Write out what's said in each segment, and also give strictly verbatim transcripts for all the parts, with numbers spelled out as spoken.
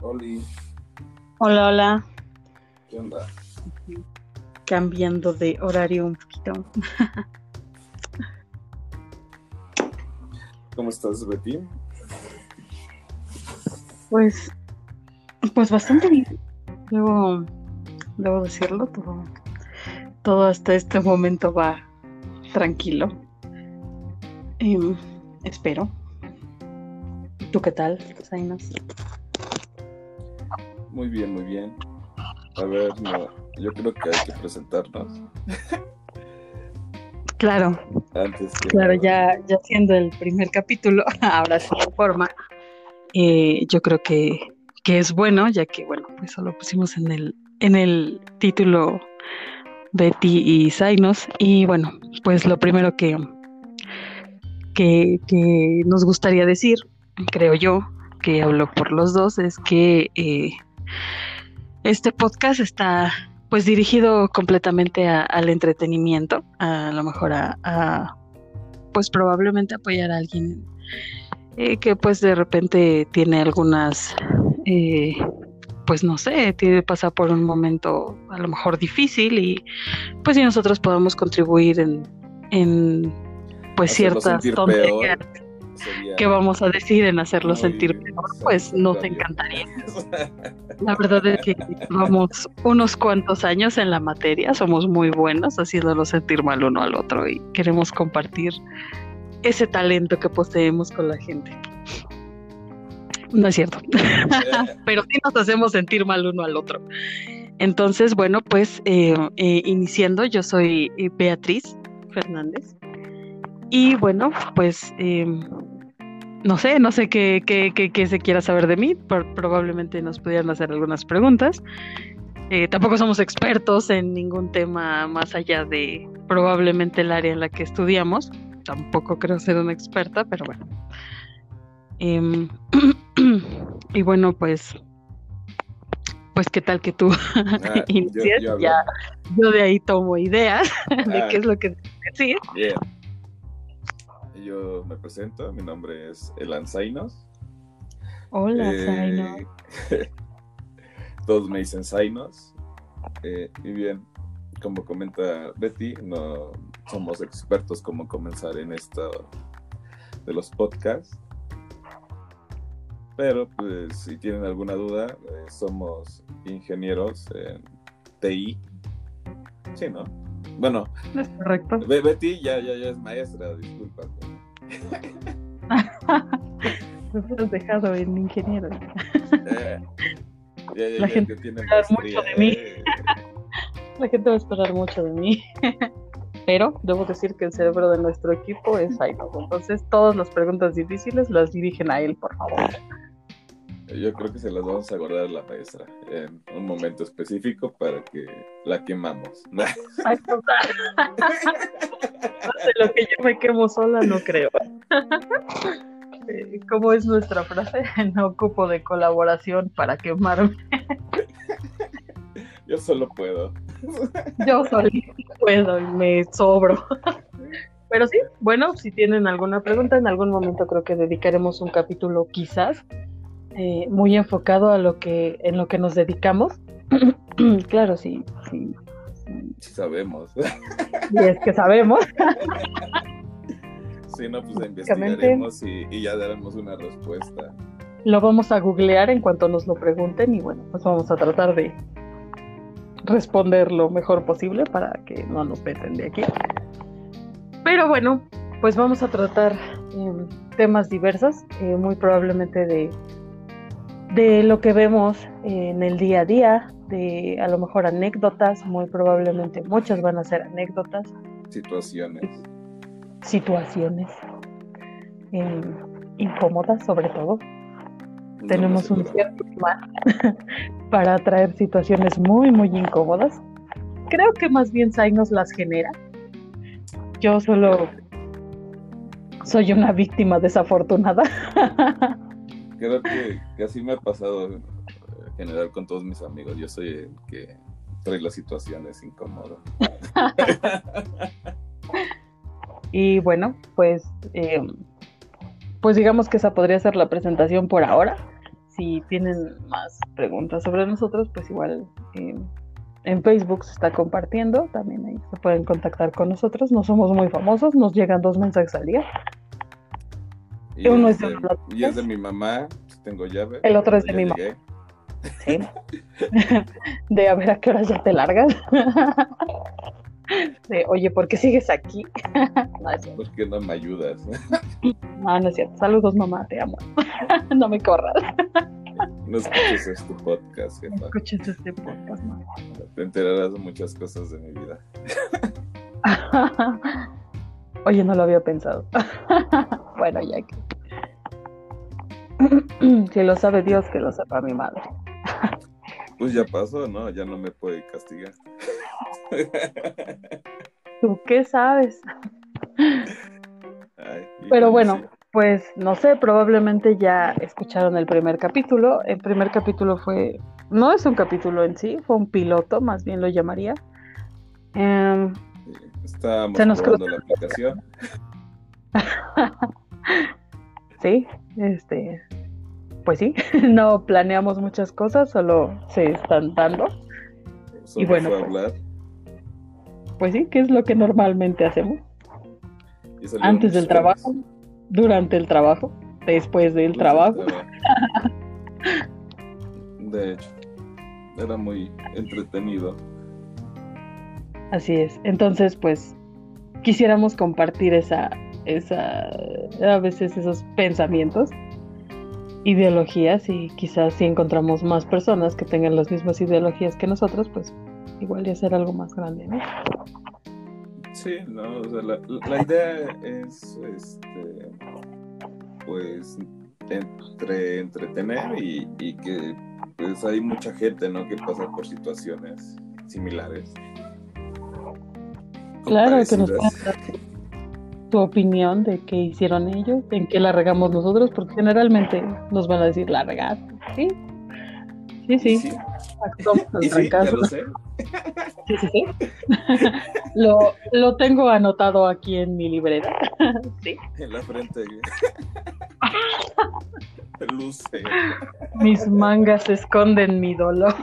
Oli, Hola, hola. ¿qué onda? Cambiando de horario un poquito. ¿Cómo estás, Betty? Pues, pues bastante bien. Debo, debo decirlo, todo, todo hasta este momento va tranquilo. Em, espero. ¿Tú qué tal, Zainos? Muy bien, muy bien. A ver, no, yo creo que hay que presentarnos Claro, antes que claro, nada. ya, ya siendo el primer capítulo, ahora sí en forma. Eh, yo creo que, que es bueno, ya que, bueno, pues solo pusimos en el, en el título Betty y Zainos. Y bueno, pues lo primero que que, que nos gustaría decir, creo yo, que hablo por los dos, es que eh, este podcast está pues dirigido completamente a- al entretenimiento, a lo mejor a, a, pues probablemente apoyar a alguien eh, que pues de repente tiene algunas, eh, pues no sé, tiene pasa por un momento a lo mejor difícil y pues si nosotros podemos contribuir en, en pues Hacerlo ciertas sentir tonterías peor que sería vamos a decir en hacerlo sentir muy peor, pues nos satisfactorio. encantaría. La verdad es que llevamos unos cuantos años en la materia, somos muy buenos haciéndolo sentir mal uno al otro y queremos compartir ese talento que poseemos con la gente. No es cierto, pero sí nos hacemos sentir mal uno al otro. Entonces, bueno, pues eh, eh, iniciando, yo soy eh, Beatriz Fernández y bueno, pues eh, no sé, no sé qué, qué, qué, qué se quiera saber de mí. Por- probablemente nos pudieran hacer algunas preguntas. Eh, tampoco somos expertos en ningún tema más allá de probablemente el área en la que estudiamos. Tampoco creo ser una experta, pero bueno. Em, y bueno, pues, pues qué tal que tú Ah, yo, inicies. yo Ya hablo. yo de ahí tomo ideas de Ah, qué es lo que decir. bien. Yo me presento, mi nombre es Elan Zainos. Hola, Zaino. Eh, todos me dicen Zainos. Eh, y bien, como comenta Betty, no somos expertos como comenzar en esto de los podcasts, pero pues si tienen alguna duda, eh, somos ingenieros en T I, sí, ¿no? Bueno, ¿Es correcto? Be- Betty ya, ya, ya es maestra, disculpa. Me hubieras dejado en ingeniero. Eh, ya, ya, La ya, gente ya tiene va a esperar mucho maestría, de mí. eh. La gente va a esperar mucho de mí. Pero debo decir que el cerebro de nuestro equipo es Aino. Entonces, todas las preguntas difíciles las dirigen a él, por favor. Yo creo que se las vamos a guardar a la maestra en un momento específico para que la quemamos. Ay, total. De lo que yo me quemo sola, no creo. Eh, ¿Cómo es nuestra frase? No ocupo de colaboración para quemarme. Yo solo puedo. Yo solito puedo y me sobro. Pero sí, bueno, si tienen alguna pregunta, en algún momento creo que dedicaremos un capítulo quizás eh, muy enfocado a lo que en lo que nos dedicamos. Claro, sí, sí, sí. Sí sabemos. Y es que sabemos, Si no, pues básicamente investigaremos y, y ya daremos una respuesta. lo vamos a googlear en cuanto nos lo pregunten y bueno, pues vamos a tratar de responder lo mejor posible para que no nos veten de aquí. Pero bueno, pues vamos a tratar eh, temas diversos, eh, muy probablemente de, de lo que vemos en el día a día, de a lo mejor anécdotas, muy probablemente muchas van a ser anécdotas, Situaciones. situaciones eh, incómodas sobre todo. No Tenemos me un aseguro. cierto imán para traer situaciones muy, muy incómodas. Creo que más bien Sai nos las genera. Yo solo soy una víctima desafortunada. Creo que, que así me ha pasado en general con todos mis amigos. Yo soy el que trae las situaciones incómodas. Y bueno, pues, eh, pues digamos que esa podría ser la presentación por ahora. si tienen más preguntas sobre nosotros, pues igual eh, en Facebook se está compartiendo, también ahí se pueden contactar con nosotros. No somos muy famosos, nos llegan dos mensajes al día. Y, Uno es de, de y es de mi mamá, tengo llave. El otro es de mi mamá. Sí. De a ver a qué hora ya te largas. De, oye, ¿por qué sigues aquí? No, es ¿por qué no me ayudas? No, no es cierto. Saludos, mamá, te amo. No me corras. No escuches este podcast, jefa. No escuches este podcast, mamá. Te enterarás de muchas cosas de mi vida. Oye, no lo había pensado. Bueno, ya que... Si lo sabe Dios, que lo sepa mi madre. Pues ya pasó, ¿no? Ya no me puede castigar. ¿Tú qué sabes? Ay, pero bueno, sí. Pues no sé, probablemente ya escucharon el primer capítulo. El primer capítulo fue, no es un capítulo en sí, fue un piloto, más bien lo llamaría. Um, Estábamos probando la aplicación. Sí, este, pues sí, no planeamos muchas cosas, solo se están dando. Solo y bueno, fue pues, hablar. Pues sí, que es lo que normalmente hacemos. Antes del trabajo, horas. Durante el trabajo, después del trabajo. trabajo. De hecho, era muy entretenido. Así es. Entonces, pues, quisiéramos compartir esa, esa, a veces esos pensamientos, ideologías, y quizás si encontramos más personas que tengan las mismas ideologías que nosotros, pues igual de hacer algo más grande, ¿no? Sí, no, o sea, la, la idea es, este, pues, entre entretener y, y que, pues, hay mucha gente, ¿no?, que pasa por situaciones similares. Claro, que nos puedan dar tu opinión de qué hicieron ellos, en qué la regamos nosotros, porque generalmente nos van a decir la regaste, ¿sí? Sí, sí. sí. ¿Y sí? Ya lo sé. Sí, sí, sí. lo, lo tengo anotado aquí en mi libreta. Sí. En la frente. Luce. Mis mangas esconden mi dolor.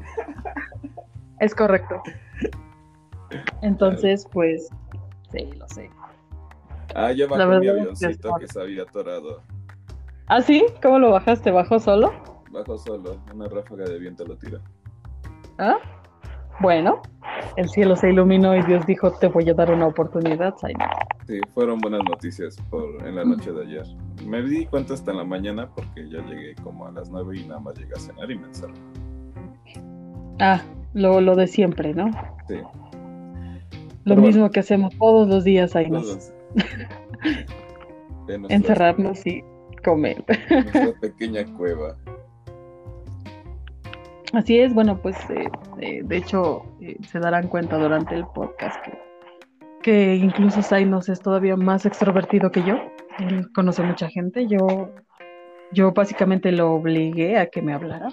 Es correcto. Entonces, pues, sí, lo sé. Ah, ya bajó mi avioncito que, que se había atorado. ¿Ah, sí? ¿Cómo lo bajaste? ¿Bajó solo? Bajó solo, una ráfaga de viento lo tira. ¿Ah? Bueno, el cielo se iluminó y Dios dijo, te voy a dar una oportunidad, Simon. Sí, fueron buenas noticias por en la noche de ayer. Me di cuenta hasta en la mañana porque ya llegué como a las nueve y nada más llegué a cenar y me encerré. Ah, lo, lo de siempre, ¿no? Sí. Lo Pero mismo bueno, que hacemos todos los días, Simon. Encerrarnos y comer. Nuestra pequeña cueva. Así es, bueno, pues eh, eh, de hecho eh, se darán cuenta durante el podcast que, que incluso Zainos es todavía más extrovertido que yo. Él conoce mucha gente. Yo, yo básicamente lo obligué a que me hablara.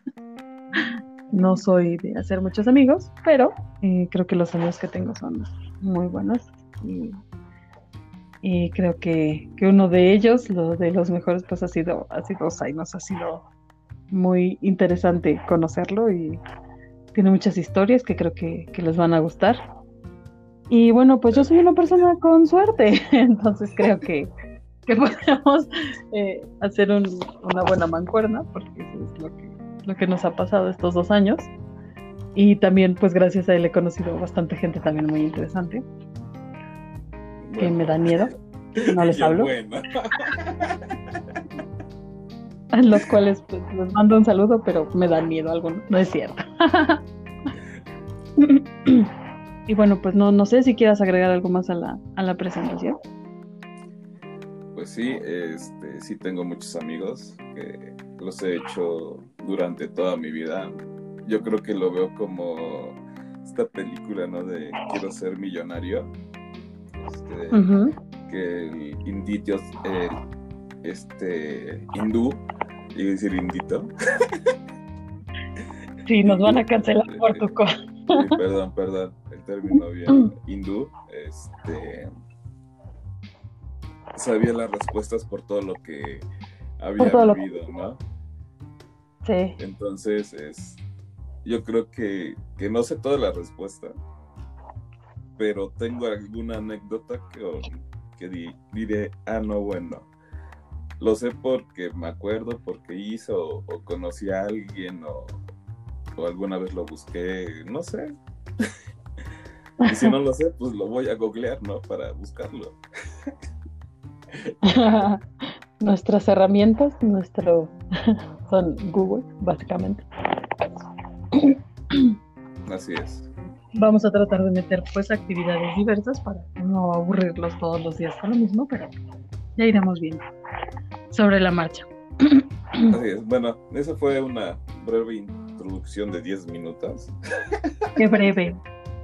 No soy de hacer muchos amigos, pero eh, creo que los amigos que tengo son muy buenos. Y, y creo que, que uno de ellos, lo de los mejores, pues ha sido, ha sido Zainos, ha sido muy interesante conocerlo y tiene muchas historias que creo que, que les van a gustar. Y bueno, pues yo soy una persona con suerte, entonces creo que, que podemos eh, hacer un, una buena mancuerna, porque eso es lo que, lo que nos ha pasado estos dos años. Y también, pues gracias a él he conocido bastante gente también muy interesante, bueno, que me da miedo, no les hablo. Bueno. En los cuales pues, les mando un saludo, pero me dan miedo algunos, no es cierto. Y bueno, pues no, no sé si quieras agregar algo más a la, a la presentación. Pues sí, este, sí tengo muchos amigos que los he hecho durante toda mi vida. Yo creo que lo veo como esta película, ¿no? De Quiero ser millonario. Este, uh-huh. Que el indito, el, este, hindú, iba a decir indito. Sí, nos van a cancelar por tu cosa. Sí, perdón, perdón, el término bien, hindú, este, sabía las respuestas por todo lo que había vivido, ¿no? Sí. Entonces, es, yo creo que, que no sé toda la respuesta, pero tengo alguna anécdota que, que di, diré, ah, no, bueno, lo sé porque me acuerdo, porque hice o, o conocí a alguien o, o alguna vez lo busqué, no sé. Y si no lo sé, pues lo voy a googlear, ¿no? Para buscarlo. Nuestras herramientas, nuestro son Google, básicamente. Así es. Vamos a tratar de meter pues actividades diversas para no aburrirlos todos los días con lo mismo, pero ya iremos viendo sobre la marcha. Así es. Bueno, esa fue una breve introducción de diez minutos. Qué breve.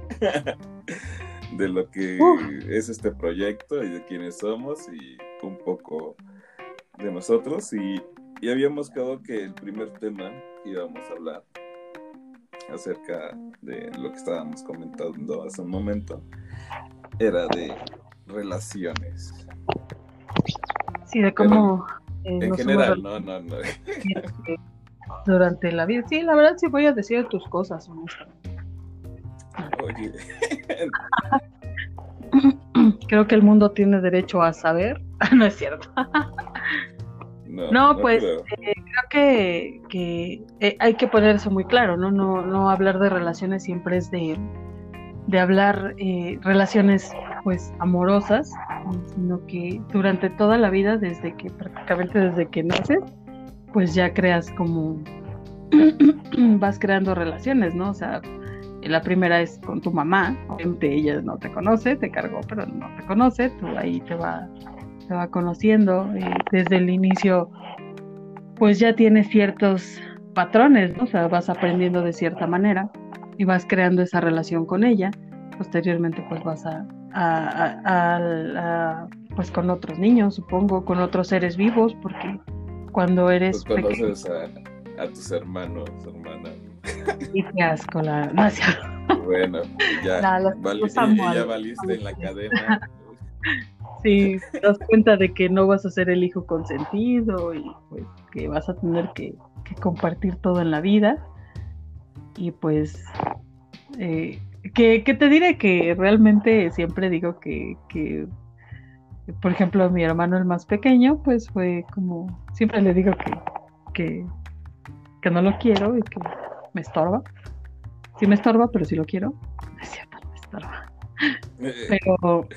De lo que Uf. es este proyecto y de quiénes somos y un poco de nosotros. Y, y habíamos quedado que el primer tema que íbamos a hablar acerca de lo que estábamos comentando hace un momento era de relaciones. Sí, de cómo... Eh, en general, no, no, no. Durante la vida. Sí, la verdad sí voy a decir tus cosas, honestamente. Oye. Creo que el mundo tiene derecho a saber. No es cierto. No, no, no pues creo, eh, creo que, que eh, hay que poner eso muy claro, ¿no? No, no hablar de relaciones siempre es de, de hablar eh, relaciones pues amorosas, sino que durante toda la vida, desde que prácticamente desde que naces, pues ya creas como vas creando relaciones, ¿no? O sea, la primera es con tu mamá, obviamente ella no te conoce, te cargó, pero no te conoce, tú ahí te va, te va conociendo, eh, desde el inicio pues ya tienes ciertos patrones, ¿no? O sea, vas aprendiendo de cierta manera y vas creando esa relación con ella, posteriormente pues vas a, a, a, a, a pues con otros niños, supongo, con otros seres vivos, porque cuando eres pues conoces pequeño, a, a tus hermanos, hermanas. Y qué asco, la no, sí. Bueno, ya, no, vali, y, y ya valiste en la cadena. Sí, te das cuenta de que no vas a ser el hijo consentido y pues que vas a tener que, que compartir todo en la vida. Y pues, eh, que, que te diré que realmente siempre digo que, que, por ejemplo, mi hermano el más pequeño, pues fue como, siempre le digo que, que, que no lo quiero y que me estorba. Sí me estorba, pero sí lo quiero. No es cierto, no me estorba. Pero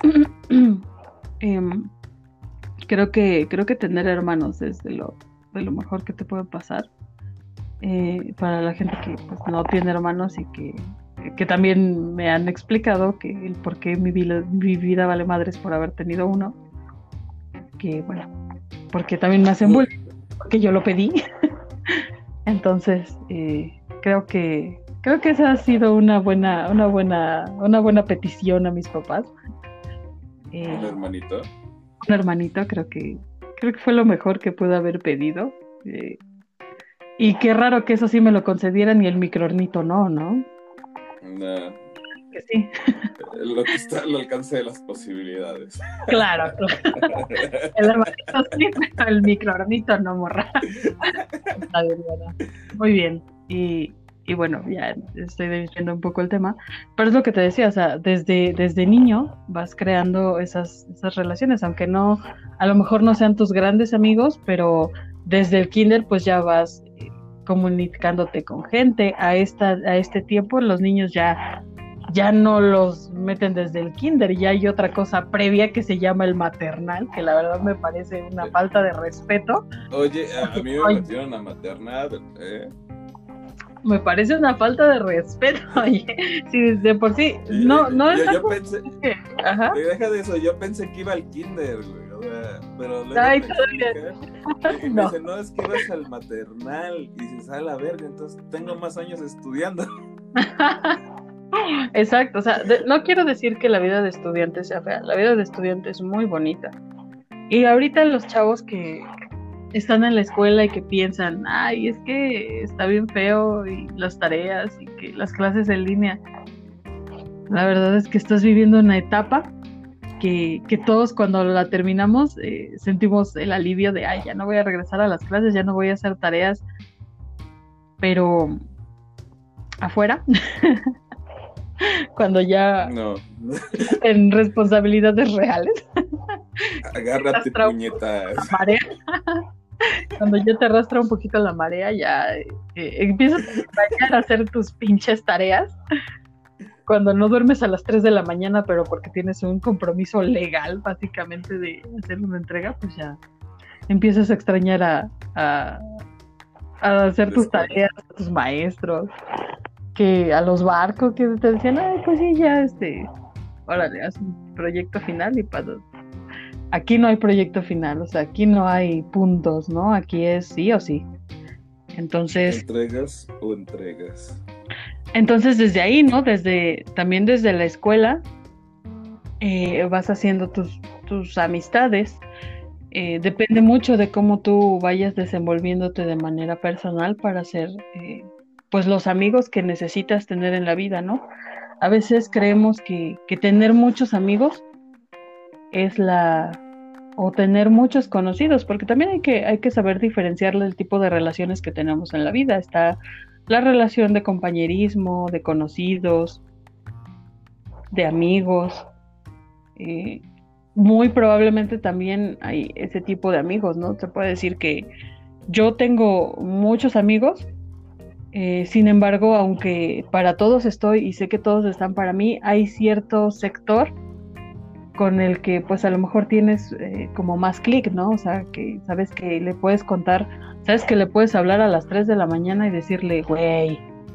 eh, creo que creo que tener hermanos es de lo, de lo mejor que te puede pasar. Eh, para la gente que pues, no tiene hermanos y que, que también me han explicado que el por qué mi vida, mi vida vale madres por haber tenido uno. Que bueno, porque también me hacen bullying, porque yo lo pedí. Entonces, eh, creo que creo que esa ha sido una buena, una buena, una buena petición a mis papás. Eh, ¿Un hermanito? Un hermanito, creo que, creo que fue lo mejor que pude haber pedido. Eh, y qué raro que eso sí me lo concedieran y el microornito no, ¿no? No. Que sí. Lo que está al alcance de las posibilidades. Claro, claro. El hermanito sí, pero el microornito no, morra. Está bien, ¿verdad? Muy bien. Y, y bueno, ya estoy desviando un poco el tema, pero es lo que te decía, o sea, desde, desde niño vas creando esas, esas relaciones, aunque no, a lo mejor no sean tus grandes amigos, pero desde el kinder pues ya vas eh, comunicándote con gente. A, esta, a este tiempo los niños ya... ya no los meten desde el kinder, ya hay otra cosa previa que se llama el maternal, que la verdad me parece una falta de respeto. Oye, a, a mí me metieron a maternal, ¿eh? Me parece una falta de respeto, oye, sí, de por sí, no, no yo, es yo pensé, que, ajá. Deja de eso, yo pensé que iba al kinder, güey, o sea, pero luego Ay, me explica, y me no. dice, no, es que ibas al maternal, y dices, a la verga, entonces tengo más años estudiando. Exacto, o sea, de, no quiero decir que la vida de estudiante sea fea, la vida de estudiante es muy bonita. Y ahorita los chavos que están en la escuela y que piensan, ay, es que está bien feo y las tareas y que las clases en línea, la verdad es que estás viviendo una etapa que, que todos cuando la terminamos eh, sentimos el alivio de, ay, ya no voy a regresar a las clases, ya no voy a hacer tareas. pero afuera, cuando ya No. en responsabilidades reales, Agárrate, Arrastra- puñetas. la marea, cuando ya te arrastra un poquito la marea, ya eh, empiezas a extrañar a hacer tus pinches tareas. Cuando no duermes a las tres de la mañana, pero porque tienes un compromiso legal, básicamente, de hacer una entrega, pues ya empiezas a extrañar a, a, a hacer tus Escuela. tareas, a tus maestros, que a los barcos que te decían, ay, pues sí, ya, este, órale, haz un proyecto final y para... Aquí no hay proyecto final, o sea, aquí no hay puntos, ¿no? Aquí es sí o sí. Entonces... ¿Entregas o entregas? Entonces desde ahí, ¿no? Desde, también desde la escuela, eh, vas haciendo tus, tus amistades. Eh, depende mucho de cómo tú vayas desenvolviéndote de manera personal para hacer, eh, pues, los amigos que necesitas tener en la vida, ¿no? A veces creemos que, que tener muchos amigos es la... o tener muchos conocidos, porque también hay que, hay que saber diferenciar el tipo de relaciones que tenemos en la vida. Está la relación de compañerismo, de conocidos, de amigos. Eh, muy probablemente también hay ese tipo de amigos, ¿no? Se puede decir que yo tengo muchos amigos, eh, sin embargo, aunque para todos estoy y sé que todos están para mí, hay cierto sector con el que pues a lo mejor tienes eh, como más clic, ¿no? O sea, que sabes que le puedes contar, sabes que le puedes hablar a las tres de la mañana y decirle, güey,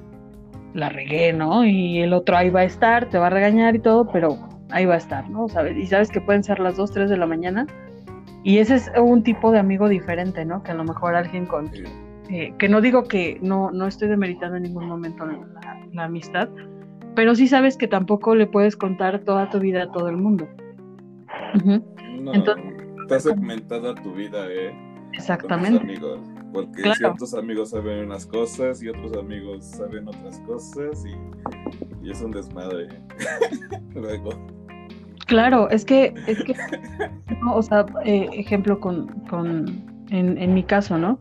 la regué, ¿no? Y el otro ahí va a estar, te va a regañar y todo, pero ahí va a estar, ¿no? ¿Sabes? Y sabes que pueden ser las dos, tres de la mañana y ese es un tipo de amigo diferente, ¿no? Que a lo mejor alguien con... Sí. Eh, que no digo que no, no estoy demeritando en ningún momento la, la amistad, pero sí sabes que tampoco le puedes contar toda tu vida a todo el mundo. Uh-huh. No, Entonces, está segmentada tu vida, ¿eh? exactamente. Con tus amigos. Porque Claro. ciertos amigos saben unas cosas y otros amigos saben otras cosas y, y es un desmadre. Luego. Claro, es que, es que, no, o sea, eh, ejemplo con, con en, en mi caso, ¿no?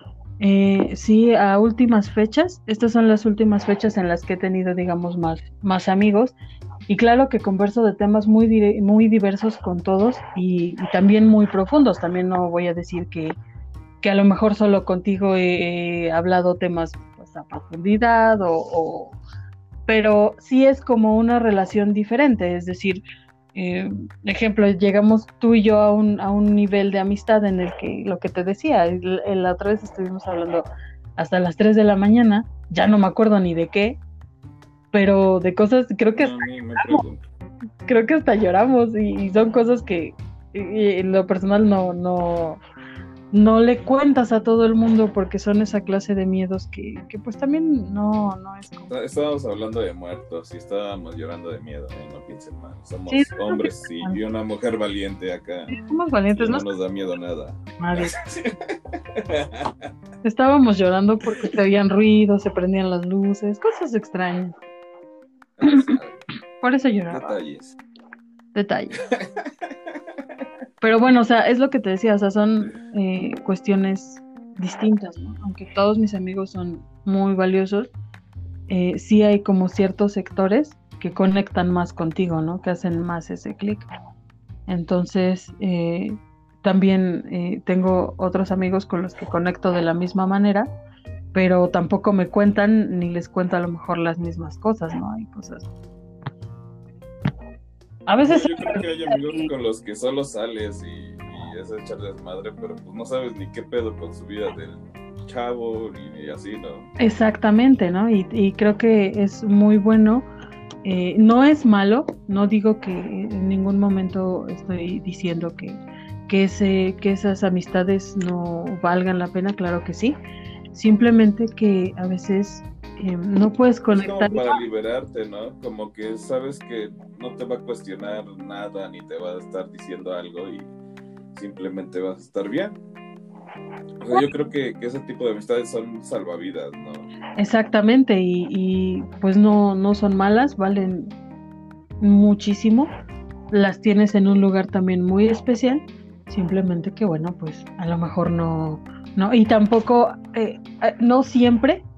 Eh, sí, a últimas fechas, estas son las últimas fechas en las que he tenido, digamos, más, más amigos, y claro que converso de temas muy, dire- muy diversos con todos y, y también muy profundos. También no voy a decir que, que a lo mejor solo contigo he, he hablado temas pues, a profundidad, o, o, pero sí es como una relación diferente, es decir, eh, ejemplo, llegamos tú y yo a un, a un nivel de amistad en el que, lo que te decía, el, el, la otra vez estuvimos hablando hasta las tres de la mañana, ya no me acuerdo ni de qué, pero de cosas, creo que No, hasta, ni me pregunto. creo que hasta lloramos y, y son cosas que y, y en lo personal no, no, no le cuentas a todo el mundo porque son esa clase de miedos que, que pues también no, no es como... Estábamos hablando de muertos y estábamos llorando de miedo, ¿eh? No piensen mal. Somos Sí, no hombres piensen sí, mal. y una mujer valiente acá. Sí, somos valientes, Y ¿no? no nos da miedo nada. Nadie. Estábamos llorando porque se oían ruidos, se prendían las luces, cosas extrañas. Por eso lloraba. Detalles. Detalles. Pero bueno, o sea, es lo que te decía, o sea, son eh, cuestiones distintas, ¿no? Aunque todos mis amigos son muy valiosos, eh, sí hay como ciertos sectores que conectan más contigo, ¿no? Que hacen más ese clic. Entonces, eh, también eh, tengo otros amigos con los que conecto de la misma manera, pero tampoco me cuentan ni les cuento a lo mejor las mismas cosas, ¿no? Hay cosas. A veces... Yo creo que hay amigos con los que solo sales y, y es echar desmadre, pero pues no sabes ni qué pedo con su vida del chavo y así, ¿no? Exactamente, ¿no? Y, y creo que es muy bueno. Eh, no es malo, no digo que en ningún momento estoy diciendo que, que, ese, que esas amistades no valgan la pena, claro que sí. Simplemente que a veces eh, no puedes conectar. Es como para liberarte, ¿no? Como que sabes que no te va a cuestionar nada ni te va a estar diciendo algo y simplemente vas a estar bien. O sea, yo creo que, que ese tipo de amistades son salvavidas, ¿no? Exactamente, y, y pues no, no son malas, valen muchísimo. Las tienes en un lugar también muy especial. Simplemente que bueno, pues a lo mejor no, no, y tampoco, eh, no siempre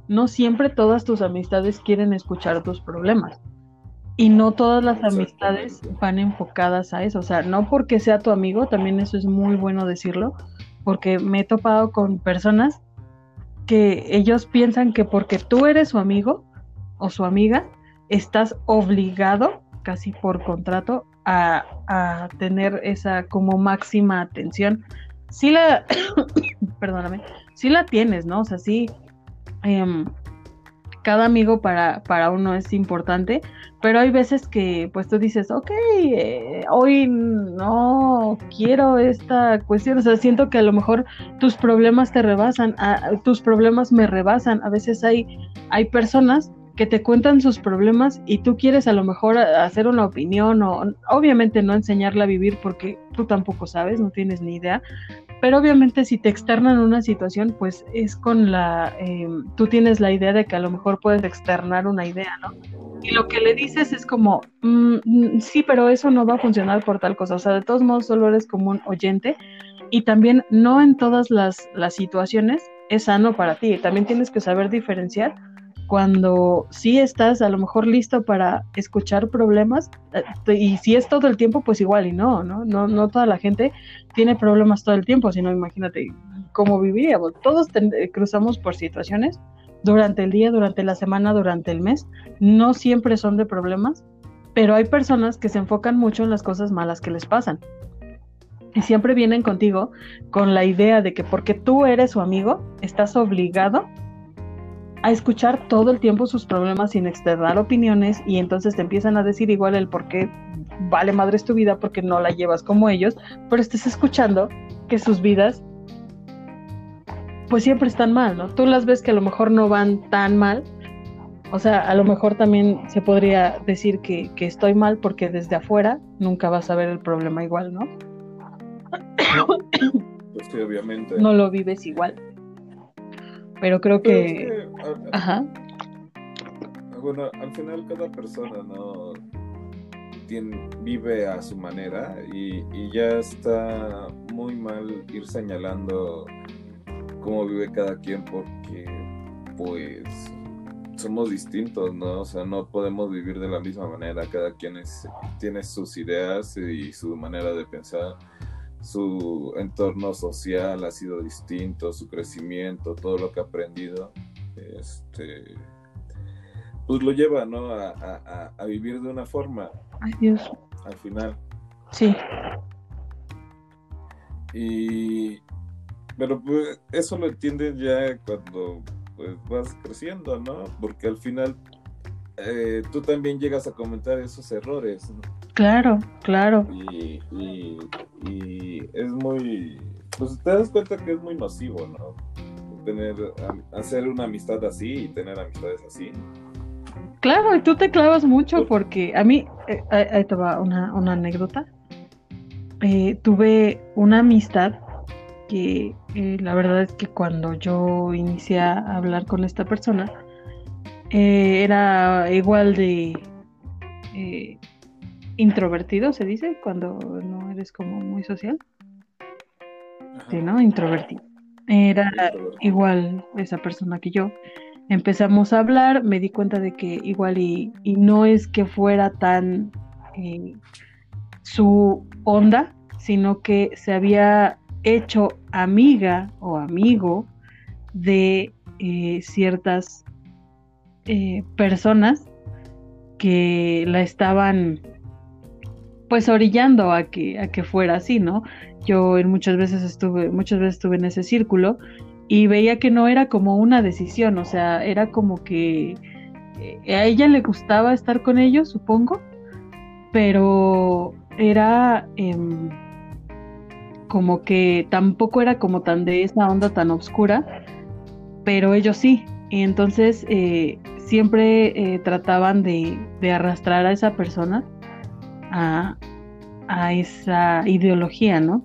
no siempre todas tus amistades quieren escuchar tus problemas. Y no todas las amistades van enfocadas a eso. O sea, no porque sea tu amigo, también eso es muy bueno decirlo, porque me he topado con personas que ellos piensan que porque tú eres su amigo o su amiga, estás obligado, casi por contrato, a, a tener esa como máxima atención. Sí la, perdóname, sí la tienes, ¿no? O sea, sí, eh, cada amigo para, para uno es importante, pero hay veces que pues tú dices, ok, eh, hoy no quiero esta cuestión, o sea, siento que a lo mejor tus problemas te rebasan, a, tus problemas me rebasan, a veces hay, hay personas que te cuentan sus problemas y tú quieres a lo mejor hacer una opinión o obviamente no enseñarla a vivir porque tú tampoco sabes, no tienes ni idea, pero obviamente si te externan una situación, pues es con la, eh, tú tienes la idea de que a lo mejor puedes externar una idea, ¿no? Y lo que le dices es como, mmm, sí, pero eso no va a funcionar por tal cosa, o sea, de todos modos solo eres como un oyente y también no en todas las, las situaciones es sano para ti, también tienes que saber diferenciar cuando sí estás a lo mejor listo para escuchar problemas, y si es todo el tiempo, pues igual y no, ¿no? No, no toda la gente tiene problemas todo el tiempo, sino imagínate cómo viviríamos. Todos ten, cruzamos por situaciones durante el día, durante la semana, durante el mes, no siempre son de problemas, pero hay personas que se enfocan mucho en las cosas malas que les pasan. Y siempre vienen contigo con la idea de que porque tú eres su amigo, estás obligado a escuchar todo el tiempo sus problemas sin externar opiniones, y entonces te empiezan a decir igual el por qué vale madres tu vida porque no la llevas como ellos, pero estás escuchando que sus vidas pues siempre están mal, ¿no? Tú las ves que a lo mejor no van tan mal, o sea, a lo mejor también se podría decir que, que estoy mal porque desde afuera nunca vas a ver el problema igual, ¿no? Pues sí, obviamente. No lo vives igual. Pero creo Pero que... es que a, a, Ajá. Bueno, al final cada persona no tiene, vive a su manera y, y ya está muy mal ir señalando cómo vive cada quien porque pues somos distintos, ¿no? O sea, no podemos vivir de la misma manera, cada quien es, tiene sus ideas y su manera de pensar. Su entorno social ha sido distinto, su crecimiento, todo lo que ha aprendido, este, pues lo lleva, ¿no? A, a, a vivir de una forma. Ay, Dios. Al final. Sí. Y, pero pues eso lo entiendes ya cuando pues vas creciendo, ¿no? Porque al final eh, tú también llegas a comentar esos errores, ¿no? Claro, claro. Y, y, y es muy, pues te das cuenta que es muy nocivo, ¿no? Tener, hacer una amistad así y tener amistades así. Claro, y tú te clavas mucho porque a mí, eh, ahí te va una, una anécdota. Eh, tuve una amistad que eh, la verdad es que cuando yo inicié a hablar con esta persona, eh, era igual de... Eh, introvertido, se dice, cuando no eres como muy social. Ajá. Sí, ¿no? Introvertido. Era introvertido. Igual esa persona que yo. Empezamos a hablar, me di cuenta de que igual y, y no es que fuera tan eh, su onda, sino que se había hecho amiga o amigo de eh, ciertas eh, personas que la estaban pues orillando a que, a que fuera así, ¿no? Yo en muchas veces estuve, muchas veces estuve en ese círculo y veía que no era como una decisión, o sea, era como que eh, a ella le gustaba estar con ellos, supongo, pero era eh, como que tampoco era como tan de esa onda tan oscura, pero ellos sí, y entonces eh, siempre eh, trataban de, de arrastrar a esa persona A, a esa ideología, ¿no?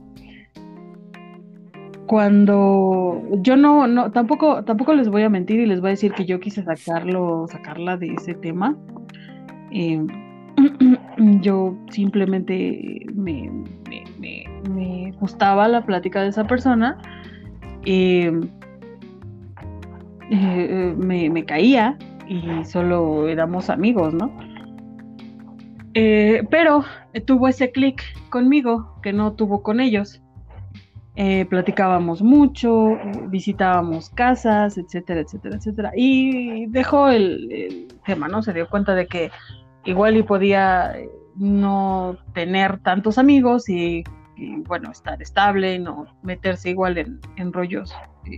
Cuando yo no, no, tampoco, tampoco les voy a mentir y les voy a decir que yo quise sacarlo, sacarla de ese tema. Eh, yo simplemente me, me, me, me gustaba la plática de esa persona. Eh, eh, me, me caía y solo éramos amigos, ¿no? Eh, pero eh, tuvo ese clic conmigo que no tuvo con ellos. Eh, platicábamos mucho, eh, visitábamos casas, etcétera, etcétera, etcétera. Y dejó el, el tema, ¿no? Se dio cuenta de que igual y podía eh, no tener tantos amigos y, y, bueno, estar estable, no meterse igual en, en rollos, eh,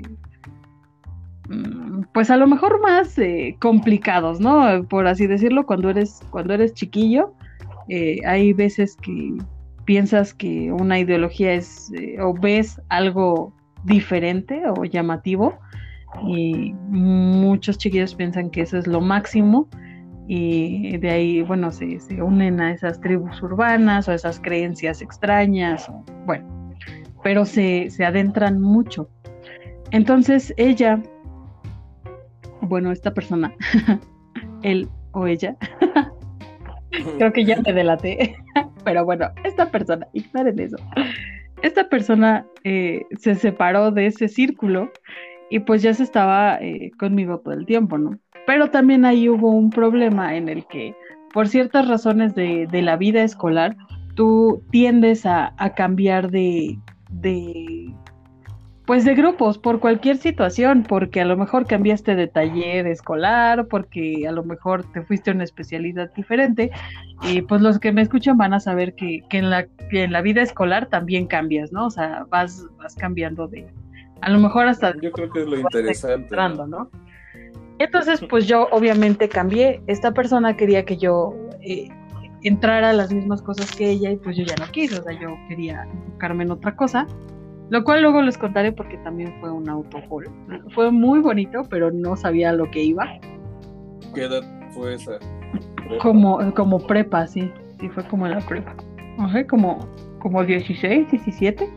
pues a lo mejor más eh, complicados, ¿no? Por así decirlo, cuando eres, cuando eres chiquillo, eh, hay veces que piensas que una ideología es, eh, o ves algo diferente o llamativo, y muchos chiquillos piensan que eso es lo máximo, y de ahí, bueno, se, se unen a esas tribus urbanas o esas creencias extrañas, o, bueno, pero se, se adentran mucho. Entonces ella, bueno, esta persona, él o ella, creo que ya me delaté, pero bueno, esta persona, ignoren eso, esta persona eh, se separó de ese círculo y pues ya se estaba eh, conmigo todo el tiempo, ¿no? Pero también ahí hubo un problema en el que por ciertas razones de, de la vida escolar, tú tiendes a, a cambiar de, de, pues de grupos por cualquier situación, porque a lo mejor cambiaste de taller escolar, porque a lo mejor te fuiste a una especialidad diferente, y pues los que me escuchan van a saber que, que, en, la, que en la vida escolar también cambias, ¿no? O sea, vas, vas cambiando de, a lo mejor hasta... Yo creo que es lo interesante, ¿no? ¿no? Entonces, pues yo obviamente cambié. Esta persona quería que yo eh, entrara a las mismas cosas que ella y pues yo ya no quise, o sea, yo quería enfocarme en otra cosa, lo cual luego les contaré porque también fue un autogol. Fue muy bonito, pero no sabía a lo que iba. ¿Qué edad fue esa? ¿Prepa? Como, como prepa, sí, sí fue como en la prepa. O sea, como, como dieciséis, diecisiete.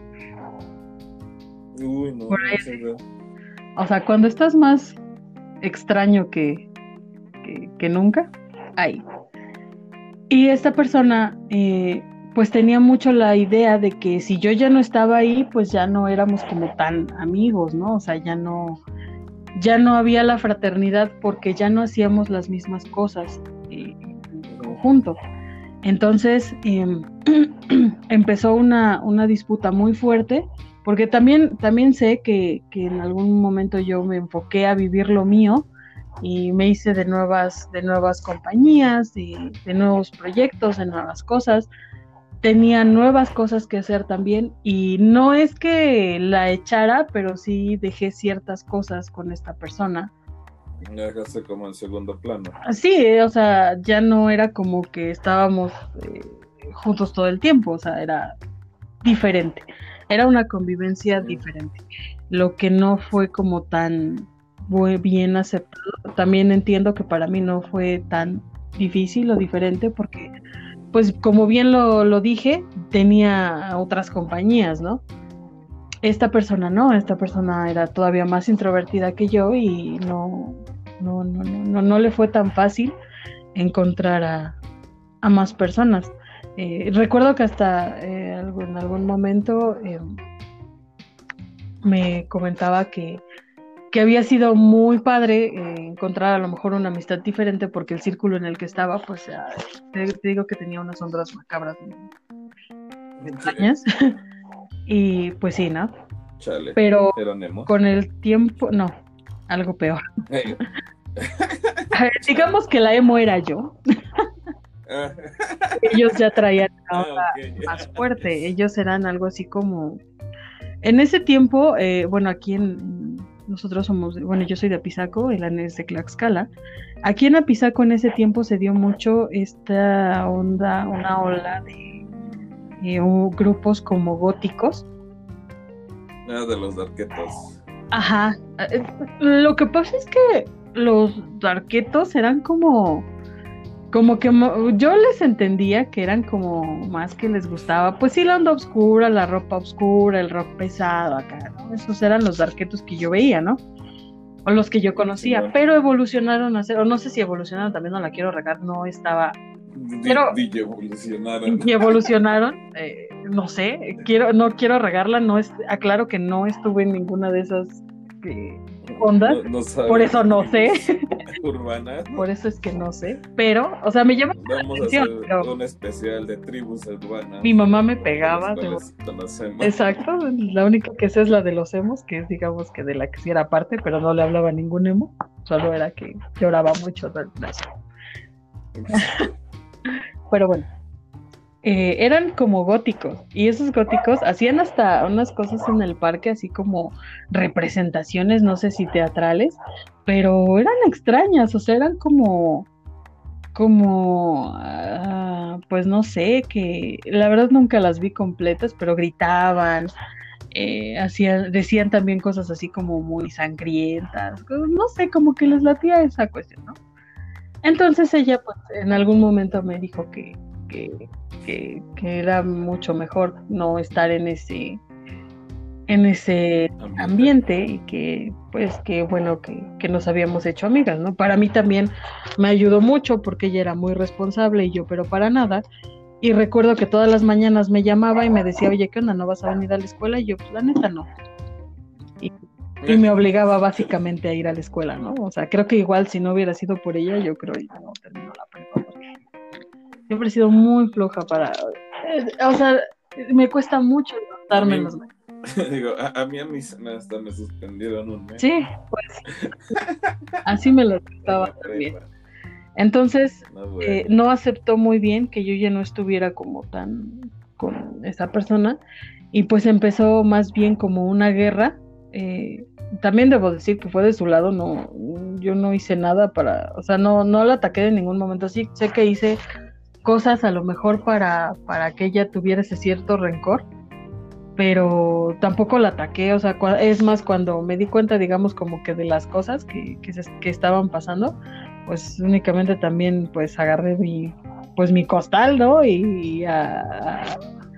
Uy, no, Por ahí. No sé, no. O sea, cuando estás más extraño que, que, que nunca, ahí. Y esta persona, eh, pues tenía mucho la idea de que si yo ya no estaba ahí, pues ya no éramos como tan amigos, ¿no? O sea, ya no, ya no había la fraternidad porque ya no hacíamos las mismas cosas eh, en conjunto. Entonces eh, empezó una, una disputa muy fuerte, porque también, también sé que, que en algún momento yo me enfoqué a vivir lo mío y me hice de nuevas, de nuevas compañías, de, de nuevos proyectos, de nuevas cosas. Tenía nuevas cosas que hacer también, y no es que la echara, pero sí dejé ciertas cosas con esta persona. Me dejaste como en segundo plano. Sí, o sea, ya no era como que estábamos eh, juntos todo el tiempo, o sea, era diferente, era una convivencia diferente, lo que no fue como tan bien aceptado. También entiendo que para mí no fue tan difícil o diferente porque, pues como bien lo, lo dije, tenía otras compañías, ¿no? Esta persona no, esta persona era todavía más introvertida que yo y no, no, no, no, no, no le fue tan fácil encontrar a, a más personas. Eh, recuerdo que hasta eh, en algún momento eh, me comentaba que, que había sido muy padre eh, encontrar a lo mejor una amistad diferente porque el círculo en el que estaba, pues eh, te, te digo que tenía unas ondas macabras extrañas. Y pues sí, ¿no? Chale. Pero ¿Eran con el tiempo, no, algo peor. Hey. Digamos que la emo era yo. Ellos ya traían una onda ah, okay. más fuerte. Ellos eran algo así como... En ese tiempo, eh, bueno, aquí en... Nosotros somos... Bueno, yo soy de Apizaco, el Anes de Tlaxcala. Aquí en Apizaco en ese tiempo se dio mucho esta onda, una ola de eh, grupos como góticos. Nada de los darketos. Ajá. Lo que pasa es que los darketos eran como... Como que yo les entendía que eran como más que les gustaba, pues sí, la onda oscura, la ropa oscura, el rock pesado acá, ¿no? Esos eran los darketos que yo veía, ¿no? O los que yo conocía, sí, ¿no? Pero evolucionaron a ser, o no sé si evolucionaron, también no la quiero regar, no estaba... Pero... Y evolucionaron. Y evolucionaron, eh, no sé, quiero, no quiero regarla, no es, aclaro que no estuve en ninguna de esas... Que, ondas, no, no sabes por eso no sé. Urbanas. Por eso es que no sé, pero, o sea, me llama la Vamos atención, a hacer pero un especial de tribus urbanas. mi mamá me De las pegaba, de... cuales conocemos. Exacto, la única que sé es la de los emos, que es digamos que de la que sí era parte, pero no le hablaba a ningún emo, solo era que lloraba mucho del brazo. Pero bueno, eh, eran como góticos, y esos góticos hacían hasta unas cosas en el parque, así como representaciones, no sé si teatrales, pero eran extrañas, o sea, eran como, como, ah, pues no sé, que la verdad nunca las vi completas, pero gritaban, eh, hacían, decían también cosas así como muy sangrientas, no sé, como que les latía esa cuestión, ¿no? Entonces ella pues en algún momento me dijo que, que, que, que era mucho mejor no estar en ese, en ese Ambiente. ambiente y que pues que bueno que, que nos habíamos hecho amigas, ¿no? Para mí también me ayudó mucho porque ella era muy responsable y yo pero para nada. Y recuerdo que todas las mañanas me llamaba y me decía, oye, ¿qué onda? ¿No vas a venir a la escuela? Y yo, pues la neta no. Y, y me obligaba básicamente a ir a la escuela, ¿no? O sea, creo que igual si no hubiera sido por ella, yo creo que no terminó la prepa porque siempre he sido muy floja para... eh, o sea, me cuesta mucho levantarme en mí, los mañanas. Digo, a, a mí a mí hasta me suspendieron un mes. Sí, pues así me lo estaba también. Entonces, no, bueno. eh, no aceptó muy bien que yo ya no estuviera como tan con esa persona y pues empezó más bien como una guerra. Eh, también debo decir que fue de su lado, no, yo no hice nada para, o sea, no, no la ataqué en ningún momento. Sí, sé que hice cosas a lo mejor para, para que ella tuviera ese cierto rencor, pero tampoco la ataqué, o sea, es más cuando me di cuenta, digamos, como que de las cosas que, que, se, que estaban pasando, pues únicamente también pues agarré mi, pues mi costal, ¿no? Y, y a,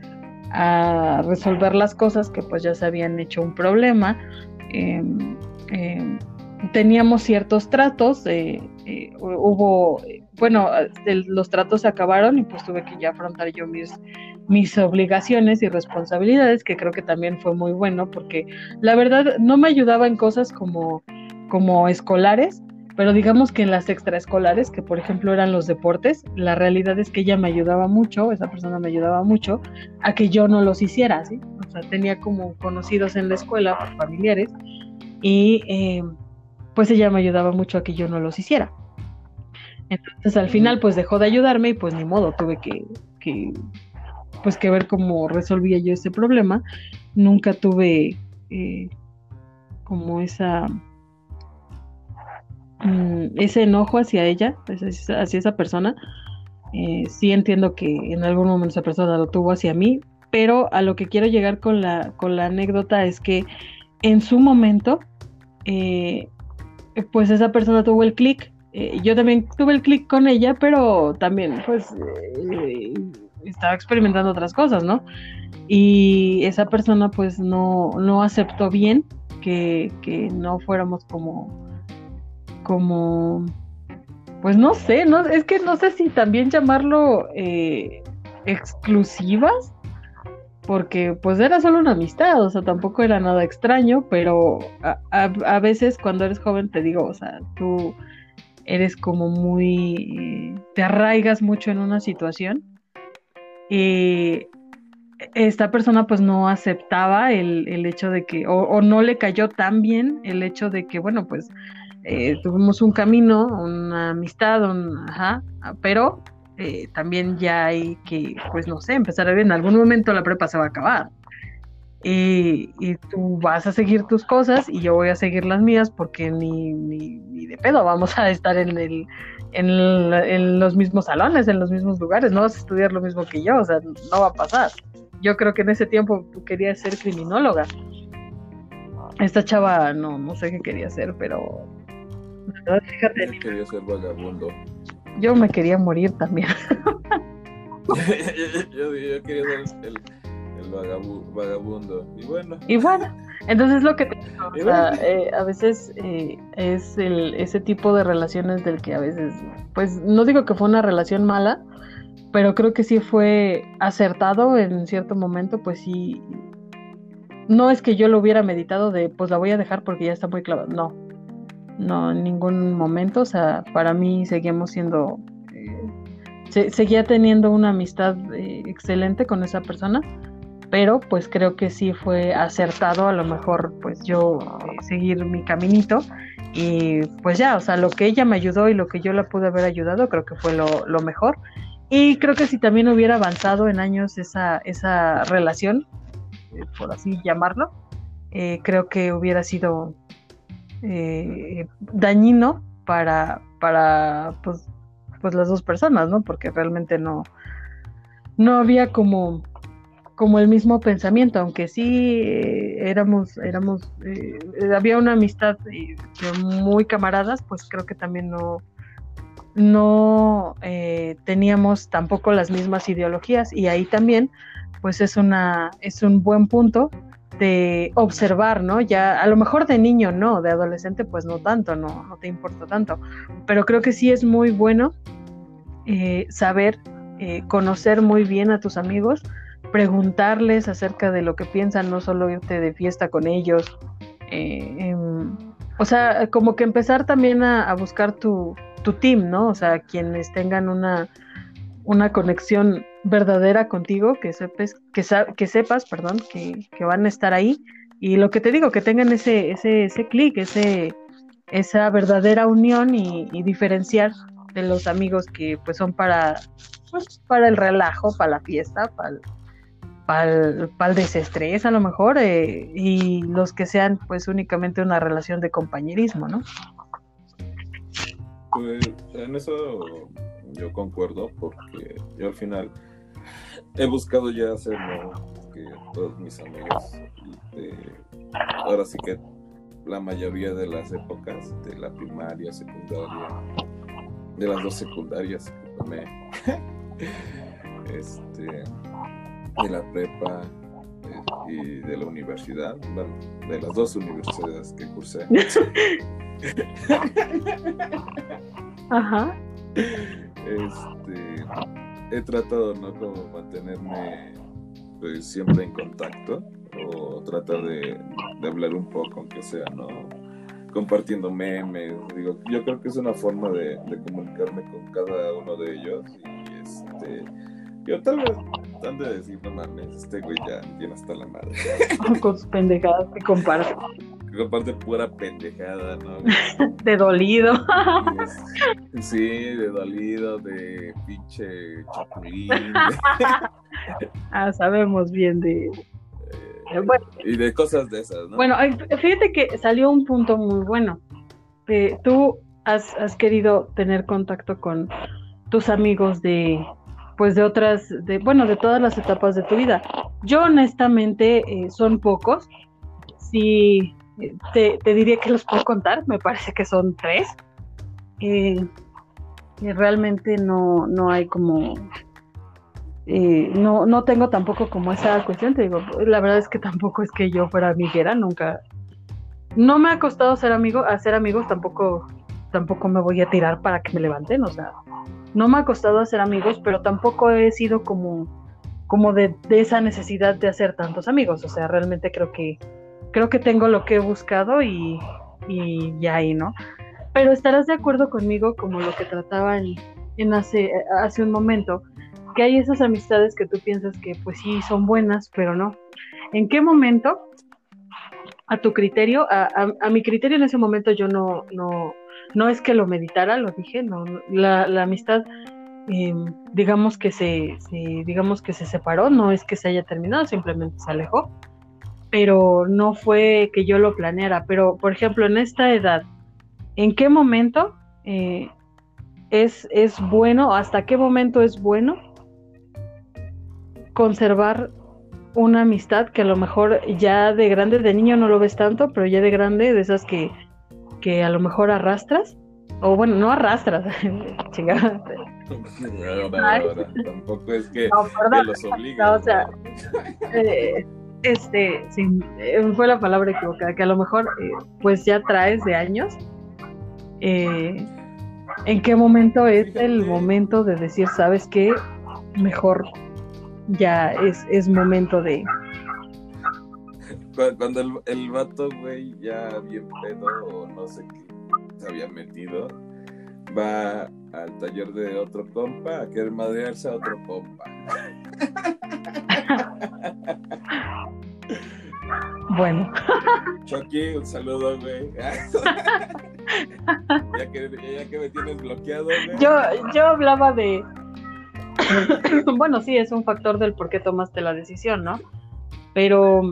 a, a resolver las cosas que pues ya se habían hecho un problema. Eh, eh, teníamos ciertos tratos, eh, eh, hubo, bueno, el, los tratos se acabaron y pues tuve que ya afrontar yo mis, mis obligaciones y responsabilidades, que creo que también fue muy bueno porque la verdad no me ayudaba en cosas como, como escolares, pero digamos que en las extraescolares, que por ejemplo eran los deportes, la realidad es que ella me ayudaba mucho, esa persona me ayudaba mucho a que yo no los hiciera, ¿sí? O sea, tenía como conocidos en la escuela, familiares, y eh, pues ella me ayudaba mucho a que yo no los hiciera. Entonces al final pues dejó de ayudarme y pues ni modo, tuve que, que pues que ver cómo resolvía yo ese problema. Nunca tuve eh, como esa um, ese enojo hacia ella, hacia, hacia esa persona. Eh, sí entiendo que en algún momento esa persona lo tuvo hacia mí, pero a lo que quiero llegar con la, con la anécdota es que en su momento eh, pues esa persona tuvo el clic. Eh, yo también tuve el clic con ella, pero también pues eh, estaba experimentando otras cosas, ¿no? Y esa persona pues no, no aceptó bien que, que no fuéramos como, como, pues no sé, no, es que no sé si también llamarlo eh, exclusivas, porque pues era solo una amistad, o sea, tampoco era nada extraño, pero a, a, a veces cuando eres joven te digo, o sea, tú eres como muy, eh, te arraigas mucho en una situación y esta persona pues no aceptaba el, el hecho de que, o, o no le cayó tan bien el hecho de que, bueno, pues eh, tuvimos un camino, una amistad, un, ajá, pero eh, también ya hay que, pues no sé, empezar a ver, en algún momento la prepa se va a acabar. Y, y tú vas a seguir tus cosas y yo voy a seguir las mías porque ni, ni, ni de pedo vamos a estar en, el, en, el, en los mismos salones, en los mismos lugares, no vas a estudiar lo mismo que yo, o sea, no va a pasar. Yo creo que en ese tiempo tú querías ser criminóloga. Esta chava no, no sé qué quería hacer, pero la verdad, fíjate. Yo quería ser vagabundo. Yo me quería morir también. yo, yo quería ser el, el vagabu, vagabundo. Y bueno. Y bueno, entonces lo que te digo, o sea, eh, a veces eh, es el, ese tipo de relaciones del que a veces, pues no digo que fue una relación mala, pero creo que sí fue acertado en cierto momento, pues sí. No es que yo lo hubiera meditado de, pues la voy a dejar porque ya está muy clavada. No, no, en ningún momento, o sea, para mí seguimos siendo, eh, se, seguía teniendo una amistad eh, excelente con esa persona, pero pues creo que sí fue acertado a lo mejor pues yo eh, seguir mi caminito y pues ya, o sea, lo que ella me ayudó y lo que yo la pude haber ayudado creo que fue lo, lo mejor y creo que si también hubiera avanzado en años esa, esa relación, eh, por así llamarlo, eh, creo que hubiera sido eh, dañino para, para pues, pues las dos personas, ¿no? Porque realmente no, no había como como el mismo pensamiento, aunque sí eh, éramos, éramos, eh, había una amistad eh, muy camaradas, pues creo que también no, no eh, teníamos tampoco las mismas ideologías y ahí también, pues es una, es un buen punto de observar, ¿no? Ya a lo mejor de niño no, de adolescente pues no tanto, no, no te importa tanto, pero creo que sí es muy bueno eh, saber eh, conocer muy bien a tus amigos, preguntarles acerca de lo que piensan, no solo irte de fiesta con ellos, eh, eh, o sea, como que empezar también a, a buscar tu, tu team, ¿no? O sea, quienes tengan una, una conexión verdadera contigo, que sepes, que, que sepas, perdón, que, que van a estar ahí, y lo que te digo, que tengan ese, ese, ese clic, ese, esa verdadera unión y, y diferenciar de los amigos que pues son para, pues, para el relajo, para la fiesta, para el, para el, para el desestrés a lo mejor, eh, y los que sean pues únicamente una relación de compañerismo, ¿no? Pues en eso yo concuerdo, porque yo al final he buscado ya hacerlo que todos mis amigos, de, ahora sí que la mayoría de las épocas, de la primaria, secundaria, de las dos secundarias que tomé, este, de la prepa eh, y de la universidad, bueno, de las dos universidades que cursé. Ajá. Este, he tratado, ¿no? Como mantenerme pues siempre en contacto, o tratar de, de hablar un poco, aunque sea, ¿no? Compartiendo memes, digo, yo creo que es una forma de, de comunicarme con cada uno de ellos, y este, yo tal vez han de decir, no mames, este güey ya tiene hasta la madre. Con sus pendejadas que comparte. Que comparte pura pendejada, ¿no? De dolido. Es, sí, de dolido, de pinche chapulín. De... ah, sabemos bien de... Eh, bueno, y de cosas de esas, ¿no? Bueno, fíjate que salió un punto muy bueno. Eh, tú has, has querido tener contacto con tus amigos de, pues de otras, de, bueno, de todas las etapas de tu vida. Yo honestamente eh, son pocos. Sí, te, te diría que los puedo contar. Me parece que son tres. Eh, y realmente no, no hay como... Eh, no, no tengo tampoco como esa cuestión, te digo, la verdad es que tampoco es que yo fuera amiguera, nunca, no me ha costado ser amigo, hacer amigos, tampoco, tampoco me voy a tirar para que me levanten, o sea, no me ha costado hacer amigos, pero tampoco he sido como, como de, de esa necesidad de hacer tantos amigos, o sea, realmente creo que, creo que tengo lo que he buscado y, y ya ahí, ¿no? Pero estarás de acuerdo conmigo como lo que trataba en, en hace, hace un momento, que hay esas amistades que tú piensas que pues sí son buenas, pero no. ¿En qué momento, a tu criterio, a, a, a mi criterio en ese momento yo no, no, no es que lo meditara, lo dije, no, la, la amistad eh, digamos que se, se, digamos que se separó, no es que se haya terminado, simplemente se alejó, pero no fue que yo lo planeara. Pero por ejemplo en esta edad, ¿en qué momento eh, es, es bueno, hasta qué momento es bueno conservar una amistad que a lo mejor ya de grande, de niño no lo ves tanto, pero ya de grande, de esas que, que a lo mejor arrastras, o bueno, no arrastras, chingada. Ahora, ahora, tampoco es que, no, que los obliguen. No, o sea, eh, este, sí, fue la palabra equivocada, que a lo mejor eh, pues ya traes de años. Eh, ¿En qué momento es el momento de decir, sabes qué, mejor ya es, es momento de... Cuando el, el vato, güey, ya bien pedo o no sé qué, se había metido, va al taller de otro compa a querer madrearse a otro compa. Bueno. Chucky, un saludo, güey. ya, que, ya que me tienes bloqueado, güey. Yo, yo hablaba de... bueno, sí, es un factor del por qué tomaste la decisión, ¿no? Pero...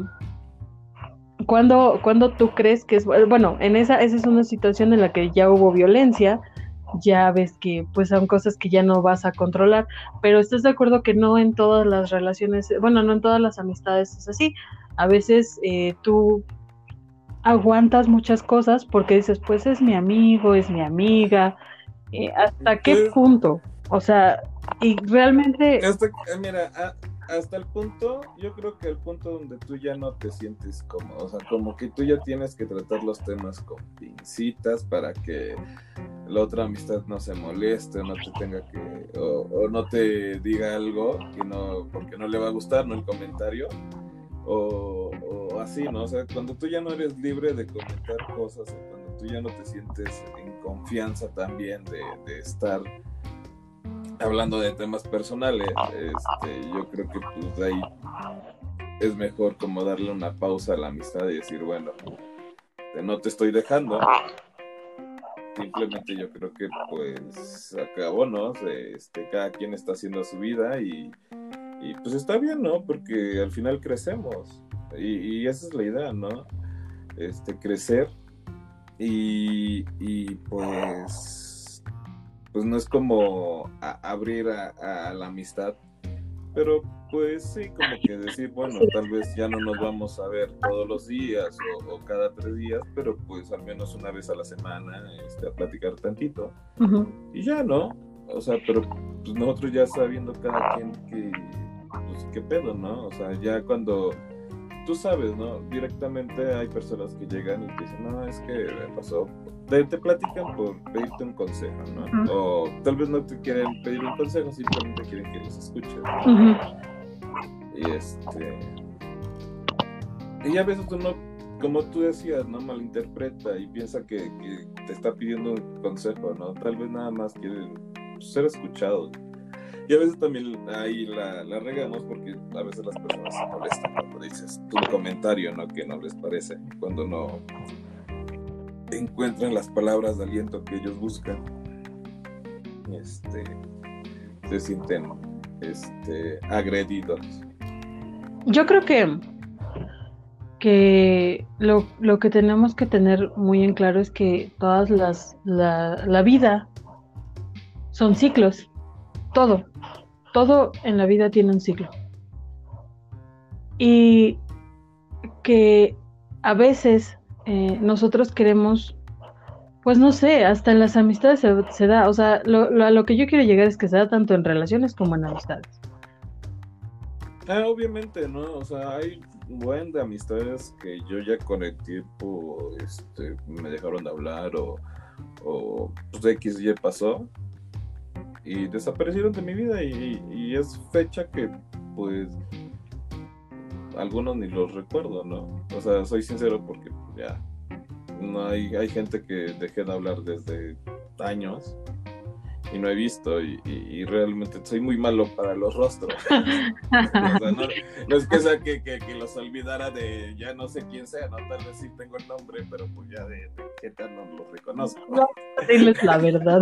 Cuando, cuando tú crees que es... Bueno, en esa, esa es una situación en la que ya hubo violencia, ya ves que pues son cosas que ya no vas a controlar, pero ¿estás de acuerdo que no en todas las relaciones, bueno, no en todas las amistades es así? A veces eh, tú aguantas muchas cosas porque dices, pues es mi amigo, es mi amiga, eh, ¿hasta qué pues, punto? O sea, y realmente... Hasta, mira, a, hasta el punto, yo creo que el punto donde tú ya no te sientes cómodo, o sea, como que tú ya tienes que tratar los temas con pincitas para que la otra amistad no se moleste, no te tenga que, o, o no te diga algo que no, porque no le va a gustar, ¿no? El comentario, o, o así, ¿no? O sea, cuando tú ya no eres libre de comentar cosas, o cuando tú ya no te sientes en confianza también de, de estar hablando de temas personales, este, yo creo que pues ahí es mejor como darle una pausa a la amistad y decir, bueno, no te estoy dejando, simplemente yo creo que pues acabó, ¿no? Este, cada quien está haciendo su vida y, y pues está bien, ¿no? Porque al final crecemos y, y esa es la idea, ¿no? Este, crecer y, y pues pues no es como a, abrir a, a la amistad, pero pues sí, como que decir, bueno, tal vez ya no nos vamos a ver todos los días o, o cada tres días, pero pues al menos una vez a la semana este, a platicar tantito, uh-huh. Y ya, ¿no? O sea, pero pues nosotros ya sabiendo cada quien que, pues qué pedo, ¿no? O sea, ya cuando tú sabes, ¿no? Directamente hay personas que llegan y te dicen, no, es que me pasó. Te, te platican por pedirte un consejo, ¿no? Uh-huh. O tal vez no te quieren pedir un consejo, simplemente quieren que los escuches, ¿no? Uh-huh. Y este... Y a veces uno, como tú decías, ¿no? Malinterpreta y piensa que, que te está pidiendo un consejo, ¿no? Tal vez nada más quiere ser escuchado. Y a veces también ahí la, la regamos porque a veces las personas se molestan cuando dices tu comentario, ¿no? Que no les parece, cuando no encuentran las palabras de aliento que ellos buscan, este, se sienten este, agredidos. Yo creo que que lo, lo que tenemos que tener muy en claro es que todas las la, la vida son ciclos, todo todo en la vida tiene un ciclo y que a veces Eh, nosotros queremos, pues no sé, hasta en las amistades se, se da, o sea, lo, lo, a lo que yo quiero llegar es que se da tanto en relaciones como en amistades. Ah, obviamente, ¿no? O sea, hay un buen de amistades que yo ya con el tiempo este, me dejaron de hablar o, o pues X y pasó y desaparecieron de mi vida y, y es fecha que pues algunos ni los recuerdo, ¿no? O sea, soy sincero porque ya no hay, hay gente que dejé de hablar desde años y no he visto y, y, y realmente soy muy malo para los rostros. O sea, no, no es que sea que, que, que los olvidara de ya no sé quién sea, ¿no? Tal vez sí tengo el nombre, pero pues ya de, de qué tal no los reconozco. No, diles la verdad.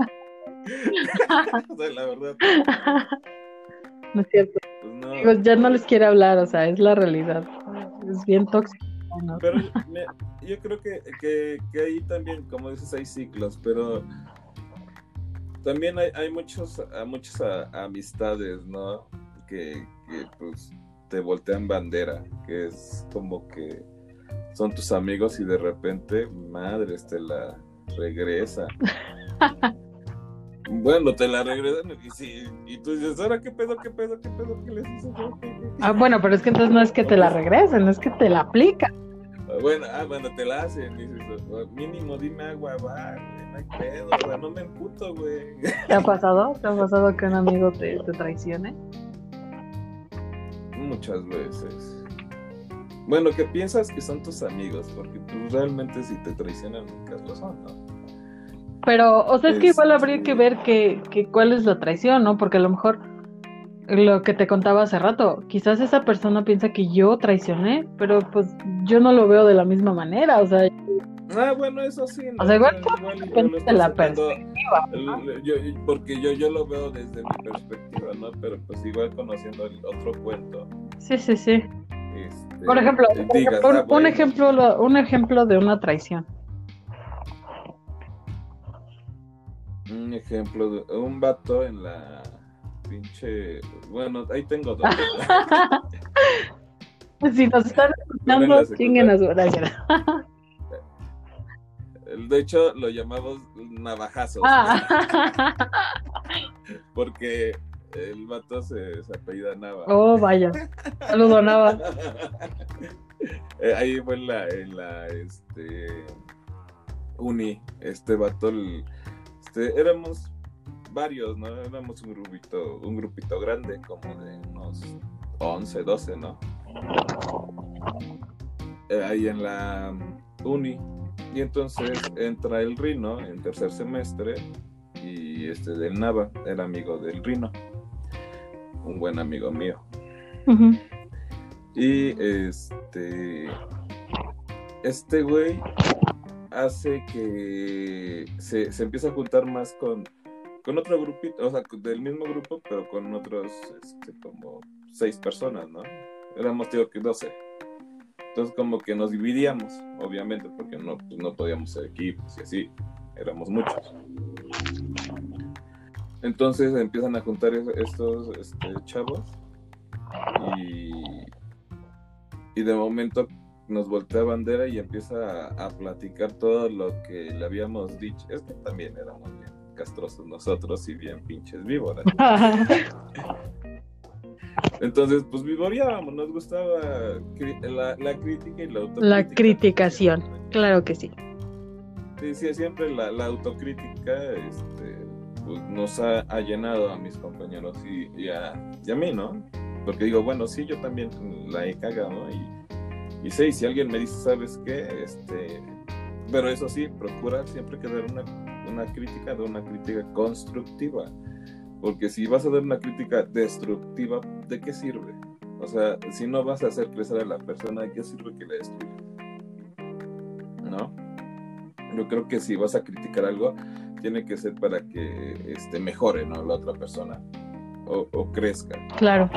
O sea, la verdad. No es cierto. Pues no. Digo, ya no les quiere hablar, o sea, es la realidad. Es bien tóxico, ¿no? Pero me, yo creo que, que, que ahí también, como dices, hay ciclos, pero también hay, hay muchos, muchas a, amistades, ¿no? Que, que pues te voltean bandera, que es como que son tus amigos y de repente, madres, te la regresa. Bueno, te la regresan y, sí, y tú dices, ¿ahora qué pedo, qué pedo, qué pedo, qué les hice yo? ¿Qué, qué, qué? Ah, bueno, pero es que entonces no es que te la regresen, es que te la aplican. Bueno, ah, bueno, te la hacen, y dices, mínimo dime agua, va, güey, no hay pedo, o sea, no me emputo, güey. ¿Te ha pasado? ¿Te ha pasado que un amigo te, te traicione? Muchas veces. Bueno, que piensas que son tus amigos, porque pues realmente si te traicionan nunca lo son, ¿no? Pero, o sea, es que igual habría que Este, ver que, que cuál es la traición, ¿no? Porque a lo mejor lo que te contaba hace rato, quizás esa persona piensa que yo traicioné, pero pues yo no lo veo de la misma manera, o sea, ah, bueno, eso sí, o ¿no? sea, O igual sea, todo igual y yo depende lo de estoy la sacando, perspectiva, ¿no? el- yo, porque yo, yo lo veo desde mi perspectiva, ¿no? Pero pues igual conociendo el otro cuento, Sí, sí, sí. Por este, ejemplo, eh, por digas, ejemplo, ah, un, un bueno, ejemplo, lo- un ejemplo de una traición. un ejemplo de un vato en la pinche, bueno, ahí tengo dos, ¿no? Si nos están Uno en la escuchando, chinguen secundaria, a su gracia. de hecho lo llamamos navajazos, Ah. porque el vato se, se apellida Nava. Oh, vaya. Saludo, Nava. Eh, ahí fue en la, en la este, uni, este vato, el- este, éramos varios, ¿no? Éramos un grupito, un grupito grande, como de unos once doce, ¿no? Eh, ahí en la uni. Y entonces entra el Rino en tercer semestre y este del Nava era amigo del Rino, un buen amigo mío. Ujú. Y este este güey hace que se, se empieza a juntar más con, con otro grupito, o sea, del mismo grupo, pero con otros, este, como seis personas, ¿no? Éramos, digo que doce. Entonces como que nos dividíamos, obviamente, porque no, pues, no podíamos ser equipos y así, éramos muchos. Entonces empiezan a juntar es- estos este, chavos y, y de momento nos voltea bandera y empieza a, a platicar todo lo que le habíamos dicho. Es que también éramos bien castrosos nosotros y bien pinches víboras. Entonces, pues vivoreábamos, nos gustaba cri- la, la crítica y la autocrítica. La criticación, claro que sí. Sí, sí, siempre la, la autocrítica este, pues, nos ha, ha llenado a mis compañeros y, y, a, y a mí, ¿no? Porque digo, bueno, sí, yo también la he cagado, ¿no? Y, y sí, si alguien me dice, ¿sabes qué? Este, pero eso sí, procura siempre que dar una, una crítica, de una crítica constructiva. Porque si vas a dar una crítica destructiva, ¿de qué sirve? O sea, si no vas a hacer crecer a la persona, ¿de qué sirve que la destruyas? ¿No? Yo creo que si vas a criticar algo, tiene que ser para que este, mejore, ¿no? La otra persona o, o crezca. Claro.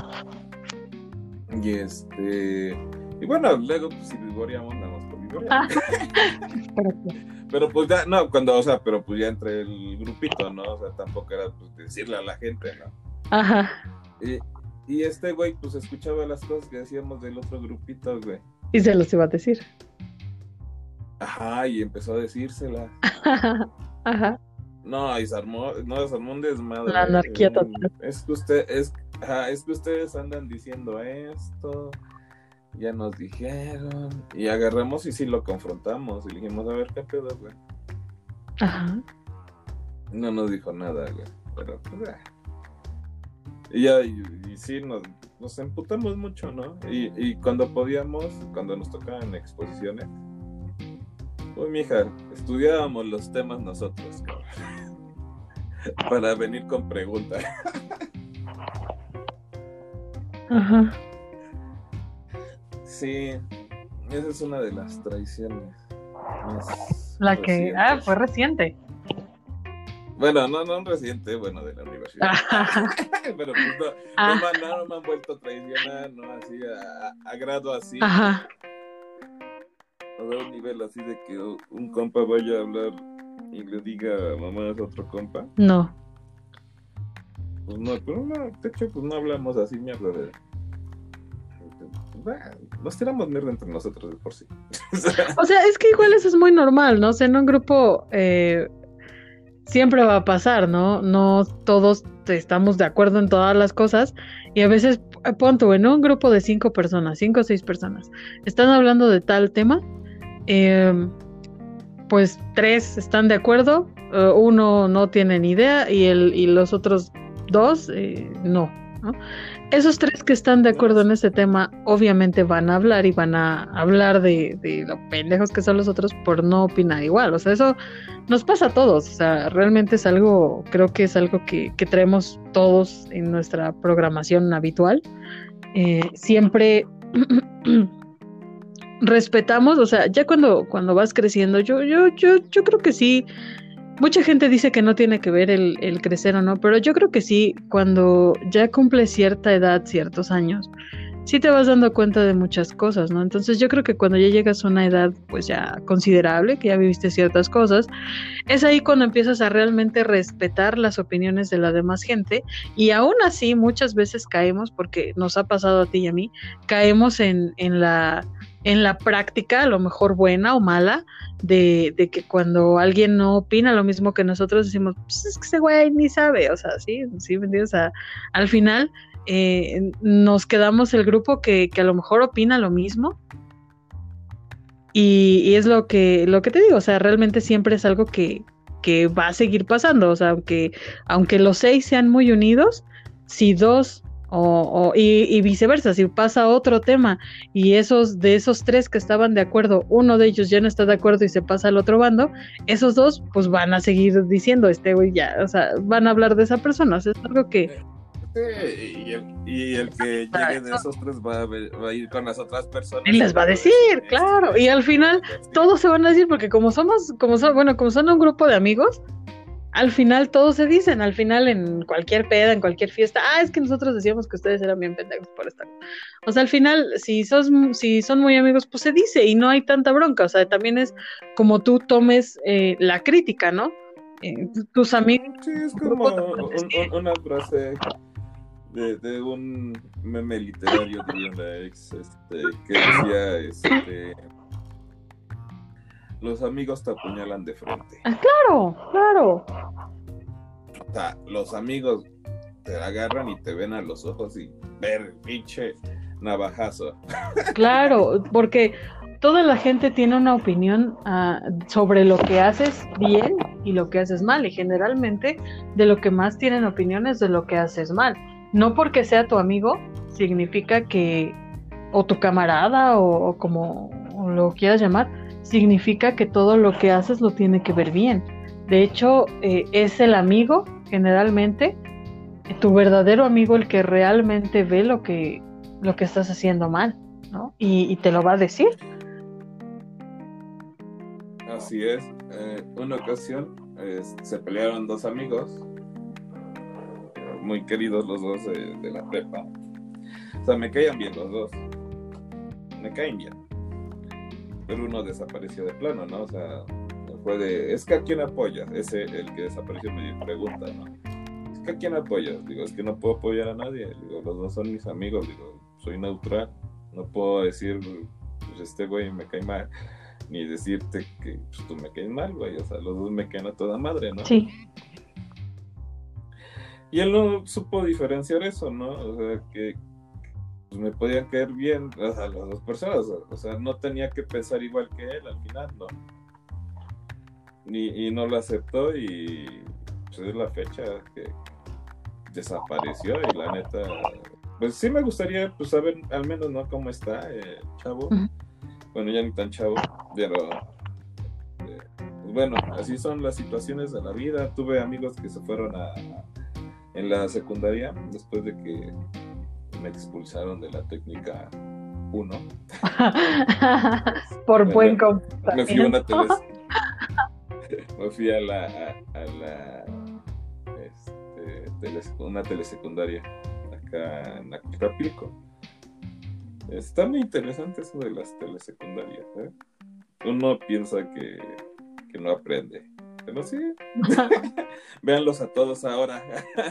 Y este y bueno, luego pues si vivoreamos, nada más por vivorear. Pero pues ya, no, cuando, o sea, pero pues ya entre el grupito, ¿no? O sea, tampoco era pues decirle a la gente, ¿no? Ajá. Y, y este güey pues escuchaba las cosas que decíamos del otro grupito, güey. Y se los iba a decir. Ajá, y empezó a decírselas. Ajá. No, y se armó, no, se armó un desmadre. La anarquía Un- total. Es que usted, es, ajá, es que ustedes andan diciendo esto, ya nos dijeron, y agarramos y sí lo confrontamos, y le dijimos, a ver, ¿qué pedo, güey? Ajá. No nos dijo nada, güey, pero, pues, ah. Y ya, y, y sí, nos, nos emputamos mucho, ¿no? Y, y cuando podíamos, cuando nos tocaban exposiciones, uy, mija, estudiábamos los temas nosotros, cabrón, para venir con preguntas. Ajá. Sí, esa es una de las traiciones más La que. recientes. Ah, fue reciente. Bueno, no, no reciente, bueno, de la universidad. Ajá. Pero pues no, Ah. no, me, han- no me han vuelto a traicionar, ¿no? Así, a, a grado así. Ajá. A un nivel así de que un compa vaya a hablar y le diga mamá a otro compa. No. Pues no, pero no, de hecho, pues no hablamos así mierda de... Bah, nos tiramos mierda entre nosotros de por sí. O sea, es que igual eso es muy normal, ¿no? O sea, en un grupo eh, siempre va a pasar, ¿no? No todos estamos de acuerdo en todas las cosas y a veces, eh, pon tú, en un grupo de cinco personas, cinco o seis personas, están hablando de tal tema, eh, pues tres están de acuerdo, eh, uno no tiene ni idea y, el, y los otros dos eh, no, ¿no? Esos tres que están de acuerdo en este tema, obviamente van a hablar y van a hablar de, de lo pendejos que son los otros por no opinar igual. O sea, eso nos pasa a todos. O sea, realmente es algo, creo que es algo que, que traemos todos en nuestra programación habitual. Eh, siempre respetamos, o sea, ya cuando, cuando vas creciendo, yo, yo, yo, yo creo que sí. Mucha gente dice que no tiene que ver el, el crecer o no, pero yo creo que sí, cuando ya cumples cierta edad, ciertos años, sí te vas dando cuenta de muchas cosas, ¿no? Entonces yo creo que cuando ya llegas a una edad pues ya considerable, que ya viviste ciertas cosas, es ahí cuando empiezas a realmente respetar las opiniones de la demás gente, y aún así muchas veces caemos, porque nos ha pasado a ti y a mí, caemos en, en la... en la práctica, a lo mejor buena o mala, de, de que cuando alguien no opina lo mismo que nosotros, decimos, pues es que ese güey ni sabe, o sea, sí, sí, ¿me entiendes? O sea, al final eh, nos quedamos el grupo que, que a lo mejor opina lo mismo, y, y es lo que, lo que te digo, o sea, realmente siempre es algo que, que va a seguir pasando, o sea, aunque, aunque los seis sean muy unidos, si dos O, o, y, y viceversa, si pasa otro tema y esos de esos tres que estaban de acuerdo, uno de ellos ya no está de acuerdo y se pasa al otro bando, esos dos pues van a seguir diciendo este güey ya, o sea, van a hablar de esa persona, o sea, es algo que sí, y, el, y el que llegue de esos tres va a, ver, va a ir con las otras personas y les va a decir, decir claro, este, y al final todos se van a decir, porque como somos, como son, bueno, como son un grupo de amigos, al final todos se dicen, al final en cualquier peda, en cualquier fiesta, ah, es que nosotros decíamos que ustedes eran bien pendejos por estar. O sea, al final, si sos, si son muy amigos, pues se dice y no hay tanta bronca. O sea, también es como tú tomes eh, la crítica, ¿no? Eh, tus amigos. Sí, es como un, un, una frase de, de un meme literario de una ex, este, que decía, este... los amigos te apuñalan de frente. Ah, claro, claro. O sea, los amigos te agarran y te ven a los ojos y ver, pinche navajazo. Claro, porque toda la gente tiene una opinión uh, sobre lo que haces bien y lo que haces mal, y generalmente de lo que más tienen opiniones de lo que haces mal. No porque sea tu amigo significa que, o tu camarada, o, o como lo quieras llamar, significa que todo lo que haces lo tiene que ver bien. De hecho, eh, es el amigo, generalmente, tu verdadero amigo, el que realmente ve lo que, lo que estás haciendo mal, ¿no? Y, y te lo va a decir. Así es. Eh, una ocasión eh, se pelearon dos amigos, muy queridos los dos de, de la prepa. O sea, me caían bien los dos. Me caen bien. Pero uno desapareció de plano, ¿no? O sea, fue de, es que ¿a quién apoyas? Ese, el que desapareció, me pregunta, ¿no? Es que ¿a quién apoyas? Digo, es que no puedo apoyar a nadie. Digo, los dos son mis amigos. Digo, soy neutral. No puedo decir, pues este güey me cae mal. Ni decirte que pues, tú me caes mal, güey. O sea, los dos me caen a toda madre, ¿no? Sí. Y él no supo diferenciar eso, ¿no? O sea, que pues me podían caer bien, o sea, las dos personas, o sea, no tenía que pensar igual que él al final, ¿no? Y, y no lo aceptó y pues es la fecha que desapareció y la neta, pues sí me gustaría pues saber al menos, ¿no? Cómo está el chavo, uh-huh. Bueno, ya ni tan chavo, pero eh, pues bueno, así son las situaciones de la vida. Tuve amigos que se fueron a, a en la secundaria después de que me expulsaron de la técnica uno. Por me, buen comportamiento. Me fui a una tele, me fui a la a, a la este, tele, una telesecundaria acá en Acapulco. Está muy interesante eso de las telesecundarias, ¿eh? Uno piensa que, que no aprende, pero sí. Véanlos a todos ahora.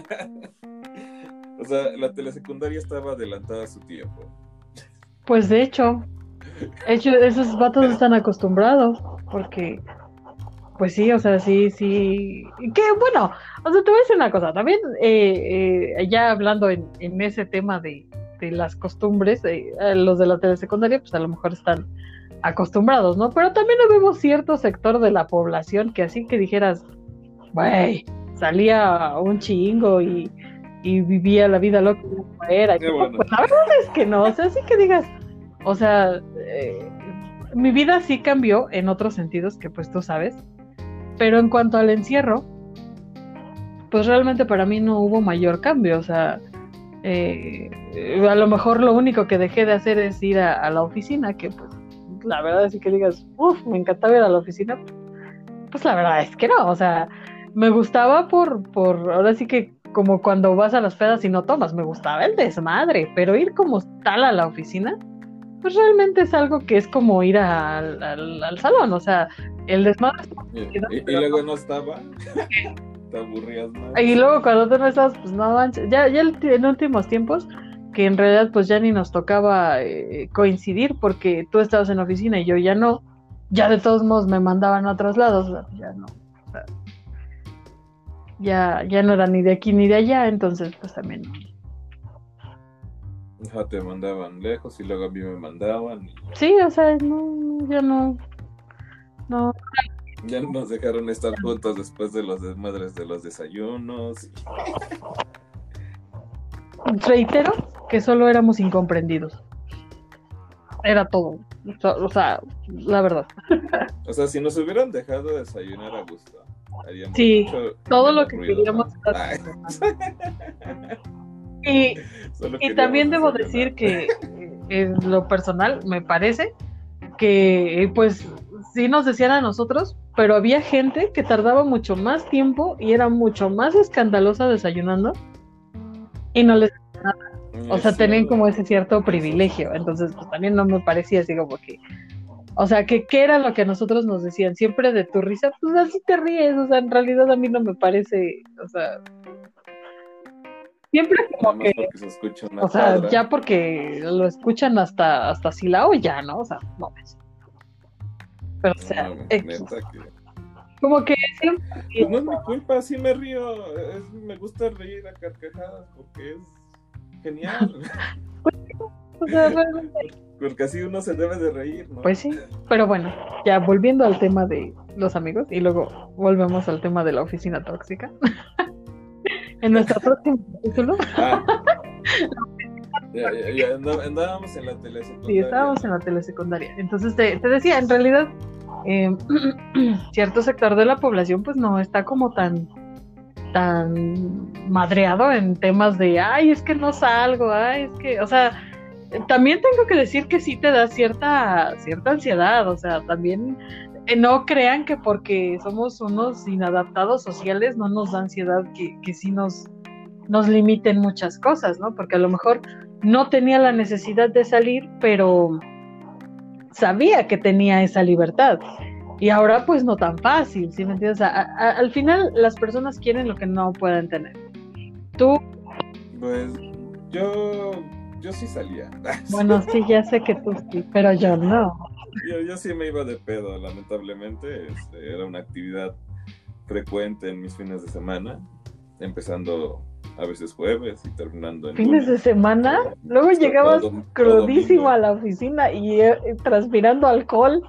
O sea, la telesecundaria estaba adelantada a su tiempo. Pues de hecho, hecho esos vatos están acostumbrados, porque, pues sí, o sea, sí, sí, que bueno, o sea, te voy a decir una cosa, también, eh, eh, ya hablando en, en ese tema de, de las costumbres, eh, los de la telesecundaria, pues a lo mejor están acostumbrados, ¿no? Pero también vemos cierto sector de la población que así que dijeras, güey, salía un chingo y y vivía la vida loca como era. Y bueno. Pues la verdad es que no, o sea, sí que digas, o sea, eh, mi vida sí cambió en otros sentidos que pues tú sabes, pero en cuanto al encierro, pues realmente para mí no hubo mayor cambio, o sea, eh, a lo mejor lo único que dejé de hacer es ir a, a la oficina, que pues la verdad es que digas, uff, me encantaba ir a la oficina, pues la verdad es que no, o sea, me gustaba por, por, ahora sí que como cuando vas a las pedas y no tomas, me gustaba el desmadre, pero ir como tal a la oficina, pues realmente es algo que es como ir a, al, al, al salón, o sea, el desmadre es Y, y, y luego no estaba, te aburrías más. Y luego cuando tú no estabas, pues no manches, ya, ya en últimos tiempos, que en realidad pues ya ni nos tocaba eh, coincidir porque tú estabas en la oficina y yo ya no, ya de todos modos me mandaban a otros lados, o sea, ya no, o sea, ya, ya no era ni de aquí ni de allá, entonces pues también. Ya te mandaban lejos y luego a mí me mandaban. Y... Sí, o sea, no, ya no, no. Ya nos dejaron estar juntos después de los desmadres de los desayunos. Reitero que solo éramos incomprendidos. Era todo. O sea, la verdad. O sea, si nos hubieran dejado desayunar a gusto, haríamos sí, mucho todo lo que ruido, queríamos. ¿no? Y, y también debo desayunar. decir que en lo personal me parece que pues sí nos decían a nosotros, pero había gente que tardaba mucho más tiempo y era mucho más escandalosa desayunando y no les nada. O sea, sí, tenían como ese cierto privilegio, entonces pues también no me parecía así como que, o sea, que qué era lo que a nosotros nos decían, siempre de tu risa, pues así te ríes, o sea, en realidad a mí no me parece, o sea, siempre como que, se escucha una o sea, cuadra. ya porque lo escuchan hasta hasta Silao ya, ¿no? O sea, no ves. Pero o sea, no, X. Neta que... como que siempre... Pues no es mi culpa, sí me río, es, me gusta reír a carcajadas porque es genial. O sea, realmente... Porque así uno se debe de reír, ¿no? Pues sí, pero bueno, ya volviendo al tema de los amigos y luego volvemos al tema de la oficina tóxica. En nuestro próximo capítulo. Ah, ya, ya, ya andábamos en la telesecundaria. Sí, estábamos en la telesecundaria. Entonces te, te decía, en realidad, eh, cierto sector de la población pues no está como tan tan madreado en temas de, ay, es que no salgo, ay, es que, o sea, también tengo que decir que sí te da cierta cierta ansiedad, o sea, también eh, no crean que porque somos unos inadaptados sociales no nos da ansiedad que, que sí nos, nos limiten muchas cosas, ¿no? Porque a lo mejor no tenía la necesidad de salir, pero sabía que tenía esa libertad. Y ahora pues no tan fácil, ¿sí me entiendes? A, a, al final las personas quieren lo que no pueden tener. ¿Tú? Pues yo, yo sí salía. Bueno, sí, ya sé que tú sí, pero yo no. Yo, yo sí me iba de pedo, lamentablemente. Este, era una actividad frecuente en mis fines de semana, empezando a veces jueves y terminando en ¿Fines lunes. de semana? Luego Todo, llegabas todo, crudísimo todo a la oficina y eh, transpirando alcohol.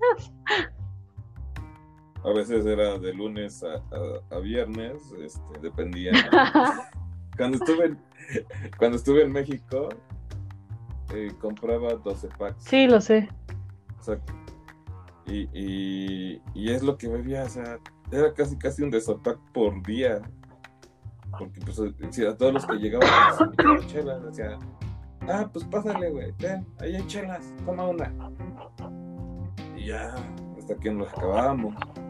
A veces era de lunes a, a, a viernes, este, dependía. Cuando estuve en, cuando estuve en México, eh, compraba doce packs. Sí, lo sé. O sea, y, y, y es lo que bebía, o sea, era casi casi un desopac por día. Porque pues a todos los que llegaban, pues, chelas, decía, ah, pues pásale, güey, ven, ahí hay chelas, toma una. Y ya, hasta que nos acabábamos.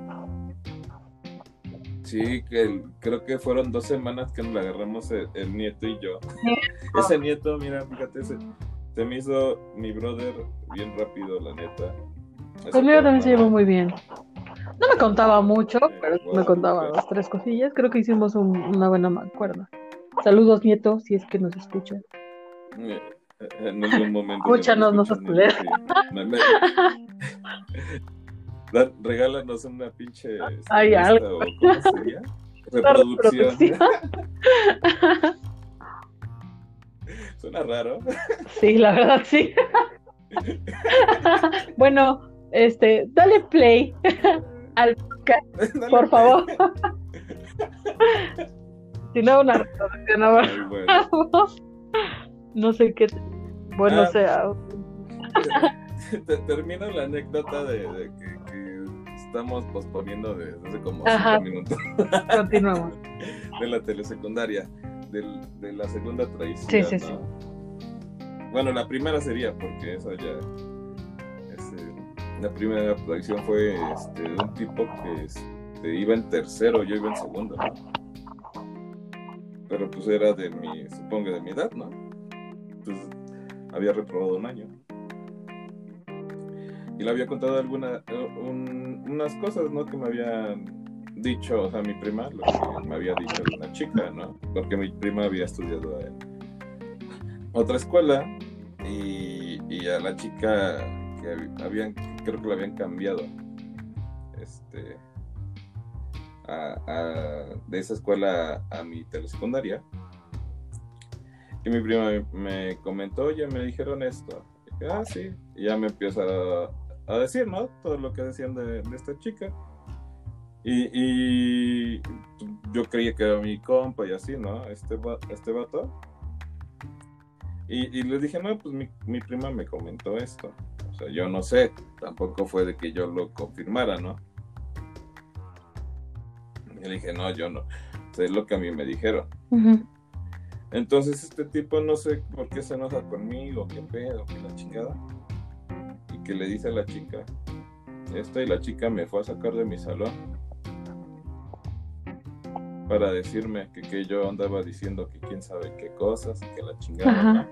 Sí, que el, creo que fueron dos semanas que nos la agarramos el, el nieto y yo. Ese nieto, mira, fíjate, se, se me hizo mi brother bien rápido, la neta. Conmigo también se llevó muy bien. No me contaba mucho, eh, pero wow, me contaba dos, tres cosillas. Creo que hicimos un, una buena mancuerna. Saludos, nieto, si es que nos escuchan. Eh, en algún momento. Escúchanos, no seas culero. Regálanos una pinche Ay, algo. O, ¿cómo sería? Reproducción. reproducción. Suena raro. Sí, la verdad sí. Bueno, este, dale play al podcast, por favor. Si no, una reproducción ahora. Ay, bueno. No sé qué. Bueno, Ah, sea. te- termino la anécdota de, de que, que estamos posponiendo desde hace como Ajá. cinco minutos Continuamos. de la telesecundaria, del- de la segunda traición, Sí, sí, sí. ¿no? Bueno, la primera sería, porque esa ya es, eh, la primera traición fue este, de un tipo que este, iba en tercero, yo iba en segundo, ¿no? Pero pues era de mi, supongo de mi edad, ¿no? Entonces había reprobado un año. Y le había contado alguna, un, unas cosas, ¿no? Que me habían dicho, o sea, mi prima, lo que me había dicho de una chica, ¿no? Porque mi prima había estudiado en otra escuela y, y a la chica que habían, creo que la habían cambiado, este, a, a, de esa escuela a mi telesecundaria. Y mi prima me, me comentó, oye, me dijeron esto. Y dije, ah, sí. Y ya me empieza a, a decir, ¿no? Todo lo que decían de, de esta chica. Y, y yo creía que era mi compa y así, ¿no? Este, este vato. Y, y les dije, no, pues mi, mi prima me comentó esto. O sea, yo no sé. Tampoco fue de que yo lo confirmara, ¿no? Y le dije, no, yo no. O sea, es lo que a mí me dijeron. Uh-huh. Entonces este tipo no sé por qué se enoja conmigo, qué pedo, qué la chingada. Y que le dice a la chica esto, y la chica me fue a sacar de mi salón para decirme que, que yo andaba diciendo que quién sabe qué cosas, que la chingada, ¿no?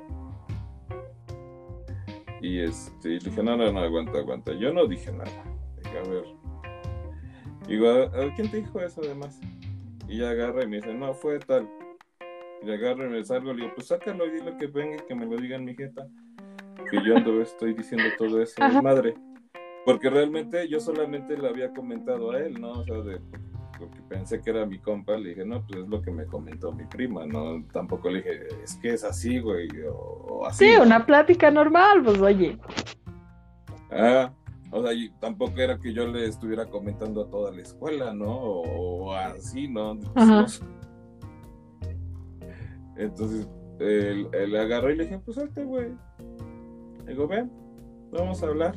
Y este, y le dije, no, no, no, aguanta, aguanta. Yo no dije nada. Dije, a ver. Digo, a ver, ¿quién te dijo eso además? Y ella agarra y me dice, no, fue tal. Y le agarro y me salgo, le digo, pues sácalo y dile que venga y que me lo diga en mi jeta. Que yo ando, estoy diciendo todo eso, es madre. Porque realmente yo solamente le había comentado a él, ¿no? O sea, de, porque pensé que era mi compa, le dije, no, pues es lo que me comentó mi prima, ¿no? Tampoco le dije, es que es así, güey, o, o así. Sí, ¿no? Una plática normal, pues oye. Ah, o sea, y tampoco era que yo le estuviera comentando a toda la escuela, ¿no? O, o así, ¿no? Ajá. Entonces, él, él le agarró y le dije, pues salte, güey. Le digo, ven, vamos a hablar.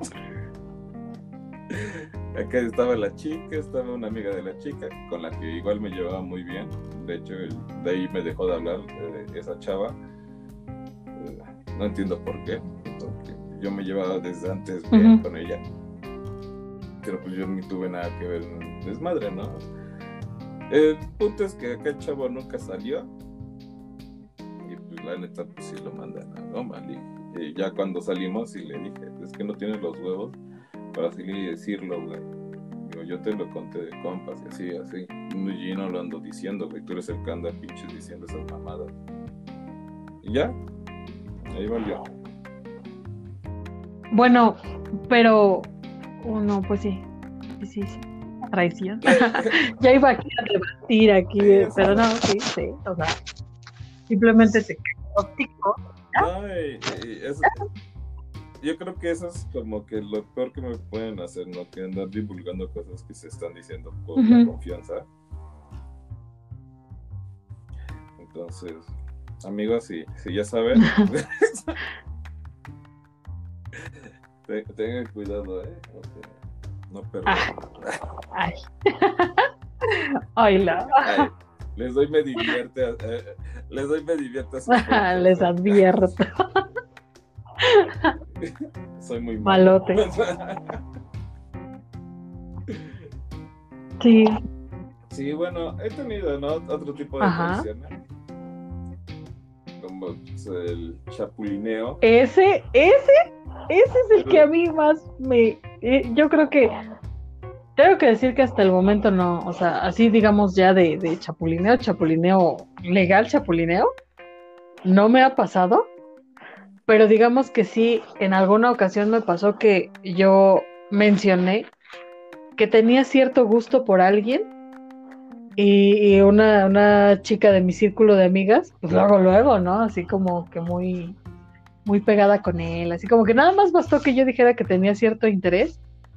Acá estaba la chica, estaba una amiga de la chica, con la que igual me llevaba muy bien. De hecho, de ahí me dejó de hablar de esa chava. No entiendo por qué, porque yo me llevaba desde antes bien uh-huh. con ella. Pero pues yo ni tuve nada que ver en desmadre, ¿no? El punto es que acá el chavo nunca salió. Y pues la neta, pues sí lo mandan a Roma. Y, y ya cuando salimos, sí le dije, es que no tienes los huevos para salir y decirlo, güey. Digo, yo te lo conté de compas y así, así. Y no lo ando diciendo, güey. Tú eres el que anda pinches diciendo esas mamadas. Y ya, ahí valió. Bueno, pero... Oh, no, pues sí. Sí, sí, sí. Traición. Ya iba aquí a debatir aquí, sí, pero no, sí, sí. O sea, simplemente te quedó tóxico. No, y, y eso, yo creo que eso es como que lo peor que me pueden hacer, ¿no? Que andar divulgando cosas que se están diciendo por uh-huh. la confianza. Entonces, amigos, si, si ya saben, tengan cuidado, ¿eh? Okay. No perdonen. Ay. Ay, la. Ay, les doy me divierte, eh, les doy me divierte. Les advierto. Soy muy malo. Malote. Sí. Sí, bueno, he tenido, ¿no? Otro tipo de traiciones. Como pues, el chapulineo. Ese, ese, ese es el que a mí más me... Eh, yo creo que... Tengo que decir que hasta el momento no, o sea, así digamos ya de, de chapulineo, chapulineo, legal chapulineo, no me ha pasado, pero digamos que sí, en alguna ocasión me pasó que yo mencioné que tenía cierto gusto por alguien y, y una, una chica de mi círculo de amigas, pues luego, luego, ¿no? Así como que muy, muy pegada con él, así como que nada más bastó que yo dijera que tenía cierto interés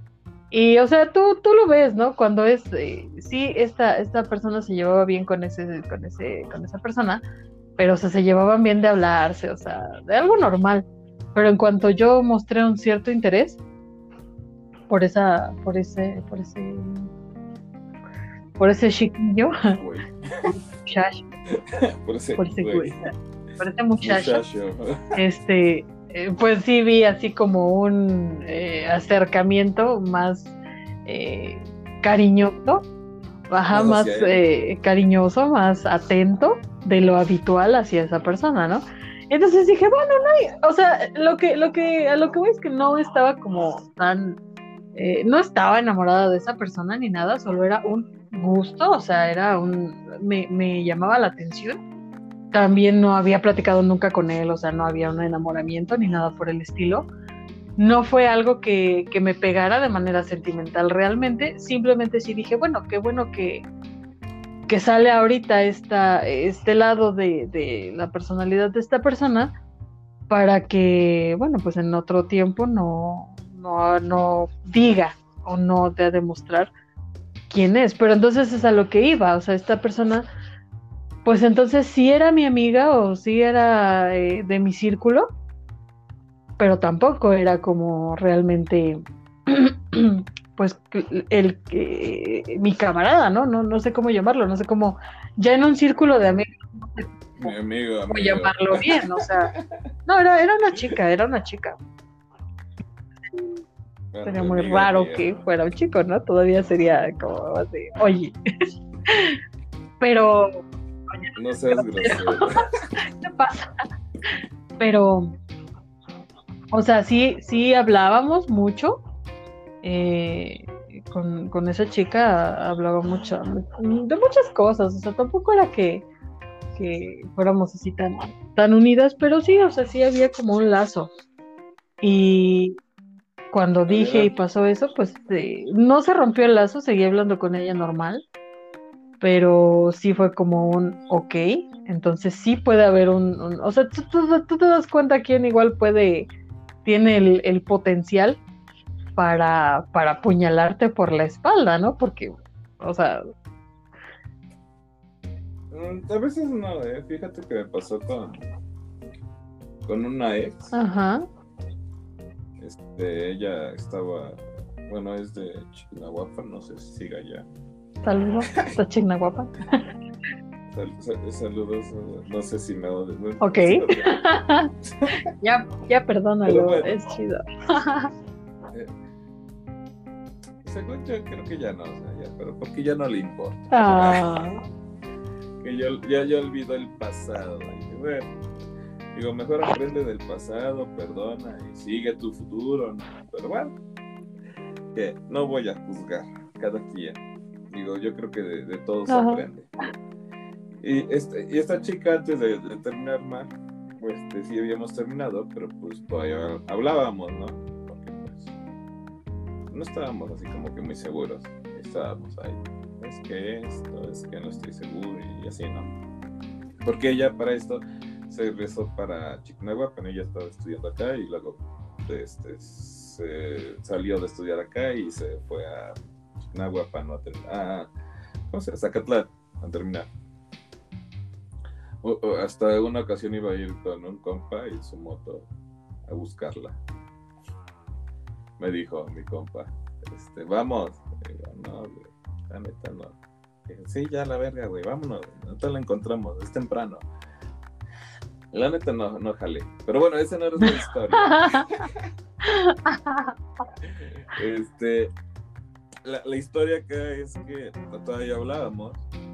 Y, o sea, tú, tú lo ves, ¿no? Cuando es, eh, sí, esta, esta persona se llevaba bien con ese, con ese, con esa persona, pero, o sea, se llevaban bien de hablarse, o sea, de algo normal. Pero en cuanto yo mostré un cierto interés por esa, por ese, por ese, por ese chiquillo, Güey. muchacho, Por ese por ese güey. güey, por ese muchacho, Muchacho. este, eh, pues sí vi así como un eh, acercamiento más eh, cariñoso, ajá, más Hacia él. eh, cariñoso, más atento de lo habitual hacia esa persona, ¿no? Entonces dije, bueno, no hay, o sea, lo que, lo que, a lo que voy es que no estaba como tan, eh, no estaba enamorada de esa persona ni nada, solo era un gusto, o sea, era un, me, me llamaba la atención. También no había platicado nunca con él, o sea, no había un enamoramiento ni nada por el estilo. No fue algo que, que me pegara de manera sentimental realmente, simplemente sí dije, bueno, qué bueno que, que sale ahorita esta, este lado de, de la personalidad de esta persona para que, bueno, pues en otro tiempo no, no, no diga o no dé a demostrar quién es. Pero entonces es a lo que iba, o sea, esta persona, pues entonces sí era mi amiga o sí era eh, de mi círculo, pero tampoco era como realmente pues el que mi camarada, ¿no? ¿no? No sé cómo llamarlo, no sé cómo, ya en un círculo de amigos, no sé Mi cómo, amigo, cómo amigo. llamarlo bien, o sea, no, era, era una chica, era una chica. Bueno, Sería mi muy amiga, raro amiga. que fuera un chico, ¿no? Todavía sería como así, oye, pero, No seas grosero. ¿qué pasa? Pero, o sea, sí, sí hablábamos mucho, eh, con, con esa chica hablaba mucho de muchas cosas, o sea, tampoco era que, que fuéramos así tan, tan unidas, pero sí, o sea, sí había como un lazo. Y cuando A dije y ver, pasó eso, pues eh, no se rompió el lazo, seguí hablando con ella normal, pero sí fue como un ok, entonces sí puede haber un, un- o sea, tú, tú- tú te das cuenta quién igual puede, tiene el, el potencial para, para apuñalarte por la espalda, ¿no? Porque, o sea, mm, a veces no, eh. Fíjate que me pasó con, con una ex. ajá, Este, ella estaba, bueno, es de Chignahuapan, no sé si siga allá. saludos, esta chigna guapa. Sal- sal- saludos, eh, no sé si me odias, bueno, Ok. sí lo odiamos. Ya, ya Pero perdónalo, bueno, es chido. eh, según yo creo que ya no, o sea, ya, pero porque ya no le importa. Ah, Que yo, ya yo olvido el pasado. Y bueno, digo, mejor aprende del pasado, perdona y sigue tu futuro, ¿no? Pero bueno, que no voy a juzgar, cada quien. Digo, yo creo que de, de todo se ajá, aprende. Y, este, y esta chica, antes de, de terminar mal, pues este, sí habíamos terminado, pero pues todavía hablábamos, ¿no? Porque pues no estábamos así como que muy seguros. Estábamos ahí. Es que esto, es que no estoy seguro y así, ¿no? Porque ella para esto se regresó para Chignahuapan, ella estaba estudiando acá y luego este, se salió de estudiar acá y se fue a Chignahuapan, a, a, ¿cómo se llama? Zacatlán, a terminar. O, o hasta una ocasión iba a ir con un compa y su moto a buscarla. Me dijo mi compa, este, vamos. Y digo, no, güey, la neta no. Dije, sí, ya la verga, güey, vámonos, no te la encontramos, es temprano. La neta no, no jalé. Pero bueno, esa no era la historia. este, la, la historia acá es que todavía hablábamos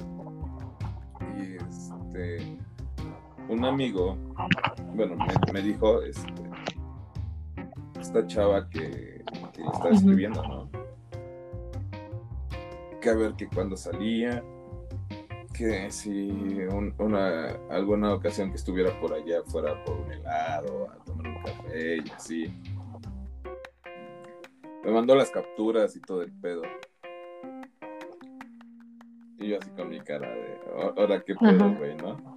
y este, un amigo, bueno, me, me dijo, este, esta chava que, que le estaba escribiendo, ¿no? Que a ver que cuando salía, que si un, una, alguna ocasión que estuviera por allá fuera por un helado, a tomar un café y así. Me mandó las capturas y todo el pedo. Y yo así con mi cara de, ahora qué pedo, güey, ¿no?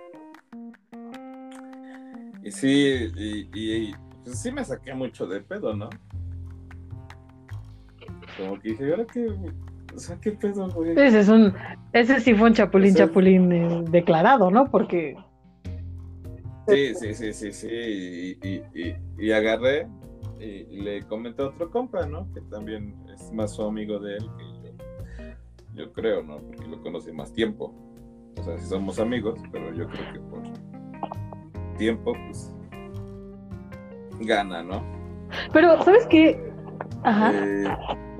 Y sí, y, y pues sí me saqué mucho de pedo, ¿no? Como que dije, ¿ahora qué? O sea, ¿qué pedo, güey? Ese es un, ese sí fue un chapulín, O sea, chapulín eh, declarado, ¿no? Porque, sí, sí, sí, sí, sí. Y, y, y, y agarré y, y le comenté a otro compa, ¿no? Que también es más su amigo de él que yo. Yo creo, ¿no? Porque lo conocí más tiempo. O sea, sí somos amigos, pero yo creo que por tiempo, pues, gana, ¿no? pero, ¿sabes qué? Ajá. Eh,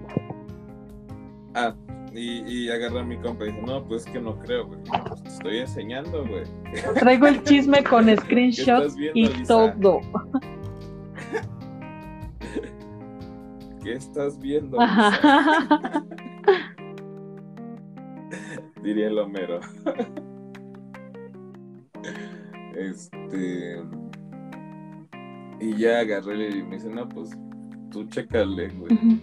ah, y, y agarré a mi compa y dice, no, pues es que no creo, güey. Pues te estoy enseñando, güey. Traigo el chisme con ¿Qué screenshots estás viendo, y Lisa? todo. ¿Qué estás viendo, Lisa? Ajá. Diría el Homero. Este. Y ya agarré y me dice, no, pues tú chécale, güey. Ujú.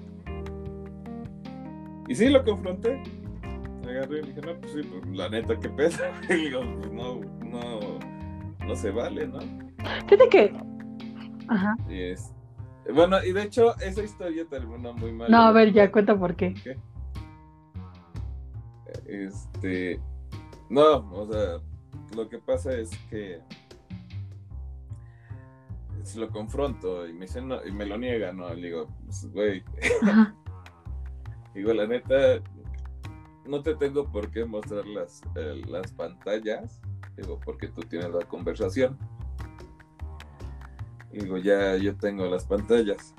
Y sí, lo confronté. Agarré y le dije, no, pues sí, pues la neta, qué pedo. Y digo, pues no, no, no se vale, ¿no? Fíjate que. Ajá. Y es. Bueno, y de hecho, esa historia terminó muy mal. No, a Lo que ver, ya pasa- cuenta por qué. ¿Por qué? Este. No, o sea, lo que pasa es que si lo confronto y me dice no, y me lo niega, no, le digo, pues, güey, Ajá. digo, la neta, no te tengo por qué mostrar las, eh, las pantallas, digo, porque tú tienes la conversación. Digo, ya yo tengo las pantallas.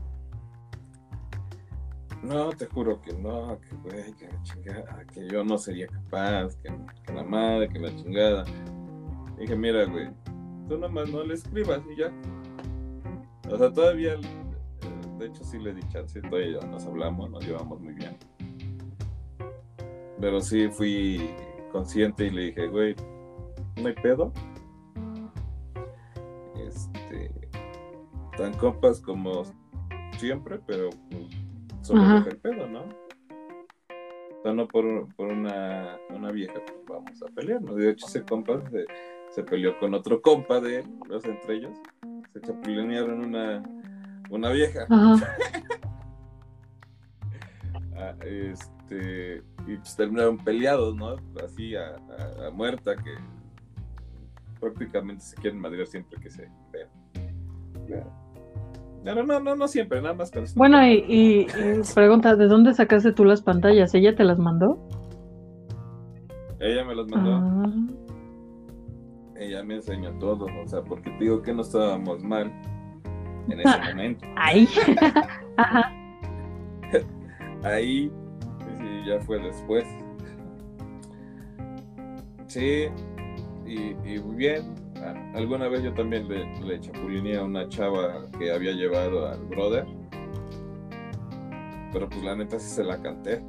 No, te juro que no, que güey, que la chingada, que yo no sería capaz, que, que la madre, que la chingada. Dije, mira, güey, tú nomás no le escribas y ya. O sea, todavía, eh, de hecho sí le di chance, todavía nos hablamos, nos llevamos muy bien. Pero sí fui consciente y le dije, güey, no hay pedo. Este, tan compas como siempre, pero pues, solo Ajá. deja el pedo, ¿no? O sea, no por, por una, una vieja, pues vamos a pelearnos. De hecho, ese compa se, se peleó con otro compa de él, los entre ellos. Se chapulinearon una, una vieja. Ajá. Ah, este, y pues terminaron peleados, ¿no? Así a, a, a muerta, que prácticamente se quieren madrear siempre que se vean. No, no, no, no, no siempre, nada más cuando están Bueno, y, tomando. y, y pregunta, ¿de dónde sacaste tú las pantallas? ¿Ella te las mandó? Ella me los mandó, Ah. ella me enseñó todo, o sea, porque te digo que no estábamos mal en ese momento. Ay. Ajá. Ahí, sí, ya fue después. Sí, y, y muy bien. Alguna vez yo también le, le chapulineé a una chava que había llevado al brother, pero pues la neta sí se la canté.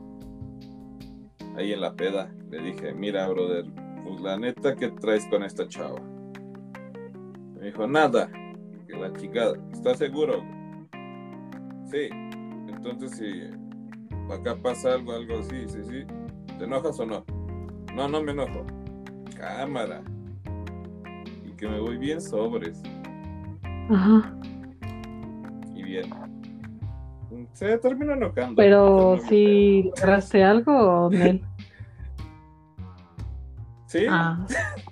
Ahí en la peda le dije, mira, brother, pues la neta, ¿qué traes con esta chava? Me dijo, nada, que la chingada. ¿Estás seguro? Sí. Entonces, si acá pasa algo, algo así, sí, sí, ¿te enojas o no? No, no me enojo. Cámara. Y que me voy bien sobres. Ajá. Y bien. Se terminó enojando. Pero Se si lograste algo o Nel. Sí, Ah.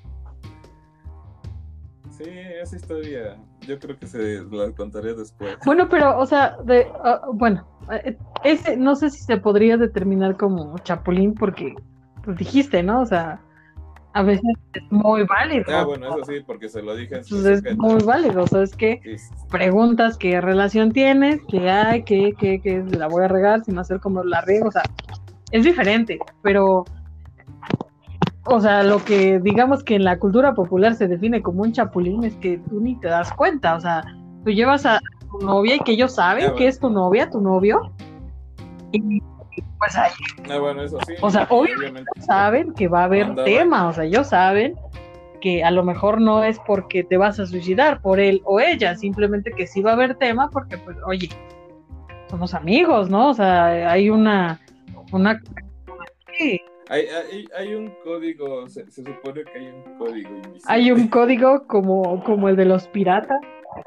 sí, esa historia yo creo que se la contaré después. Bueno, pero, o sea, de, uh, bueno, eh, ese no sé si se podría determinar como chapulín porque pues dijiste, ¿no? O sea, a veces es muy válido. Ah, bueno, eso sí, porque se lo dije en su Entonces es secreto. muy válido, ¿sabes qué? Sí, sí, sí. Preguntas qué relación tienes, qué hay, qué, qué, qué la voy a regar sin hacer como la riego, o sea, es diferente, pero, o sea, lo que digamos que en la cultura popular se define como un chapulín es que tú ni te das cuenta, o sea, tú llevas a tu novia y que ellos saben Ah, bueno. que es tu novia, tu novio, y pues ahí, Ah, bueno, eso sí. o sea, y obviamente saben que va a haber andaba- tema, o sea, ellos saben que a lo mejor no es porque te vas a suicidar por él o ella, simplemente que sí va a haber tema porque, pues, oye, somos amigos, ¿no? O sea, hay una... una... Sí, Hay, hay, hay un código, se, se supone que hay un código invisible. hay un código como, como el de los piratas.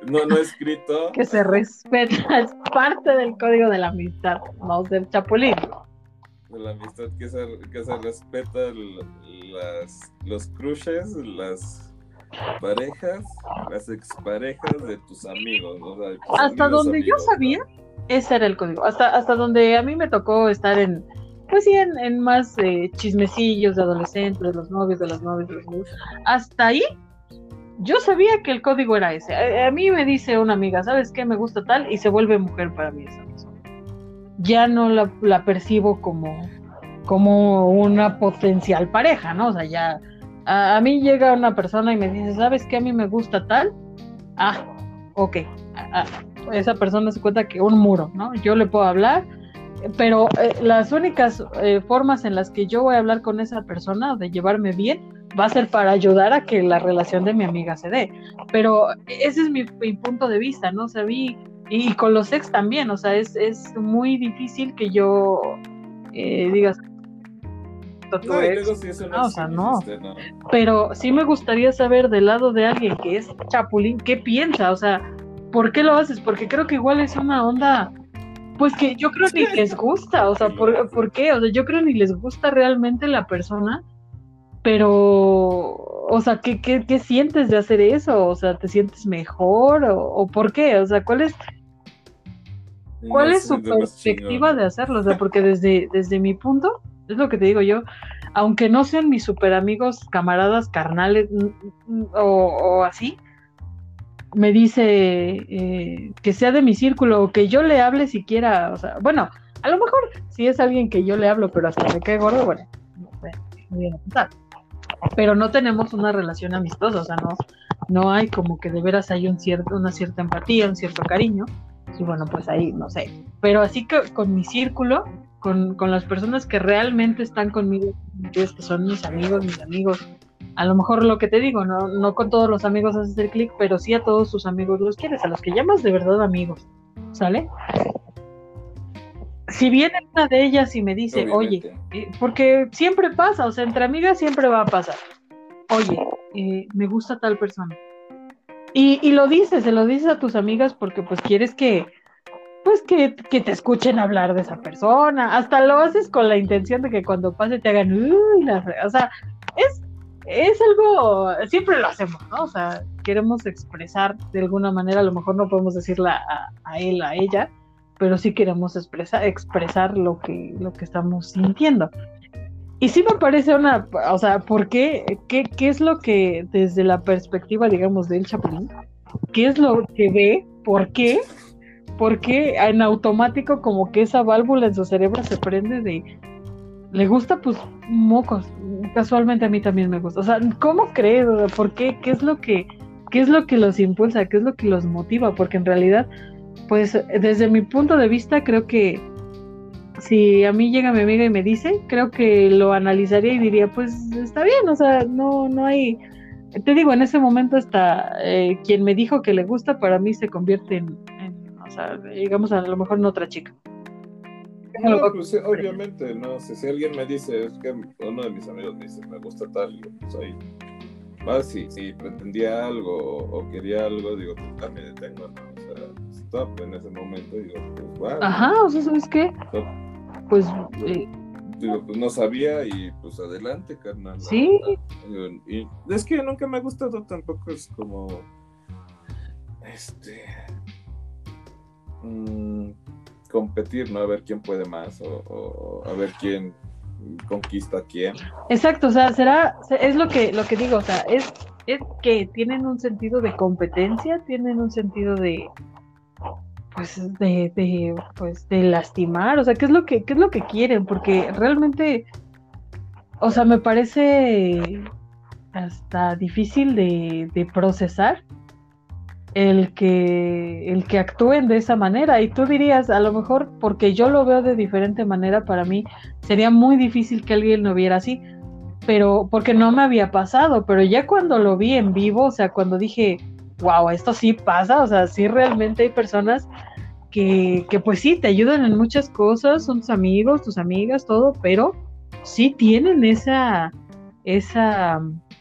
no, no escrito. Que se respeta, es parte del código de la amistad, no ser chapulín. De la amistad que se, que se respeta las, los crushes, las parejas, las exparejas de tus amigos, ¿no? O sea, tus hasta amigos, donde amigos, yo sabía, ¿no? Ese era el código. Hasta, hasta donde a mí me tocó estar en, pues sí, en, en más eh, chismecillos de adolescentes, de los novios, de las novias, de los novios. Hasta ahí, yo sabía que el código era ese. A, a mí me dice una amiga, ¿sabes qué? Me gusta tal, y se vuelve mujer para mí esa persona. Ya no la, la percibo como, como una potencial pareja, ¿no? O sea, ya a, a mí llega una persona y me dice, ¿sabes qué? A mí me gusta tal. Ah, ok. Ah, esa persona se cuenta que un muro, ¿no? Yo le puedo hablar, pero eh, las únicas eh, formas en las que yo voy a hablar con esa persona de llevarme bien va a ser para ayudar a que la relación de mi amiga se dé. Pero ese es mi, mi punto de vista, ¿no? O sea, vi, y, y con los ex también, o sea, es, es muy difícil que yo eh, digas tu no, y ex, luego si eso no, no, o sea, no. Existe, no. Pero sí me gustaría saber del lado de alguien que es chapulín, ¿qué piensa? O sea, ¿por qué lo haces? Porque creo que igual es una onda, pues que yo creo ni les gusta, o sea, ¿por, ¿por qué? O sea, yo creo ni les gusta realmente la persona, pero, o sea, ¿qué, qué, qué sientes de hacer eso? O sea, ¿te sientes mejor? ¿O, o por qué? O sea, ¿cuál es, cuál No es sé, su de más perspectiva chingón. de hacerlo? O sea, porque desde, desde mi punto, es lo que te digo yo, aunque no sean mis super amigos, camaradas, carnales o, o así, me dice eh, que sea de mi círculo o que yo le hable siquiera, o sea, bueno, a lo mejor si es alguien que yo le hablo, pero hasta me cae gordo, bueno, no sé, no viene a pensar. Pero no tenemos una relación amistosa, o sea, no, no hay como que de veras hay un cierto, una cierta empatía, un cierto cariño, y bueno, pues ahí, no sé, pero así que con mi círculo, con, con las personas que realmente están conmigo, que son mis amigos, mis amigos, a lo mejor lo que te digo, no, no con todos los amigos haces el clic, pero sí a todos tus amigos los quieres, a los que llamas de verdad amigos, ¿sale? Si viene una de ellas y me dice, Obviamente. oye, eh, porque siempre pasa, o sea, entre amigas siempre va a pasar, oye, eh, me gusta tal persona. Y, y lo dices, se lo dices a tus amigas porque pues quieres que, pues que, que te escuchen hablar de esa persona, hasta lo haces con la intención de que cuando pase te hagan, uy, la fre-". O sea, es, es algo, siempre lo hacemos, ¿no? O sea, queremos expresar de alguna manera, a lo mejor no podemos decirle a, a él, a ella, pero sí queremos expresar, expresar lo que, lo que estamos sintiendo. Y sí me parece una, o sea, ¿por qué? ¿Qué, qué es lo que desde la perspectiva, digamos, del Chapulín? ¿Qué es lo que ve? ¿Por qué? ¿Por qué en automático como que esa válvula en su cerebro se prende de, le gusta pues mocos? Casualmente a mí también me gusta. O sea, ¿cómo crees? ¿Por qué? ¿Qué es lo que, qué es lo que los impulsa? ¿Qué es lo que los motiva? Porque en realidad, pues desde mi punto de vista creo que si a mí llega mi amiga y me dice, creo que lo analizaría y diría, pues está bien, o sea, no, no hay, te digo, en ese momento hasta eh, quien me dijo que le gusta para mí se convierte en, en, o sea, digamos a lo mejor en otra chica. No, pues sí, obviamente, no sé, si alguien me dice, es que uno de mis amigos me dice, me gusta tal, digo, pues ahí, más si, si pretendía algo o, o quería algo, digo, pues también detengo, ¿no? O sea, stop en ese momento, digo, pues wow. Ajá, o sea, ¿sabes qué? Stop. Pues eh, digo, pues no sabía y pues adelante, carnal. Sí. Y, y es que nunca me ha gustado tampoco, es como este mmm, competir, ¿no? A ver quién puede más o, o a ver quién conquista a quién. Exacto, o sea, será, es lo que, lo que digo, o sea, es, es que tienen un sentido de competencia, tienen un sentido de pues de, de pues de lastimar, o sea, ¿qué es lo que, qué es lo que quieren? Porque realmente, o sea, me parece hasta difícil de, de procesar el que, el que actúen de esa manera. Y tú dirías, a lo mejor porque yo lo veo de diferente manera, para mí sería muy difícil que alguien lo viera así, pero porque no me había pasado, pero ya cuando lo vi en vivo, o sea, cuando dije, wow, esto sí pasa, o sea, sí realmente hay personas que, que pues sí, te ayudan en muchas cosas, son tus amigos, tus amigas, todo, pero sí tienen esa, esa,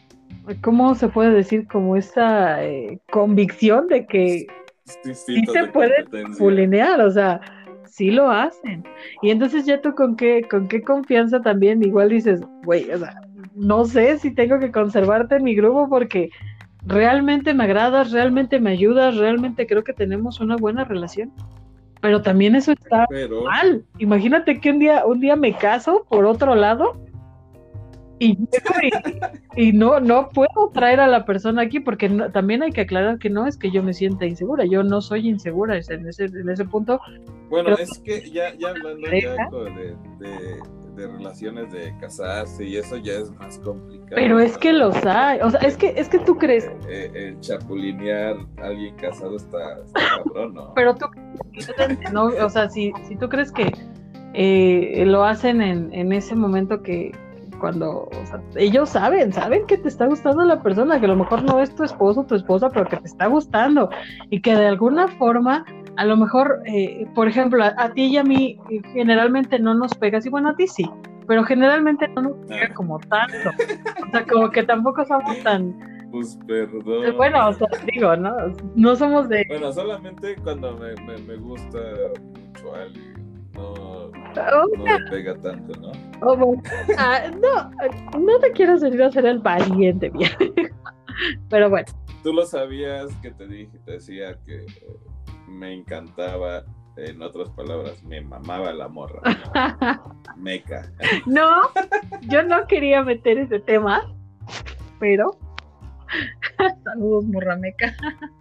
¿cómo se puede decir? Como esa eh, convicción de que sí se puede bulinear, o sea, sí lo hacen. Y entonces ya tú con qué, con qué confianza también igual dices, güey, o sea, no sé si tengo que conservarte en mi grupo porque realmente me agradas, realmente me ayudas, realmente creo que tenemos una buena relación. Pero también eso está Pero... mal. Imagínate que un día, un día me caso por otro lado y, y, y no, no puedo traer a la persona aquí porque no, también hay que aclarar que no es que yo me sienta insegura, yo no soy insegura en ese, en ese punto. Bueno, es que ya, ya hablando ya de, de, de relaciones de casarse y eso ya es más complicado. Pero es que los hay, o sea, es que, es que tú crees. Eh, eh, el chapulinear a alguien casado está, está cabrón, ¿no? Pero tú, no, o sea, si, si tú crees que eh, lo hacen en, en ese momento que cuando, o sea, ellos saben, saben que te está gustando la persona, que a lo mejor no es tu esposo o tu esposa, pero que te está gustando y que de alguna forma, a lo mejor, eh, por ejemplo, a, a ti y a mí eh, generalmente no nos pegas, y bueno, a ti sí, pero generalmente no nos pega como tanto, o sea, como que tampoco somos tan... Pues perdón. Bueno, o sea, digo, ¿no? No somos de... Bueno, solamente cuando me, me, me gusta mucho alguien. No, oh, no me pega tanto, ¿no? Oh, ah, no, no te quiero salir a ser el valiente, bien. Pero bueno. Tú lo sabías que te dije, te decía que me encantaba, en otras palabras, me mamaba la morra. Meca. No, yo no quería meter ese tema, pero saludos, morra meca.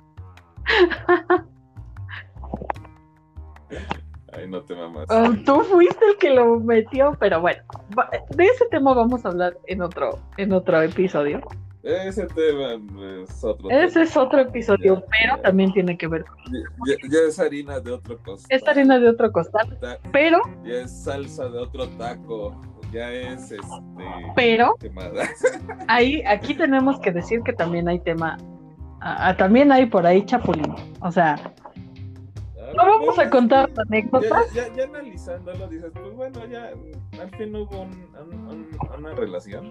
Ay, no te mamas. Oh, tú fuiste el que lo metió, pero bueno, de ese tema vamos a hablar en otro, en otro episodio. Ese tema es otro Ese tema. es otro episodio, ya, pero ya. también tiene que ver con... Ya, ya es harina de otro costal. Es harina de otro costal, Ta- pero... Ya es salsa de otro taco. Ya es este... Pero... Quemada. Ahí, aquí tenemos que decir que también hay tema... Ah, también hay por ahí chapulín. O sea... No vamos a contar la anécdotas. Ya, ya, ya analizándolo dices, pues bueno, ya al fin hubo un, un, un, una relación.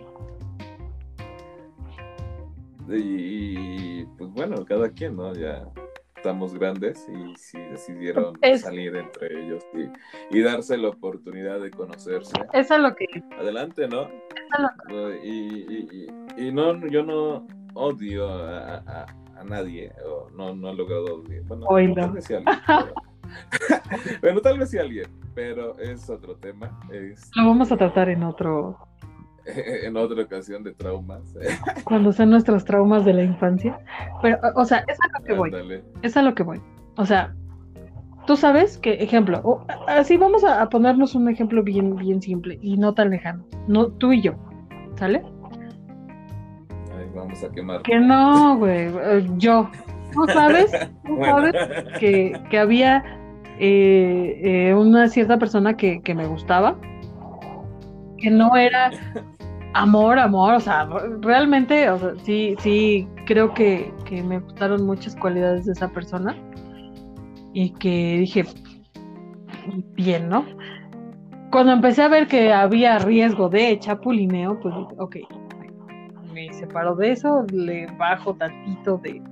Y pues bueno, cada quien, ¿no? Ya estamos grandes y sí decidieron es... salir entre ellos y, y darse la oportunidad de conocerse. Eso es lo que... Adelante, ¿no? Eso es lo que... Y, y, y, y no, yo no odio a... a a nadie, o no, no ha logrado bueno, Oilo. Tal vez sí alguien, pero... bueno, tal vez sí alguien, pero es otro tema. Es... Lo vamos a tratar en otro en otra ocasión de traumas. Cuando sean nuestros traumas de la infancia. Pero, o sea, es a lo que voy. Ándale. Es a lo que voy. O sea, tú sabes que, ejemplo, o, así vamos a, a ponernos un ejemplo bien, bien simple y no tan lejano. No, tú y yo, ¿sale? Vamos a quemar. Que no, güey, yo. ¿Tú sabes? ¿Tú bueno. sabes que, que había eh, eh, una cierta persona que, que me gustaba? Que no era amor, amor, o sea, realmente, o sea, sí, sí, creo que, que me gustaron muchas cualidades de esa persona y que dije, bien, ¿no? Cuando empecé a ver que había riesgo de chapulineo, pues dije, ok, me separo de eso, le bajo tantito de,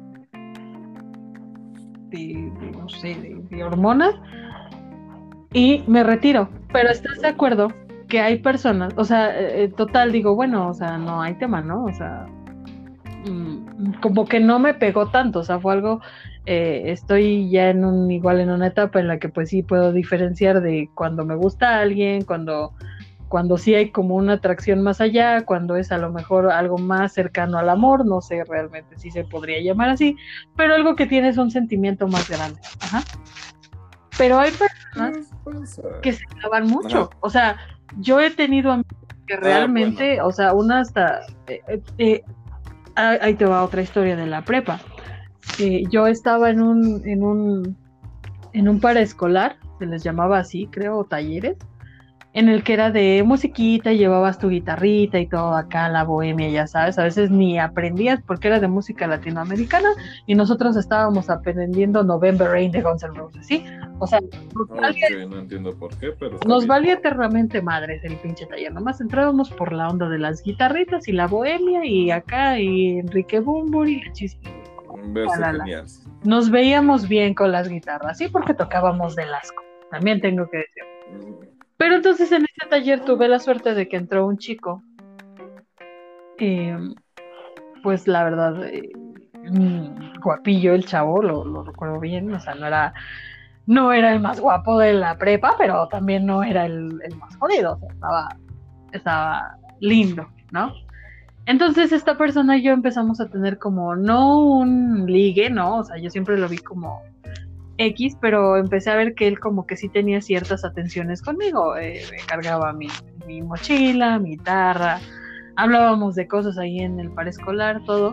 de, de no sé, de, de hormonas y me retiro. Pero ¿estás de acuerdo que hay personas, o sea, eh, total, digo, bueno, o sea, no hay tema, ¿no? O sea, mmm, como que no me pegó tanto, o sea, fue algo, eh, estoy ya en un, igual en una etapa en la que pues sí puedo diferenciar de cuando me gusta a alguien, cuando... cuando sí hay como una atracción más allá, cuando es a lo mejor algo más cercano al amor, no sé realmente si se podría llamar así, pero algo que tienes un sentimiento más grande. Ajá. Pero hay personas que se clavan mucho. Ajá. O sea, yo he tenido amigos que realmente, ah, bueno. o sea, una hasta... Eh, eh, ahí te va otra historia de la prepa. Eh, yo estaba en un, en un, en un paraescolar, se les llamaba así, creo, talleres, en el que era de musiquita, llevabas tu guitarrita y todo acá, la bohemia, ya sabes, a veces ni aprendías porque era de música latinoamericana y nosotros estábamos aprendiendo November Rain de Guns N' Roses, ¿sí? O sea, nos valía, Ok, no entiendo por qué, pero está nos bien. valía eternamente madres el pinche taller, nomás entrábamos por la onda de las guitarritas y la bohemia y acá y Enrique Bunbury y la chispa. Verse La, la, la. genial. Nos veíamos bien con las guitarras, sí, porque tocábamos del asco, también tengo que decir. Pero entonces en este taller tuve la suerte de que entró un chico, eh, pues la verdad, eh, mm, guapillo el chavo, lo, lo recuerdo bien, o sea, no era, no era el más guapo de la prepa, pero también no era el, el más jodido, o sea, estaba, estaba lindo, ¿no? Entonces esta persona y yo empezamos a tener como, no un ligue, ¿no? O sea, yo siempre lo vi como X, pero empecé a ver que él como que sí tenía ciertas atenciones conmigo. Eh, me cargaba mi, mi mochila, mi guitarra, hablábamos de cosas ahí en el escolar, todo.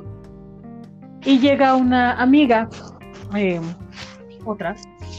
Y llega una amiga, eh, otra,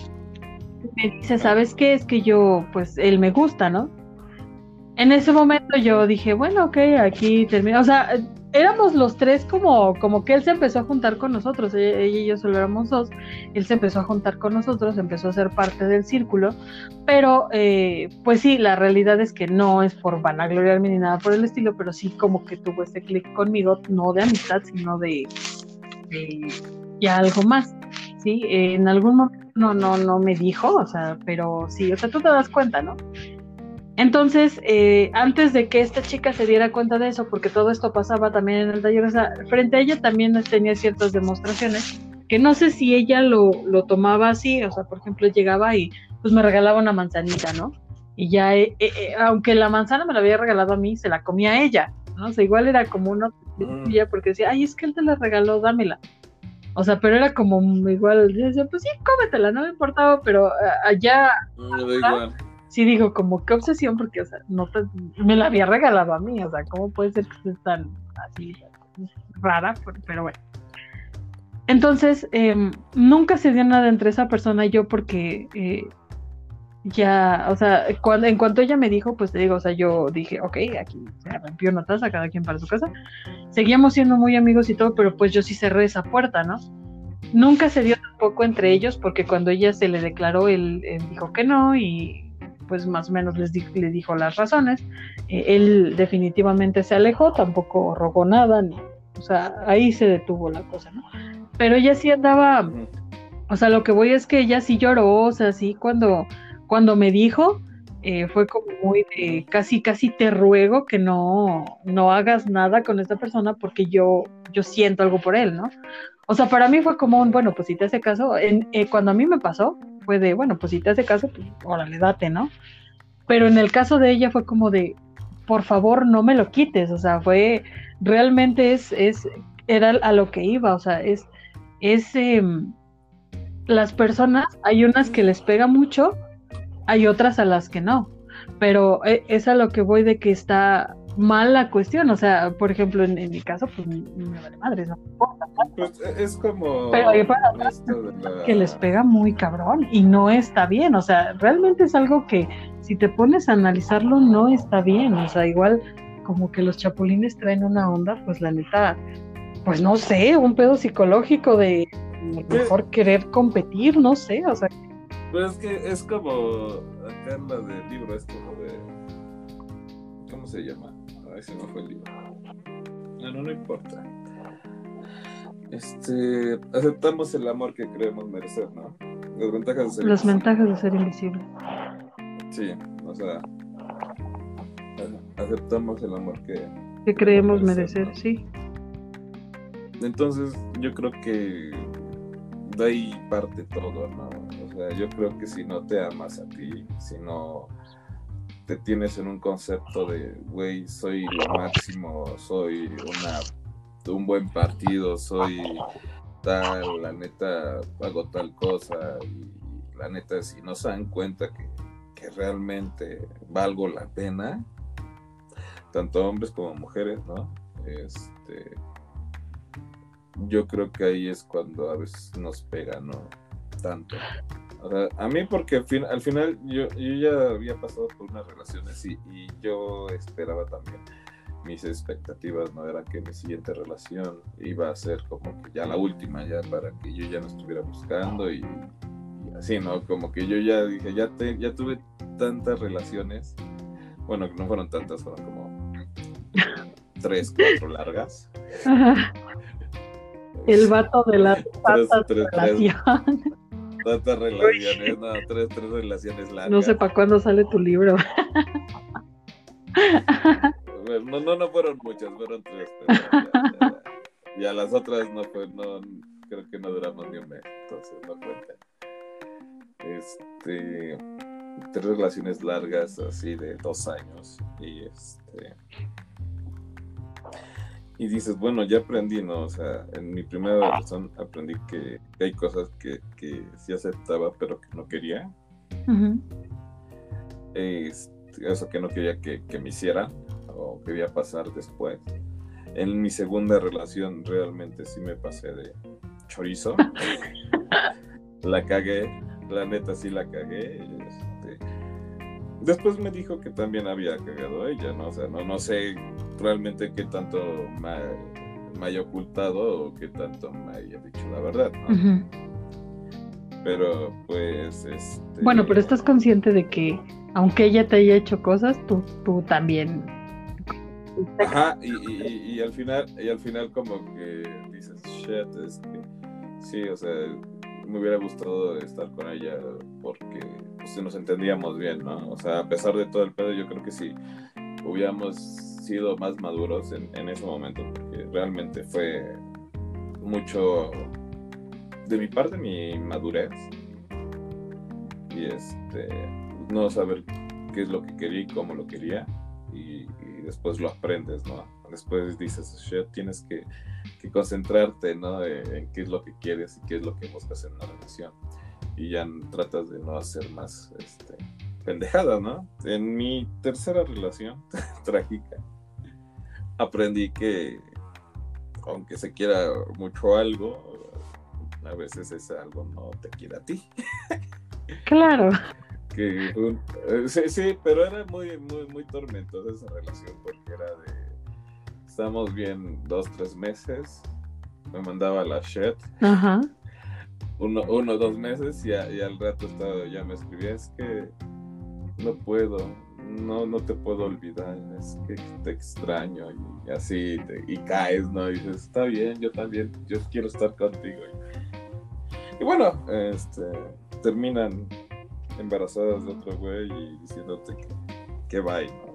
me dice, ¿sabes qué? Es que yo, pues, él me gusta, ¿no? En ese momento yo dije, bueno, ok, aquí termina. O sea, éramos los tres como, como que él se empezó a juntar con nosotros, ella, ella y yo solo éramos dos, él se empezó a juntar con nosotros, empezó a ser parte del círculo, pero eh, pues sí, la realidad es que no es por vanagloriarme ni nada por el estilo, pero sí como que tuvo ese clic conmigo, no de amistad, sino de, de ya algo más, ¿sí? Eh, en algún momento no, no, no me dijo, o sea, pero sí, o sea, tú te das cuenta, ¿no? Entonces, eh, antes de que esta chica se diera cuenta de eso, porque todo esto pasaba también en el taller, o sea, frente a ella también tenía ciertas demostraciones, que no sé si ella lo, lo tomaba así, o sea, por ejemplo, llegaba y pues me regalaba una manzanita, ¿no? Y ya, eh, eh, aunque la manzana me la había regalado a mí, se la comía ella, ¿no? O sea, igual era como una Mm. porque decía, ay, es que él te la regaló, dámela. O sea, pero era como igual, yo decía, pues sí, cómetela, no me importaba, pero uh, allá Me da igual. sí digo, como qué obsesión, porque, o sea, no te, me la había regalado a mí, o sea, ¿cómo puede ser que estés tan así, rara? Pero bueno. Entonces, eh, nunca se dio nada entre esa persona y yo porque eh, ya, o sea, cuando, en cuanto ella me dijo, pues te digo, o sea, yo dije, ok, aquí se rompió una taza, cada quien para su casa. Seguíamos siendo muy amigos y todo, pero pues yo sí cerré esa puerta, ¿no? Nunca se dio tampoco entre ellos porque cuando ella se le declaró, él, él dijo que no y pues más o menos les di, le dijo las razones. Eh, él definitivamente se alejó, tampoco rogó nada, ni, o sea, ahí se detuvo la cosa, ¿no? Pero ella sí andaba, uh-huh. O sea, lo que voy es que ella sí lloró, o sea, sí cuando, cuando me dijo, eh, fue como muy de, casi, casi te ruego que no, no hagas nada con esta persona porque yo, yo siento algo por él, ¿no? O sea, para mí fue como un, bueno, pues si te hace caso, en, eh, cuando a mí me pasó, fue de, bueno, pues si te hace caso, pues órale, date, ¿no? Pero en el caso de ella fue como de, por favor, no me lo quites, o sea, fue, realmente es, es, era a lo que iba, o sea, es, es, eh, las personas, hay unas que les pega mucho, hay otras a las que no, pero es a lo que voy de que está mal la cuestión, o sea, por ejemplo, en, en mi caso, pues me vale madre, no me importa. Pues es como pero hay para otras la... que les pega muy cabrón y no está bien, o sea, realmente es algo que si te pones a analizarlo no está bien, o sea, igual como que los chapulines traen una onda, pues la neta, pues no sé, un pedo psicológico de mejor ¿Qué? Querer competir, no sé, o sea. Pero es que es como, acá en la del libro es como de, ¿cómo se llama? Ay, se me fue el libro. No, no, no importa. Este, aceptamos el amor que creemos merecer, ¿no? Las ventajas de ser Las invisible. ventajas de ser invisible. Sí, o sea, aceptamos el amor que, que creemos merecer, merecer, ¿no? Sí. Entonces, yo creo que de ahí parte todo, ¿no? O sea, yo creo que si no te amas a ti, si no te tienes en un concepto de, güey, soy lo máximo, soy una un buen partido, soy tal, la neta hago tal cosa y la neta si no se dan cuenta que, que realmente valgo la pena, tanto hombres como mujeres, ¿no? Este, yo creo que ahí es cuando a veces nos pega, ¿no? Tanto. O sea, a mí porque al, fin, al final yo, yo ya había pasado por unas relaciones y, y yo esperaba también, mis expectativas no eran que mi siguiente relación iba a ser como que ya la última, ya para que yo ya no estuviera buscando y, y así, ¿no? Como que yo ya dije, ya, te, ya tuve tantas relaciones, bueno, no fueron tantas, fueron como tres, cuatro largas. Ajá. El vato de las tres, tantas tres, relaciones. Tantas relaciones, no, tres, tres relaciones largas. No sé para cuándo sale tu libro. No, no, no fueron muchas, fueron tres, pero ya, ya, ya. Y a las otras no fue, no, creo que no duramos ni un mes, entonces no cuentan. Este, tres relaciones largas así de dos años y este, y dices, bueno, ya aprendí, ¿no? O sea, en mi primera relación aprendí que hay cosas que, que sí aceptaba, pero que no quería. Uh-huh. Este, eso que no quería que, que me hicieran o que iba a pasar después. En mi segunda relación realmente sí me pasé de chorizo. La cagué, la neta sí la cagué. Este, después me dijo que también había cagado ella, ¿no? O sea, no, no sé realmente qué tanto me, me haya ocultado o qué tanto me haya dicho la verdad, ¿no? Uh-huh. Pero pues este... Bueno, pero estás consciente de que aunque ella te haya hecho cosas, tú, tú también... Ajá, y, y, y al final, y al final como que dices, shit, es que sí, o sea, me hubiera gustado estar con ella porque pues, nos entendíamos bien, ¿no? O sea, a pesar de todo el pedo, yo creo que sí hubiéramos sido más maduros en, en ese momento, porque realmente fue mucho de mi parte, mi madurez, y este, no saber qué es lo que quería y cómo lo quería, y, y después lo aprendes, ¿no? Después dices, shit, tienes que, que concentrarte, ¿no? En, en qué es lo que quieres y qué es lo que buscas en una relación, y ya tratas de no hacer más, este, pendejada, ¿no? En mi tercera relación trágica aprendí que aunque se quiera mucho algo, a veces ese algo no te quiere a ti. Claro. Que un, eh, sí, sí, pero era muy, muy, muy tormentosa esa relación porque era de estamos bien dos, tres meses, me mandaba la shit. Ajá. Uno, uno, dos meses y, a, y al rato estaba, ya me escribía, es que no puedo, no, no te puedo olvidar, es que te extraño y así, te, y caes, ¿no? Y dices, está bien, yo también, yo quiero estar contigo. Y, y bueno, este, terminan embarazadas de otro güey y diciéndote que, que bye, ¿no?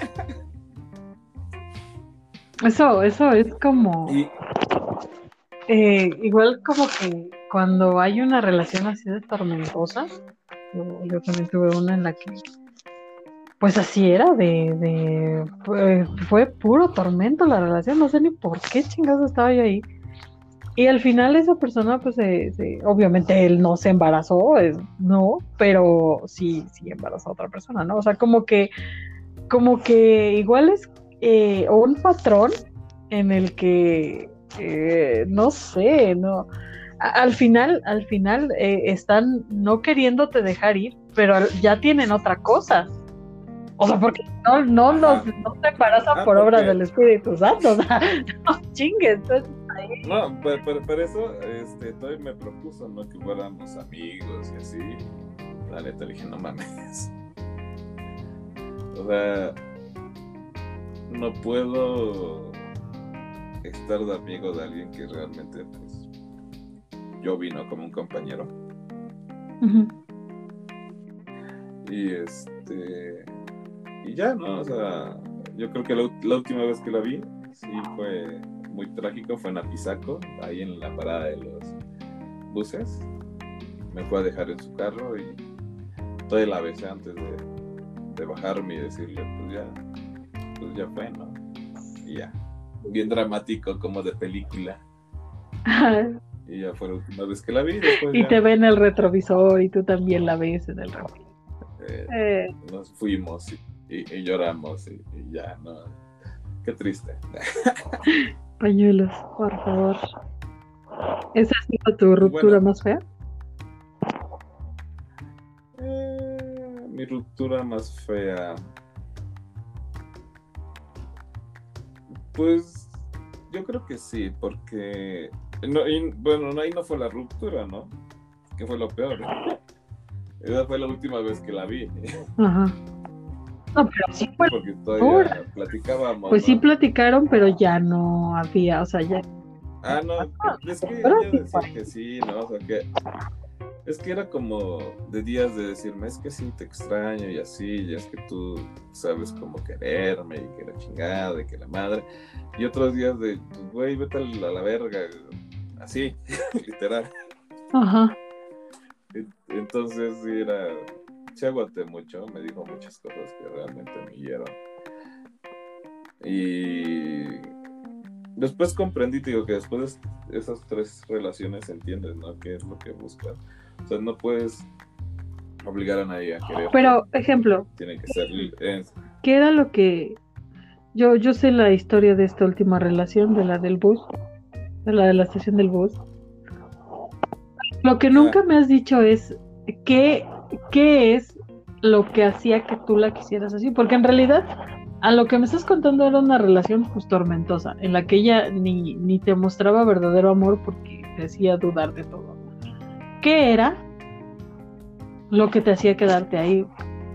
Eso, eso es como... Y... Eh, igual como que cuando hay una relación así de tormentosa, yo, yo también tuve una en la que pues así era, de, de fue, fue puro tormento la relación, no sé ni por qué chingados estaba yo ahí. Y al final esa persona, pues, se, se, obviamente él no se embarazó, es, no, pero sí, sí embarazó a otra persona, ¿no? O sea, como que, como que igual es eh, un patrón en el que, eh, no sé, no, a, al final, al final eh, están no queriéndote dejar ir, pero ya tienen otra cosa. O sea, porque no, no, nos, no se embarazan ah, por obra del Espíritu Santo, o sea, no chingues. Entonces, ahí... No, pero, pero, pero eso, este, todavía me propuso, ¿no? Que fuéramos amigos y así. La neta le dije, no mames. O sea, no puedo estar de amigo de alguien que realmente, pues, yo vino como un compañero. Uh-huh. Y este... Y ya, ¿no? O sea, yo creo que la, la última vez que la vi, sí fue muy trágico, fue en Apizaco, ahí en la parada de los buses. Me fue a dejar en su carro y todavía la besé antes de, de bajarme y decirle, pues ya, pues ya fue, ¿no? Y ya, bien dramático, como de película. Y ya fue la última vez que la vi. Y ya... te ve en el retrovisor y tú también la ves en el retrovisor. Eh, eh. Nos fuimos y... Y, y lloramos y, y ya, ¿no? Qué triste. Pañuelos, por favor. ¿Esa ha sido tu ruptura bueno, más fea? Eh, mi ruptura más fea. Pues yo creo que sí, porque no, y, bueno, no, ahí no fue la ruptura, ¿no? Que fue lo peor. Esa fue la última vez que la vi. Ajá. No, pero sí fue Porque la todavía ruptura. platicábamos, Pues sí ¿no? platicaron, pero ya no había, o sea, ya. Ah, no, es que Pero ella sí decía fue. que sí, ¿no? O sea, que es que era como de días de decirme, es que sí, te extraño y así, y es que tú sabes cómo quererme y que la chingada y que la madre. Y otros días de, pues, güey, vete a la, a la verga, así, literal. Ajá. Entonces sí era, se aguanté mucho, me dijo muchas cosas que realmente me hieron. Y después comprendí, te digo, que después de esas tres relaciones entiendes, ¿no? ¿Qué es lo que buscas? O sea, no puedes obligar a nadie a quererte. Pero, ejemplo, Tiene que ser... Eh, ¿qué era lo que yo, yo sé la historia de esta última relación, de la del bus, de la de la estación del bus? Lo que ah, nunca me has dicho es qué, qué es lo que hacía que tú la quisieras así, porque en realidad a lo que me estás contando era una relación pues tormentosa, en la que ella ni, ni te mostraba verdadero amor porque te hacía dudar de todo. ¿Qué era lo que te hacía quedarte ahí?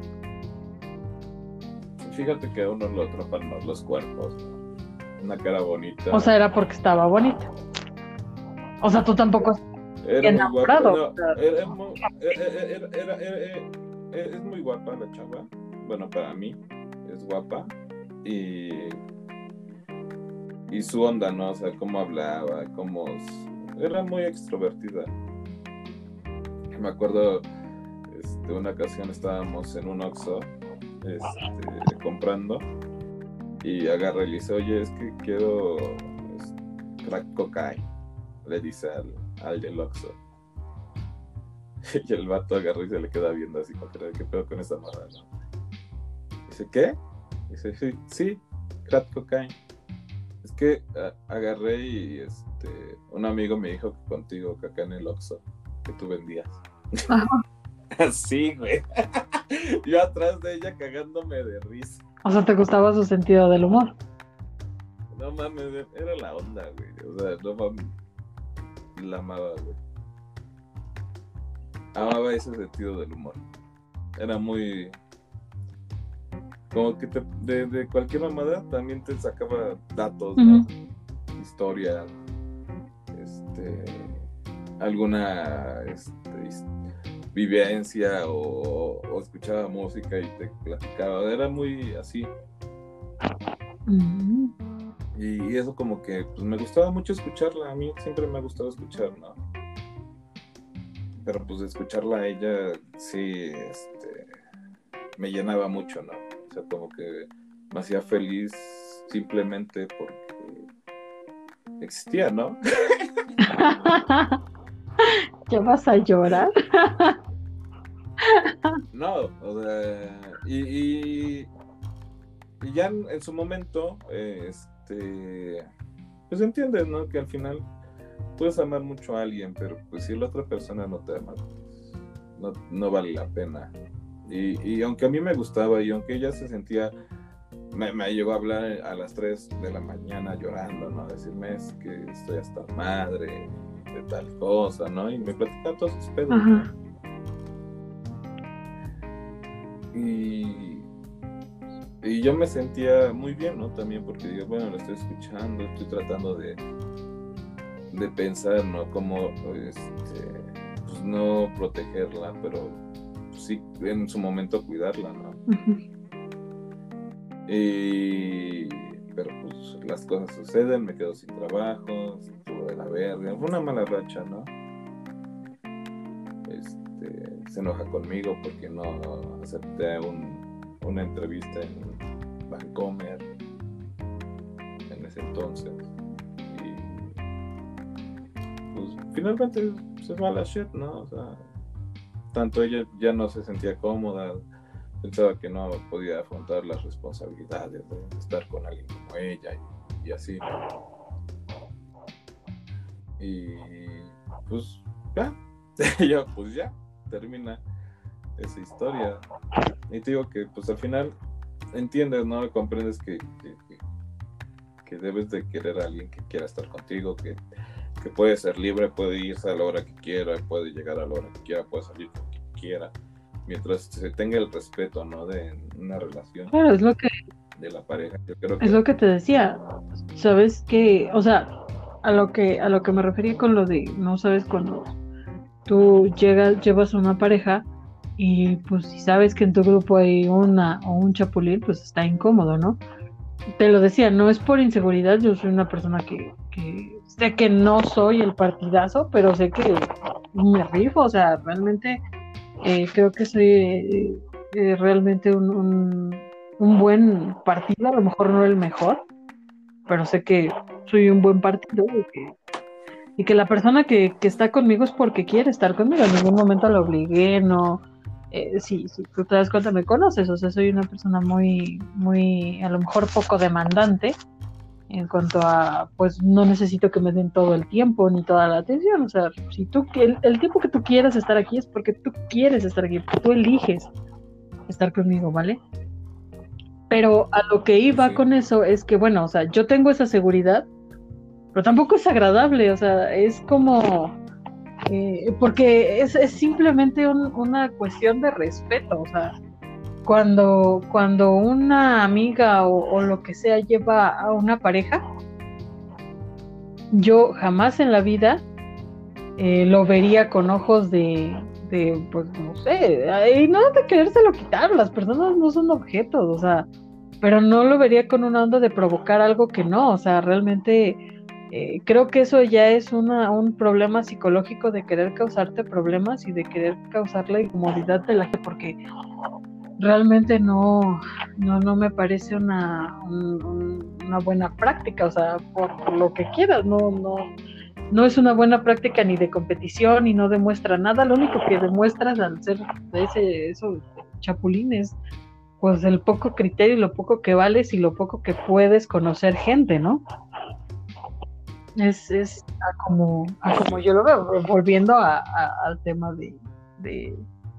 fíjate que a uno lo atrapan más los cuerpos, ¿no? Una cara bonita. O sea, era porque estaba bonita. O sea, tú tampoco estás Era muy guapa. enamorado. No, O sea, era, mu- era, era, era, era- era- es muy guapa la chava. Bueno, para mí es guapa. Y, y su onda, ¿no? O sea, cómo hablaba, cómo... Era muy extrovertida. Me acuerdo, este, una ocasión estábamos en un Oxxo, este, comprando, y agarra y le dice, oye, es que quiero este, crack cocaine, le dice al, al del Oxxo. Y el vato agarra y se le queda viendo así, como que, ¿qué pedo con esa morra, no? Dice, ¿qué? Dice, sí, sí, crack cocaine. Es que a, agarré y este, un amigo me dijo que contigo, que acá en el Oxxo, que tú vendías. Así, güey. Yo atrás de ella cagándome de risa. o sea, te gustaba su sentido del humor. No mames, era la onda, güey. O sea, no mames. La amaba, güey. Amaba ese sentido del humor. Era muy... Como que te, de, de cualquier mamada también te sacaba datos, ¿no? Uh-huh. Historia. Este... Alguna... Este, vivencia o, o escuchaba música y te platicaba. Era muy así. Uh-huh. Y, y eso como que pues, me gustaba mucho escucharla. A mí siempre me ha gustado escuchar, ¿no? Pero pues escucharla a ella sí este, me llenaba mucho, ¿no? O sea, como que me hacía feliz simplemente porque existía, ¿no? ¿Ya vas a llorar? No, o sea, y, y, y ya en, en su momento, eh, este, pues entiendes, ¿no? Que al final puedes amar mucho a alguien, pero pues si la otra persona no te ama, pues, no, no vale la pena. Y, y aunque a mí me gustaba y aunque ella se sentía, me, me llegó a hablar a las tres de la mañana llorando, ¿no? Decirme es que estoy hasta madre de tal cosa, ¿no? Y me platicaba todos sus pedos, ¿no? Y, y yo me sentía muy bien, ¿no? También porque digo, bueno, lo estoy escuchando, estoy tratando de, de pensar, ¿no? Cómo, este, pues no protegerla, pero pues, sí en su momento cuidarla, ¿no? Uh-huh. Y, pero pues las cosas suceden, me quedo sin trabajo, estuvo de la verga, fue una mala racha, ¿no? Este, se enoja conmigo porque no acepté un, una entrevista en Vancomer en ese entonces y pues finalmente se va a la shit, ¿no? O sea, tanto ella ya no se sentía cómoda, pensaba que no podía afrontar las responsabilidades de estar con alguien como ella y, y así, ¿no? Y pues ya, yo pues ya termina esa historia. Y te digo que pues al final entiendes, ¿no? Comprendes que, que, que, que debes de querer a alguien que quiera estar contigo, que, que puede ser libre, puede irse a la hora que quiera, puede llegar a la hora que quiera, puede salir cuando quiera, mientras se tenga el respeto, ¿no? De una relación. Claro, es lo que de la pareja. Yo creo que es lo que te decía. Sabes que, o sea, a lo que a lo que me refería con lo de no sabes cuando tú llegas, llevas una pareja y pues si sabes que en tu grupo hay una o un chapulín, pues está incómodo, ¿no? Te lo decía, no es por inseguridad, yo soy una persona que, que sé que no soy el partidazo, pero sé que me rifo, o sea, realmente eh, creo que soy eh, eh, realmente un, un, un buen partido, a lo mejor no el mejor, pero sé que soy un buen partido y que, y que la persona que, que está conmigo es porque quiere estar conmigo, en ningún momento la obligué, no, eh, si, si tú te das cuenta me conoces, o sea, soy una persona muy, muy, a lo mejor poco demandante en cuanto a, pues no necesito que me den todo el tiempo ni toda la atención, o sea, si tú, el, el tiempo que tú quieras estar aquí es porque tú quieres estar aquí, porque tú eliges estar conmigo, ¿vale? Pero a lo que iba sí. con eso es que, bueno, o sea, yo tengo esa seguridad, pero tampoco es agradable, o sea, es como, eh, porque es, es simplemente un, una cuestión de respeto, o sea, cuando, cuando una amiga o, o lo que sea lleva a una pareja, yo jamás en la vida eh, lo vería con ojos de, de, pues no sé, y no de querérselo quitar, las personas no son objetos, o sea, pero no lo vería con una onda de provocar algo que no, o sea, realmente eh, creo que eso ya es una, un problema psicológico de querer causarte problemas y de querer causar la incomodidad de la gente, porque realmente no, no, no me parece una, un, un, una buena práctica, o sea, por, por lo que quieras, no, no, no es una buena práctica ni de competición y no demuestra nada, lo único que demuestras al ser ese, eso, chapulines, pues el poco criterio y lo poco que vales y lo poco que puedes conocer gente, ¿no? Es, es a como, a como yo lo veo, volviendo a, a, al tema de, de,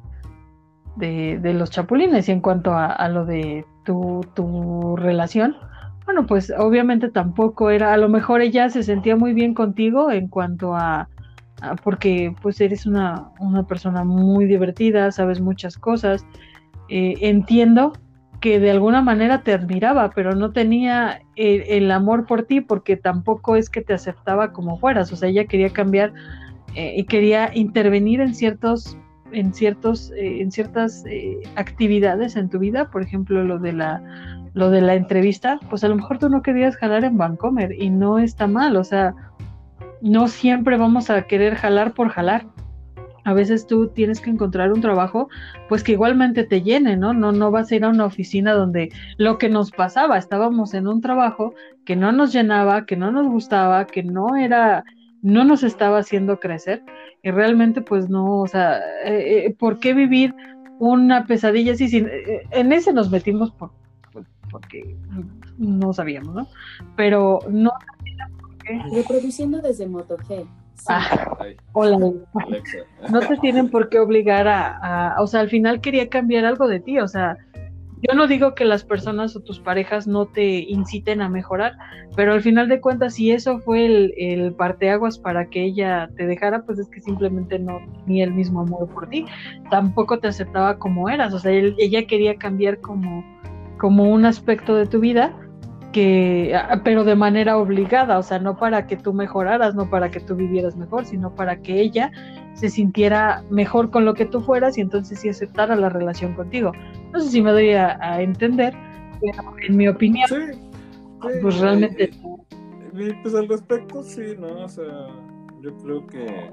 de, de los chapulines y en cuanto a, a lo de tu, tu relación, bueno, pues obviamente tampoco era, a lo mejor ella se sentía muy bien contigo en cuanto a, a porque pues eres una, una persona muy divertida, sabes muchas cosas, eh, entiendo que de alguna manera te admiraba, pero no tenía el, el amor por ti porque tampoco es que te aceptaba como fueras, o sea, ella quería cambiar eh, y quería intervenir en ciertos en ciertos eh, en ciertas eh, actividades en tu vida, por ejemplo lo de la lo de la entrevista, pues a lo mejor tú no querías jalar en Vancomer y no está mal, o sea, no siempre vamos a querer jalar por jalar. A veces tú tienes que encontrar un trabajo pues que igualmente te llene, ¿no? No, no vas a ir a una oficina donde lo que nos pasaba, estábamos en un trabajo que no nos llenaba, que no nos gustaba, que no era, no nos estaba haciendo crecer y realmente pues no, o sea, eh, eh, ¿por qué vivir una pesadilla así? Sin, eh, en ese nos metimos por, pues, porque no sabíamos, ¿no? Pero no... Reproduciendo desde Moto G. Ah, hola. Alexa. No te tienen por qué obligar a, a, o sea, al final quería cambiar algo de ti, o sea, yo no digo que las personas o tus parejas no te inciten a mejorar, pero al final de cuentas, si eso fue el, el parteaguas para que ella te dejara, pues es que simplemente no tenía el mismo amor por ti, tampoco te aceptaba como eras, o sea, él, ella quería cambiar como, como un aspecto de tu vida, que, pero de manera obligada, o sea, no para que tú mejoraras, no para que tú vivieras mejor, sino para que ella se sintiera mejor con lo que tú fueras y entonces sí aceptara la relación contigo. No sé si me doy a, a entender, pero en mi opinión, sí, sí, pues realmente... Eh, eh, pues al respecto, sí, ¿no? O sea, yo creo que,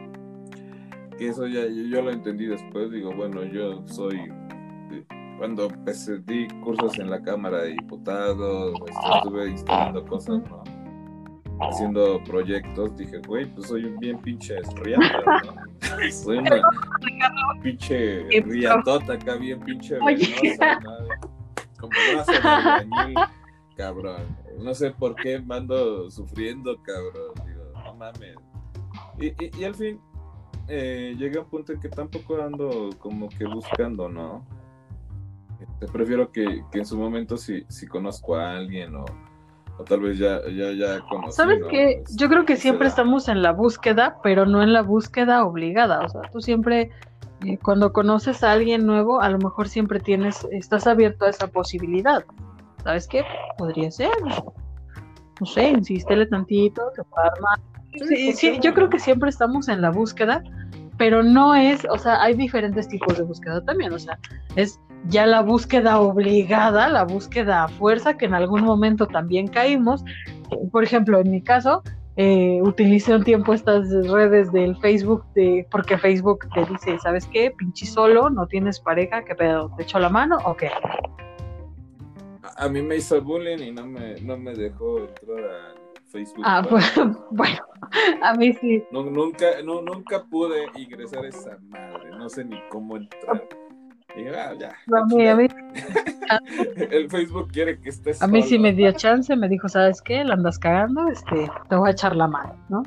que eso ya yo, yo lo entendí después, digo, bueno, yo soy... Cuando empecé, di cursos en la Cámara de Diputados, estuve instalando cosas, ¿no? Haciendo proyectos, dije, güey, pues soy un bien pinche riata, ¿no? Soy una pinche riatota acá, bien pinche venosa, ¿no? Como brazo de albañil, cabrón. No sé por qué me ando sufriendo, cabrón. Digo, no mames. Y, y, y al fin, eh, llegué a un punto en que tampoco ando como que buscando, ¿no? Este, prefiero que, que en su momento si, si conozco a alguien o, o tal vez ya, ya, ya conocí, ¿Sabes ¿no? qué? Pues, Yo creo que se siempre da. estamos en la búsqueda, pero no en la búsqueda obligada. O sea, tú siempre, eh, cuando conoces a alguien nuevo, a lo mejor siempre tienes, estás abierto a esa posibilidad. ¿Sabes qué? Podría ser. No sé, insístele tantito, que pueda armar. Sí, Sí, ¿por sí, qué yo no, creo no? que siempre estamos en la búsqueda, pero no es, o sea, hay diferentes tipos de búsqueda también. O sea, es ya la búsqueda obligada, la búsqueda a fuerza, que en algún momento también caímos. Por ejemplo, en mi caso, eh, utilicé un tiempo estas redes del Facebook, de, porque Facebook te dice, ¿sabes qué? Pinche solo, no tienes pareja, ¿qué pedo? ¿Te echo la mano o qué? A, a mí me hizo bullying y no me, no me dejó entrar a Facebook Ah, para pues, nada. bueno, a mí sí. No, nunca, no, nunca pude ingresar a esa madre, no sé ni cómo entrar. Y dije, ah, ya, A la mí, a mí, chingada. El Facebook quiere que estés a mí sí me solo. dio chance, me dijo, ¿sabes qué? La andas cagando, este, te voy a echar la mano, ¿no?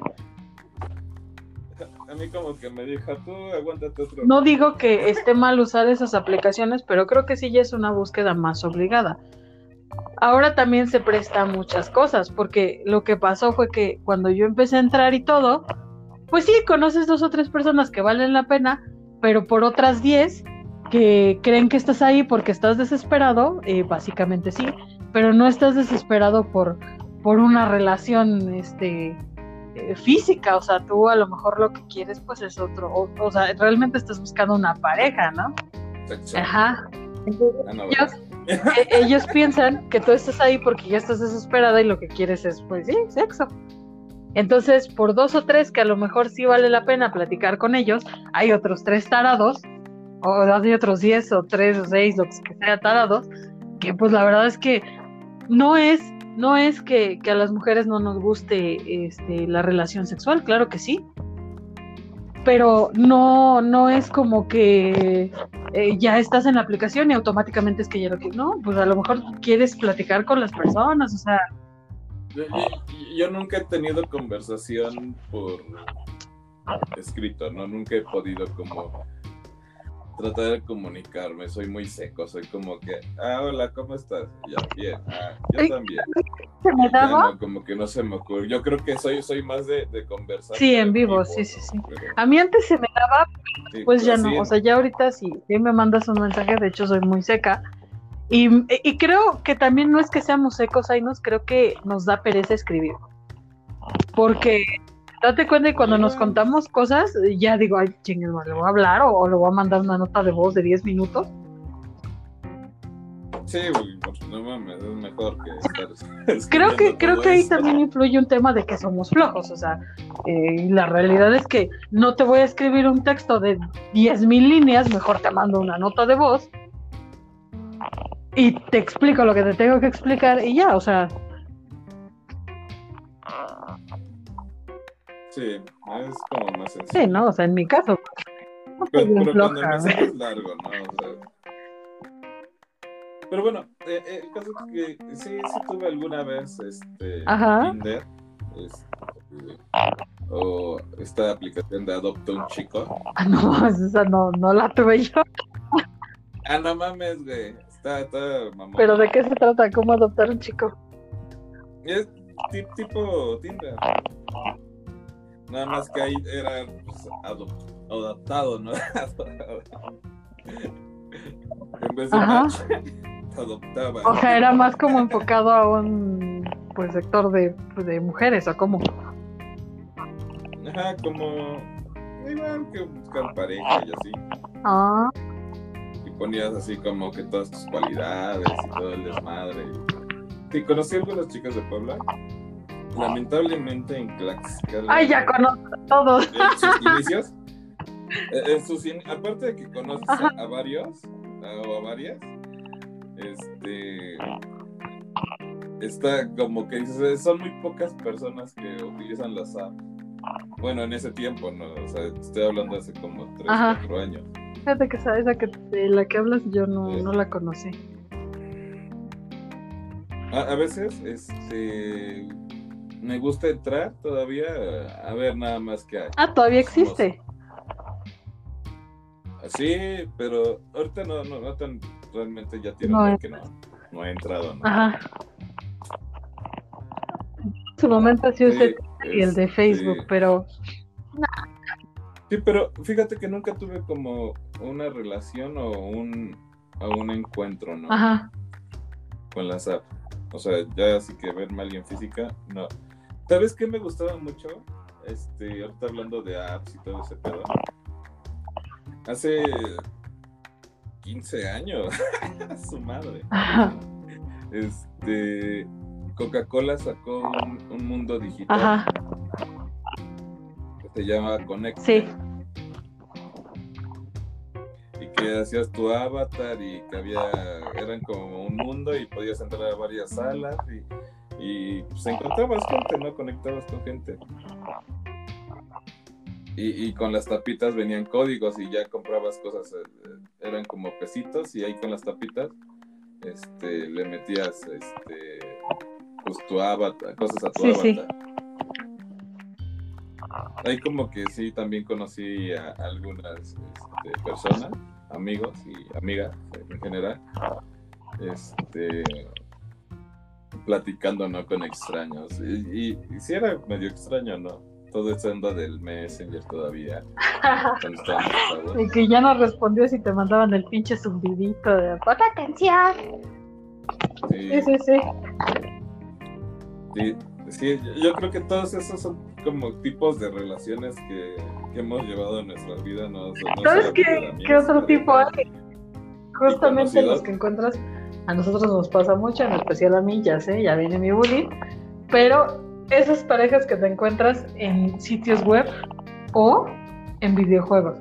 A mí como que me dijo, tú aguántate otro No rato. digo que esté mal usar esas aplicaciones, pero creo que sí ya es una búsqueda más obligada. Ahora también se presta a muchas cosas, porque lo que pasó fue que cuando yo empecé a entrar y todo, pues sí, conoces dos o tres personas que valen la pena, pero por otras diez que creen que estás ahí porque estás desesperado, eh, básicamente sí, pero no estás desesperado por, por una relación este, eh, física, o sea, tú a lo mejor lo que quieres pues es otro, o, o sea, realmente estás buscando una pareja, ¿no? Sexual. Ajá. Entonces, Ah, no, ellos, ¿verdad? eh, ellos piensan que tú estás ahí porque ya estás desesperada y lo que quieres es, pues sí, sexo. Entonces, por dos o tres que a lo mejor sí vale la pena platicar con ellos, hay otros tres tarados, o hay otros diez o tres o seis, lo que sea tarados, que pues la verdad es que no es, no es que, que a las mujeres no nos guste este, la relación sexual, claro que sí, pero no, no es como que eh, ya estás en la aplicación y automáticamente es que ya lo quieres, no, pues a lo mejor quieres platicar con las personas, o sea, Yo, yo, yo nunca he tenido conversación por escrito, ¿no? Nunca he podido como tratar de comunicarme, soy muy seco, soy como que, ah, hola, ¿cómo estás? Ya, bien, ah, yo también. se me Y ya daba. no, como que no se me ocurre. Yo creo que soy, soy más de, de conversar. Sí, pero en vivo, vivo, sí, sí, ¿no? sí. Pero, A mí antes se me daba, sí, pues ya así no, o en- sea, ya ahorita sí, sí me mandas un mensaje, de hecho soy muy seca. Y, y creo que también no es que seamos secos, Ainos, creo que nos da pereza escribir. Porque date cuenta que cuando nos igual. contamos cosas, ya digo, ay, chingue, ¿le voy a hablar o, o le voy a mandar una nota de voz de diez minutos? Sí, güey, pues, no mames, es mejor que estar Creo que, escribiendo creo todo que ahí esto. también influye un tema de que somos flojos, o sea, eh, la realidad es que no te voy a escribir un texto de diez mil líneas, mejor te mando una nota de voz y te explico lo que te tengo que explicar y ya, o sea, Sí, es como más sí, sencillo. ¿no? O sea, en mi caso, no soy Pero, bien pero cuando el floja. mensaje es largo, ¿no? O sea, pero bueno, eh, eh, el caso es que sí, sí tuve alguna vez este Ajá. Tinder, este, o esta aplicación de Adopta un Chico. Ah, no, esa no, no la tuve yo. Ah, no mames, güey, está, está mamón. Pero ¿de qué se trata? ¿Cómo adoptar un chico? Es ti- tipo Tinder. Nada más que ahí era pues, adop- adoptado, ¿no? En vez de Ajá. match, te adoptaba. O sea, era más como enfocado a un pues sector de, de mujeres, ¿o cómo? Ajá, como igual que buscar pareja y así. Ah, Y ponías así como que todas tus cualidades y todo el desmadre. Sí, conocí a algunas chicas de Puebla. Lamentablemente en Tlaxcala. ay, ya conozco a todos. En sus inicios. En sus in... Aparte de que conoces a, a varios a, o a varias, este está como que dices, son muy pocas personas que utilizan las apps. Bueno, en ese tiempo, ¿no? O sea, estoy hablando hace como tres, Ajá. cuatro años. Fíjate que esa, esa que de la que hablas yo no, Sí. no la conocí. A, a veces, este, me gusta entrar todavía a ver nada más que hay. Ah, todavía existe. Sí, pero ahorita no, no, no tan, realmente ya tiene No un buen es- que no, no he entrado, ¿no? Ajá. En su momento sí usé Sí, Twitter y el de este, Facebook, pero sí, pero fíjate que nunca tuve como una relación o un, o un encuentro, ¿no? ajá. Con las apps. O sea, ya así que verme a alguien física, no. ¿Sabes qué me gustaba mucho? Este, ahorita hablando de apps y todo ese pedo. Hace quince años, su madre. Ajá. Este, Coca-Cola sacó un, un mundo digital Ajá. que se llama Connect. Sí. Y que hacías tu avatar y que había, eran como un mundo y podías entrar a varias salas y, y pues encontrabas gente, ¿no? Conectabas con gente. Y, y con las tapitas venían códigos y ya comprabas cosas, eh, eran como pesitos y ahí con las tapitas este, le metías este, pues tu avatar, cosas a tu Sí, avatar. sí. Ahí como que sí, también conocí a algunas este, personas, amigos y amigas en general, este, platicando, ¿no? Con extraños. Y, y, y sí era medio extraño, ¿no? Todo eso anda del Messenger todavía, cuando estábamos chavos. Y que ya no respondió si te mandaban el pinche zumbidito de ¡pon atención! Sí, Sí, sí, sí. sí, sí, yo- yo creo que todos esos son como tipos de relaciones que, que hemos llevado en nuestras vidas, ¿no? O sea, no ¿Sabes solamente qué, de amigos, qué otro sino de- tipo hay? Justamente conocidos. los que encuentras, a nosotros nos pasa mucho, en especial a mí, ya sé, ya viene mi bullying, pero esas parejas que te encuentras en sitios web o en videojuegos.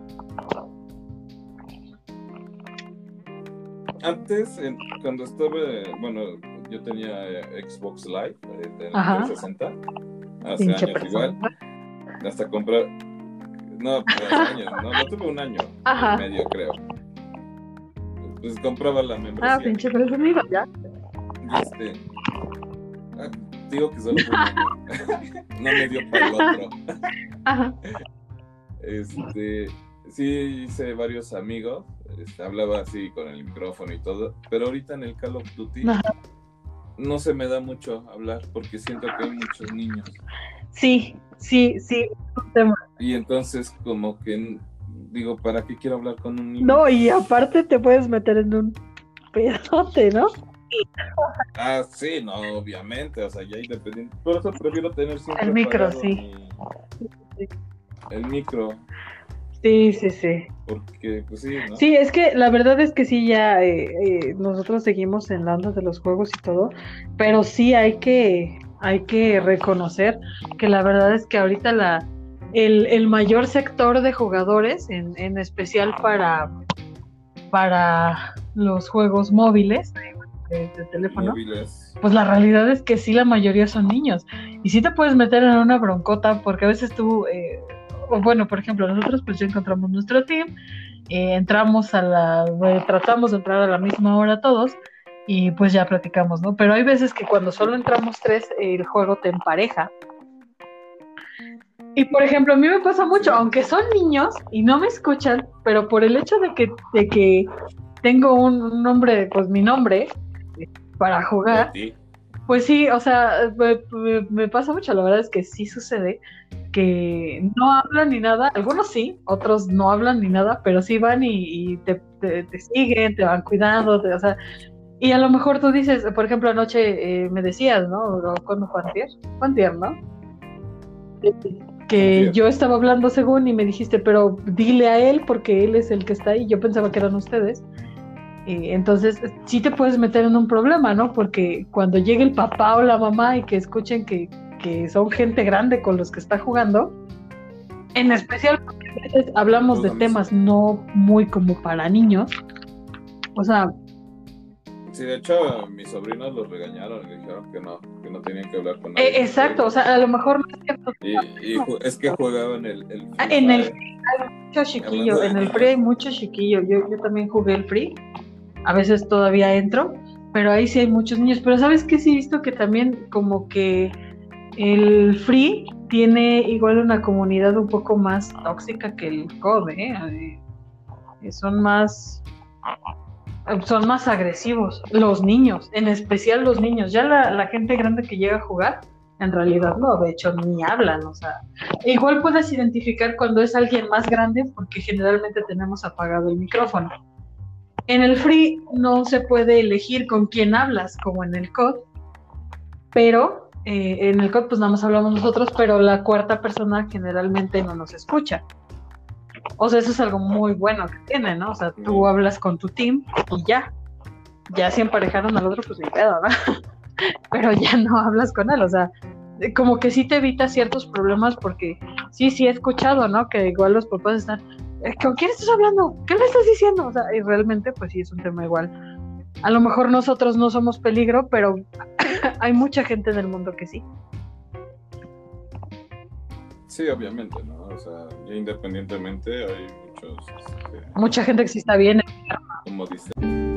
Antes, en- cuando estuve, bueno, yo tenía eh, Xbox Live eh, de Ajá. trescientos sesenta, hace Pinche años persona. igual, hasta comprar, no, pues hace años, no, no tuve un año Ajá. y medio creo. Pues compraba la Ah, membresía pinche presumido, ya. y este, ah, digo que solo fue un año, no me dio para el otro. Ajá. Este, sí hice varios amigos, este, hablaba así con el micrófono y todo, pero ahorita en el Call of Duty Ajá. no se me da mucho hablar porque siento que hay muchos niños Sí, sí, sí. es un tema. y entonces como que digo, ¿para qué quiero hablar con un niño? No, y aparte te puedes meter en un pedote, ¿no? Ah, sí, no, obviamente, o sea, ya independiente, por eso prefiero tener siempre El micro, apagado sí. mi- el micro, Sí, sí, sí. porque pues sí, ¿no? Sí, es que la verdad es que sí, ya eh, eh, nosotros seguimos en la onda de los juegos y todo, pero sí hay que, hay que reconocer que la verdad es que ahorita la, el, el mayor sector de jugadores, en, en especial para, para los juegos móviles de, de- de teléfono, Móviles. pues la realidad es que sí, la mayoría son niños. Y sí te puedes meter en una broncota porque a veces tú, eh, o bueno, por ejemplo, nosotros pues ya encontramos nuestro team, eh, entramos a la, eh, tratamos de entrar a la misma hora todos y pues ya platicamos, ¿no? Pero hay veces que cuando solo entramos tres, el juego te empareja. Y por ejemplo, a mí me pasa mucho, Sí. aunque son niños y no me escuchan, pero por el hecho de que, de que tengo un, un nombre, pues mi nombre, eh, para jugar, Betty. pues sí, o sea, me, me- me pasa mucho, la verdad es que sí sucede que no hablan ni nada, algunos sí, otros no hablan ni nada, pero sí van y, y te, te- te siguen, te van cuidando, te- o sea, y a lo mejor tú dices, por ejemplo, anoche eh, me decías, ¿no? O cuando fue antier, fue antier, ¿no? Que Antier. yo estaba hablando según y me dijiste, pero dile a él porque él es el que está ahí, yo pensaba que eran ustedes. Eh, entonces, sí te puedes meter en un problema, ¿no? Porque cuando llegue el papá o la mamá y que escuchen que, que son gente grande con los que está jugando, en especial porque a veces hablamos Pues de a mí temas sí. no muy como para niños, o sea, Sí, de hecho, mis sobrinos los regañaron y dijeron que no, que no tenían que hablar con nadie. eh, exacto, o sea, a lo mejor no es cierto. Y, y ju- es que jugaban el, el Ah, Free en el Fire. hay mucho chiquillo, Hablando de en el niños. Free hay mucho chiquillo, yo, yo también jugué el Free, a veces todavía entro, pero ahí sí hay muchos niños, pero ¿sabes qué? Sí he visto que también como que el Free tiene igual una comunidad un poco más tóxica que el C O D, ¿eh? son más son más agresivos, los niños, en especial los niños. Ya la, la gente grande que llega a jugar, en realidad no, de hecho ni hablan, o sea, igual puedes identificar cuando es alguien más grande porque generalmente tenemos apagado el micrófono. En el free no se puede elegir con quién hablas, como en el C O D, pero eh, en el C O D pues nada más hablamos nosotros, pero la cuarta persona generalmente no nos escucha. O sea, eso es algo muy bueno que tiene, ¿no? O sea, tú hablas con tu team y ya. Ya si emparejaron al otro, pues ni pedo, ¿no? Pero ya no hablas con él, o sea, como que sí te evita ciertos problemas porque sí, sí he escuchado, ¿no? Que igual los papás están, ¿con quién estás hablando? ¿Qué le estás diciendo? O sea, y realmente, pues sí, es un tema igual. A lo mejor nosotros no somos peligro, pero hay mucha gente en el mundo que sí. Sí, obviamente, ¿no? O sea, independientemente hay muchos... Este, mucha gente que sí está bien. Como dice...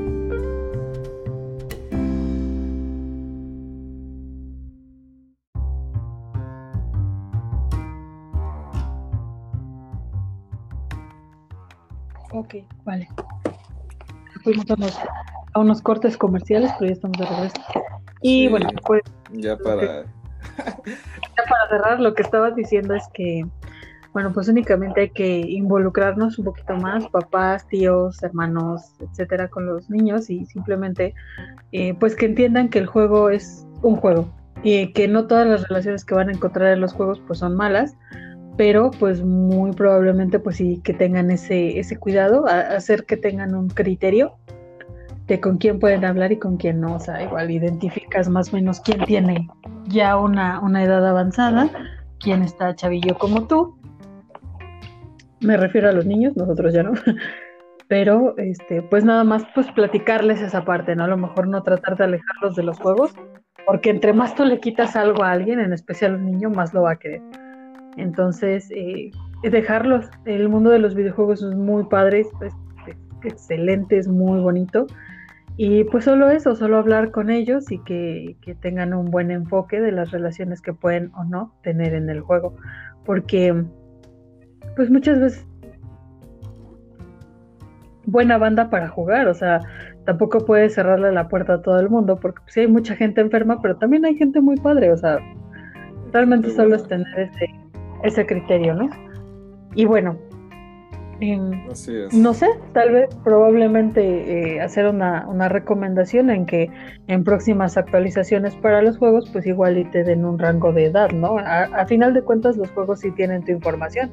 Ok, vale. Fuimos a unos, a unos cortes comerciales, pero ya estamos de regreso. Y sí, bueno, pues... Ya para... ya para cerrar, lo que estabas diciendo es que, bueno, pues únicamente hay que involucrarnos un poquito más, papás, tíos, hermanos, etcétera, con los niños y simplemente, eh, pues que entiendan que el juego es un juego y que no todas las relaciones que van a encontrar en los juegos pues son malas, pero pues muy probablemente pues sí que tengan ese, ese cuidado, a hacer que tengan un criterio de con quién pueden hablar y con quién no. O sea, igual identificas más o menos quién tiene ya una, una edad avanzada, quién está chavillo como tú. Me refiero a los niños, nosotros ya no. Pero, este, pues nada más, pues platicarles esa parte, ¿no? A lo mejor no tratar de alejarlos de los juegos, porque entre más tú le quitas algo a alguien, en especial a un niño, más lo va a querer. Entonces, eh, dejarlos. El mundo de los videojuegos es muy padre, es, es excelente, es muy bonito. Y pues solo eso, solo hablar con ellos y que, que tengan un buen enfoque de las relaciones que pueden o no tener en el juego. Porque, pues muchas veces, buena banda para jugar, o sea, tampoco puedes cerrarle la puerta a todo el mundo, porque pues, sí hay mucha gente enferma, pero también hay gente muy padre, o sea, realmente solo es tener ese, ese criterio, ¿no? Y bueno, Así es. No sé, tal vez probablemente eh, hacer una, una recomendación en que en próximas actualizaciones para los juegos pues igual y te den un rango de edad, ¿no? A, a final de cuentas los juegos sí tienen tu información.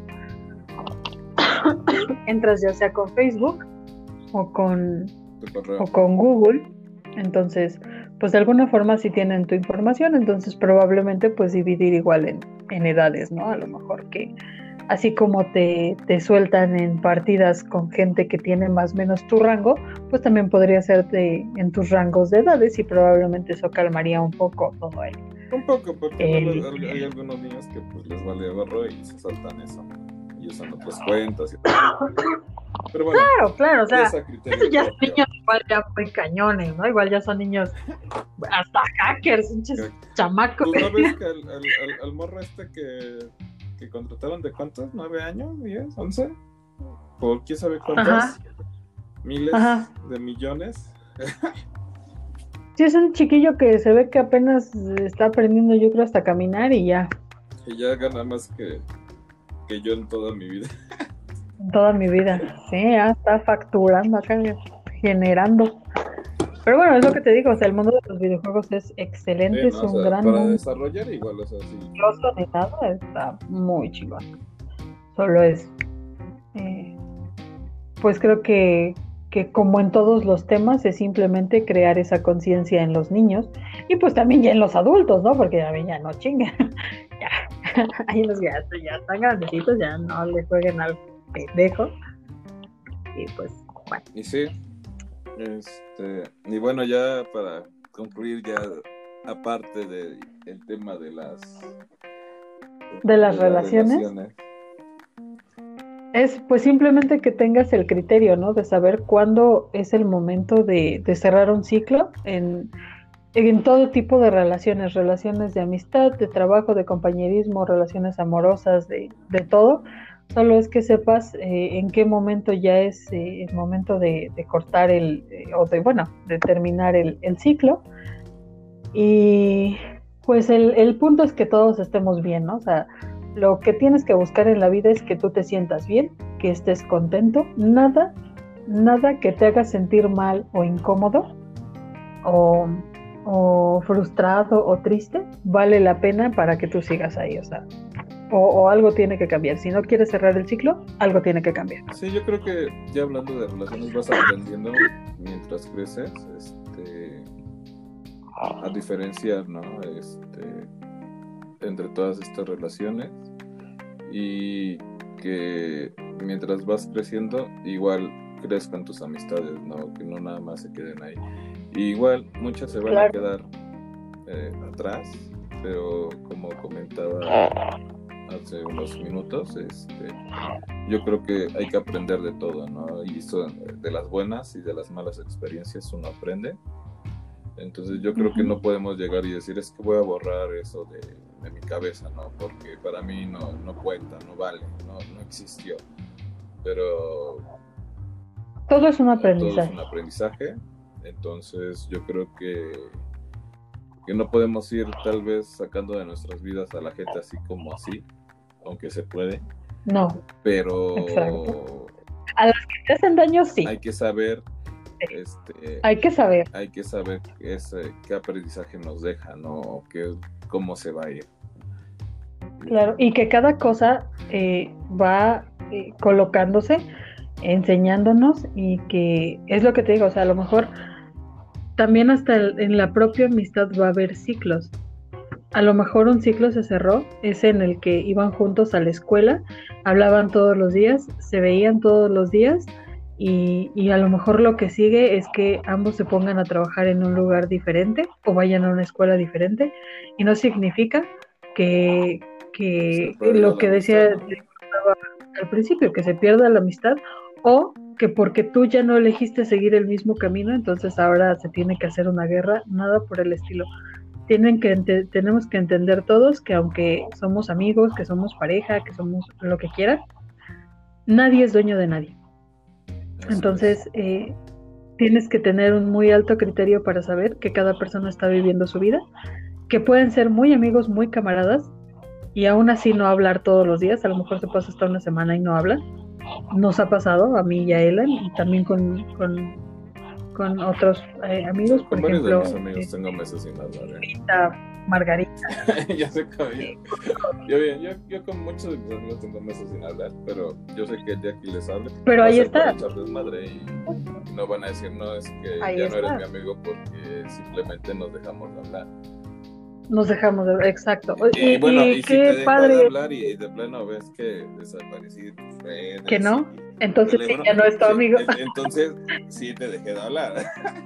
Entras ya sea con Facebook o con, o con Google, entonces pues de alguna forma sí tienen tu información, entonces probablemente pues dividir igual en, en edades, ¿no? A lo mejor que así como te, te sueltan en partidas con gente que tiene más o menos tu rango, pues también podría ser de, en tus rangos de edades y probablemente eso calmaría un poco todo ello. Un poco, porque eh, no, hay algunos niños que pues les vale gorro y se saltan eso y usan otras cuentas y todo. Pero bueno, claro, claro, o sea, esos ya son niños igual ya muy cañones, ¿no? Igual ya son niños hasta hackers, pinches chamacos. ¿Tú sabes que al, al, al, al morro este que que contrataron de cuántos, nueve años, diez, once, por quién sabe cuántas, Ajá. miles Ajá. de millones? Sí, es un chiquillo que se ve que apenas está aprendiendo, yo creo, hasta caminar y ya. Y ya gana más que, que yo en toda mi vida. En toda mi vida, sí, ya está facturando acá, generando. Pero bueno, es lo que te digo, o sea, el mundo de los videojuegos es excelente, sí, no, es un o sea, gran... Para mundo. Desarrollar igual, o sea, sí. No de nada, está muy chingón. Solo es... Eh, pues creo que, que como en todos los temas es simplemente crear esa conciencia en los niños y pues también ya en los adultos, ¿no? Porque también ya no chingan. Ya, hay unos que ya, ya están grandecitos, ya no le jueguen al pendejo. Y pues, bueno. Y sí. Este, y bueno, ya para concluir, ya aparte del de, tema de las de las, de relaciones, las relaciones es pues simplemente que tengas el criterio, ¿no? De saber cuándo es el momento de, de cerrar un ciclo en, en todo tipo de relaciones, relaciones de amistad, de trabajo, de compañerismo, relaciones amorosas, de, de todo. solo es que sepas eh, en qué momento ya es eh, el momento de, de cortar el, eh, o de, bueno, de terminar el, el ciclo. Y pues el, el punto es que todos estemos bien, ¿no? O sea, lo que tienes que buscar en la vida es que tú te sientas bien, que estés contento, nada, nada que te haga sentir mal o incómodo o, o frustrado o triste, vale la pena para que tú sigas ahí, o sea, o, o algo tiene que cambiar. Si no quieres cerrar el ciclo, algo tiene que cambiar. Sí, yo creo que ya hablando de relaciones vas aprendiendo mientras creces, este, a diferenciar, ¿no? Este, entre todas estas relaciones y que mientras vas creciendo igual crezcan tus amistades, ¿no? Que no nada más se queden ahí. Y igual muchas se van claro. a quedar eh, atrás, pero como comentaba hace unos minutos, este, yo creo que hay que aprender de todo, ¿no? Y eso, de las buenas y de las malas experiencias uno aprende. Entonces yo creo uh-huh. que no podemos llegar y decir es que voy a borrar eso de, de mi cabeza, ¿no? Porque para mí no, no cuenta, no vale, no, no existió. Pero todo es un aprendizaje. Todo es un aprendizaje. Entonces yo creo que que no podemos ir tal vez sacando de nuestras vidas a la gente así como así, aunque se puede. No. Pero exacto. A las que te hacen daño sí. Hay que saber Este, hay que saber hay que saber ese, qué aprendizaje nos deja, ¿no? Qué, cómo se va a ir. Claro, y que cada cosa eh, va eh, colocándose, enseñándonos, y que es lo que te digo, o sea, a lo mejor también hasta el, en la propia amistad va a haber ciclos. A lo mejor un ciclo se cerró, ese en el que iban juntos a la escuela, hablaban todos los días, se veían todos los días. Y, y a lo mejor lo que sigue es que ambos se pongan a trabajar en un lugar diferente o vayan a una escuela diferente, y no significa que, que lo que decía al principio, que se pierda la amistad, o que porque tú ya no elegiste seguir el mismo camino, entonces ahora se tiene que hacer una guerra, nada por el estilo. Tienen que ente- tenemos que entender todos que aunque somos amigos, que somos pareja, que somos lo que quieran, nadie es dueño de nadie. Entonces, eh, tienes que tener un muy alto criterio para saber que cada persona está viviendo su vida, que pueden ser muy amigos, muy camaradas, y aún así no hablar todos los días. A lo mejor se pasa hasta una semana y no hablan. Nos ha pasado a mí y a Ellen, y también con, con, con otros eh, amigos, por con ejemplo. Varios de mis amigos eh, tengo meses sin hablar. ¿eh? Margarita, Margarita. Ya sé que yo, yo, yo, yo con muchos de mis amigos tengo meses sin hablar, pero yo sé que el día que les hable, pero ahí está. Echar desmadre y no van a decir, no, es que ahí ya está. no eres mi amigo porque simplemente nos dejamos de hablar. Nos dejamos de exacto. Y, y bueno, y, y qué si te padre. De hablar y de plano ves que desaparecí tus redes. Que no, entonces sí, ya no es tu sí, amigo. Entonces sí te dejé de hablar.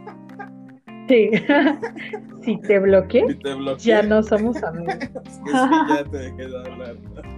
Sí, si te bloqueé, si te bloqueé, ya no somos amigos. Es que sí, ya te dejé de hablar.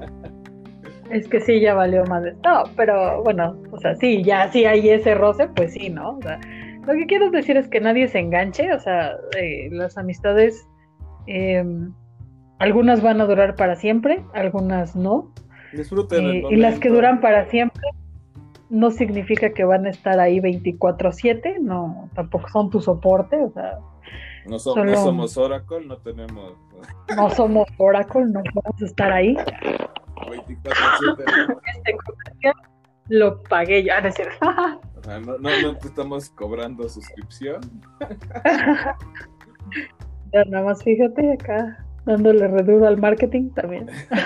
Es que sí, ya valió más de... No, pero bueno, o sea, sí, ya sí hay ese roce, pues sí, ¿no? O sea, lo que quiero decir es que nadie se enganche, o sea, eh, las amistades, eh, algunas van a durar para siempre, algunas no. Disfruten el eh, Y las que duran para siempre no significa que van a estar ahí veinticuatro siete, no, tampoco son tu soporte, o sea... No, so, solo, no somos Oracle, no tenemos... No somos Oracle, no podemos estar ahí. veinticuatro siete. Este comercial lo pagué yo, a decir... O sea, no, no, no te estamos cobrando suscripción. Ya nada más fíjate acá, dándole reduro al marketing también.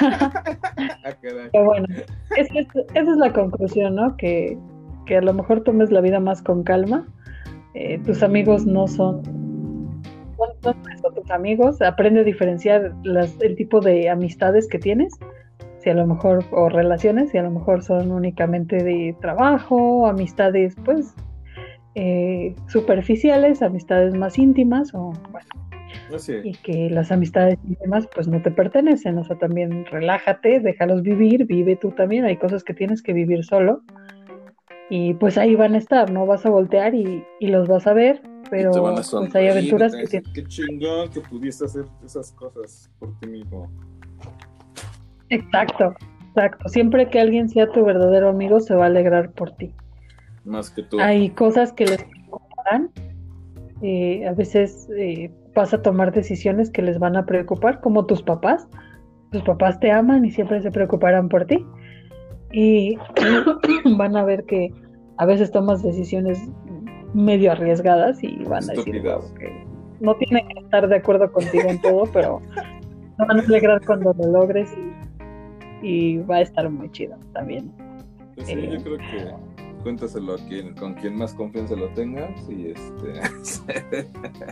Pero bueno, esa es, esa es la conclusión, ¿no? Que, que a lo mejor tomes la vida más con calma. Eh, tus amigos no son, no, no son tus amigos. Aprende a diferenciar las, el tipo de amistades que tienes. Si a lo mejor, o relaciones, si a lo mejor son únicamente de trabajo, amistades pues eh, superficiales, amistades más íntimas, o bueno. Sí. Y que las amistades íntimas pues no te pertenecen, o sea, también relájate, déjalos vivir, vive tú también, hay cosas que tienes que vivir solo, y pues ahí van a estar, no vas a voltear y, y los vas a ver, pero a pues hay aventuras que tienes. Qué chingón que pudiste hacer esas cosas por ti mismo. Exacto, Exacto. Siempre que alguien sea tu verdadero amigo, se va a alegrar por ti. Más que tú. Hay cosas que les preocuparán. Eh, a veces eh, vas a tomar decisiones que les van a preocupar, como tus papás. Tus papás te aman y siempre se preocuparán por ti. Y van a ver que a veces tomas decisiones medio arriesgadas y van a decir, wow, que no tienen que estar de acuerdo contigo en todo, pero se van a alegrar cuando lo logres y, y va a estar muy chido también. Pues sí, eh, yo creo que cuéntaselo a quien, con quien más confianza lo tengas y este...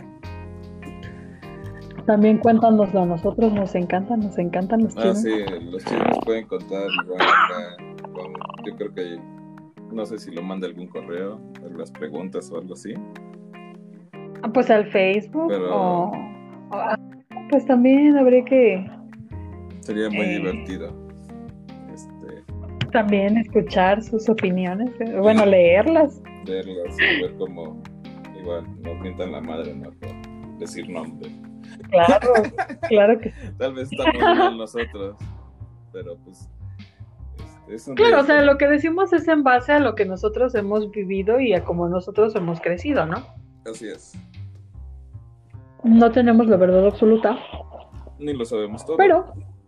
También cuéntanoslo a nosotros, nos encantan, nos encantan los chismes. Ah, sí, los chismes pueden contar igual, con, yo creo que, no sé si lo manda algún correo, algunas preguntas o algo así. Ah, pues al Facebook, pero... o, o pues también habría que... Sería muy eh, divertido. Este... También escuchar sus opiniones, bueno, leerlas. Leerlas y ver cómo igual nos mientan la madre, ¿no? Por decir nombres. Claro, claro que sí. Tal vez estamos mal nosotros, pero pues este, es un claro, riesgo. O sea, lo que decimos es en base a lo que nosotros hemos vivido y a cómo nosotros hemos crecido, ¿no? Así es. No tenemos la verdad absoluta. Ni lo sabemos todo. Pero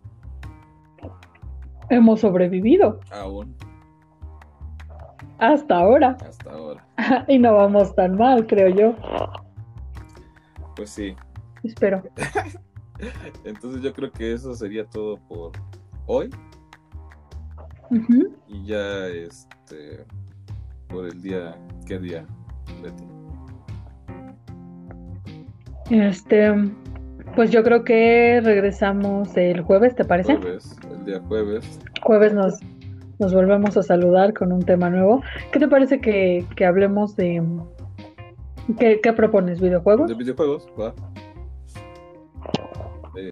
hemos sobrevivido. Aún. Hasta ahora. Hasta ahora. Y no vamos tan mal, creo yo. Pues sí. Espero. Entonces yo creo que eso sería todo por hoy. Uh-huh. Y ya este por el día, ¿qué día, Betty? Este, pues yo creo que regresamos el jueves, ¿te parece? Jueves, el día jueves. Jueves nos, nos volvemos a saludar con un tema nuevo. ¿Qué te parece que, que hablemos de... ¿Qué, qué propones? ¿Videojuegos? De videojuegos, va.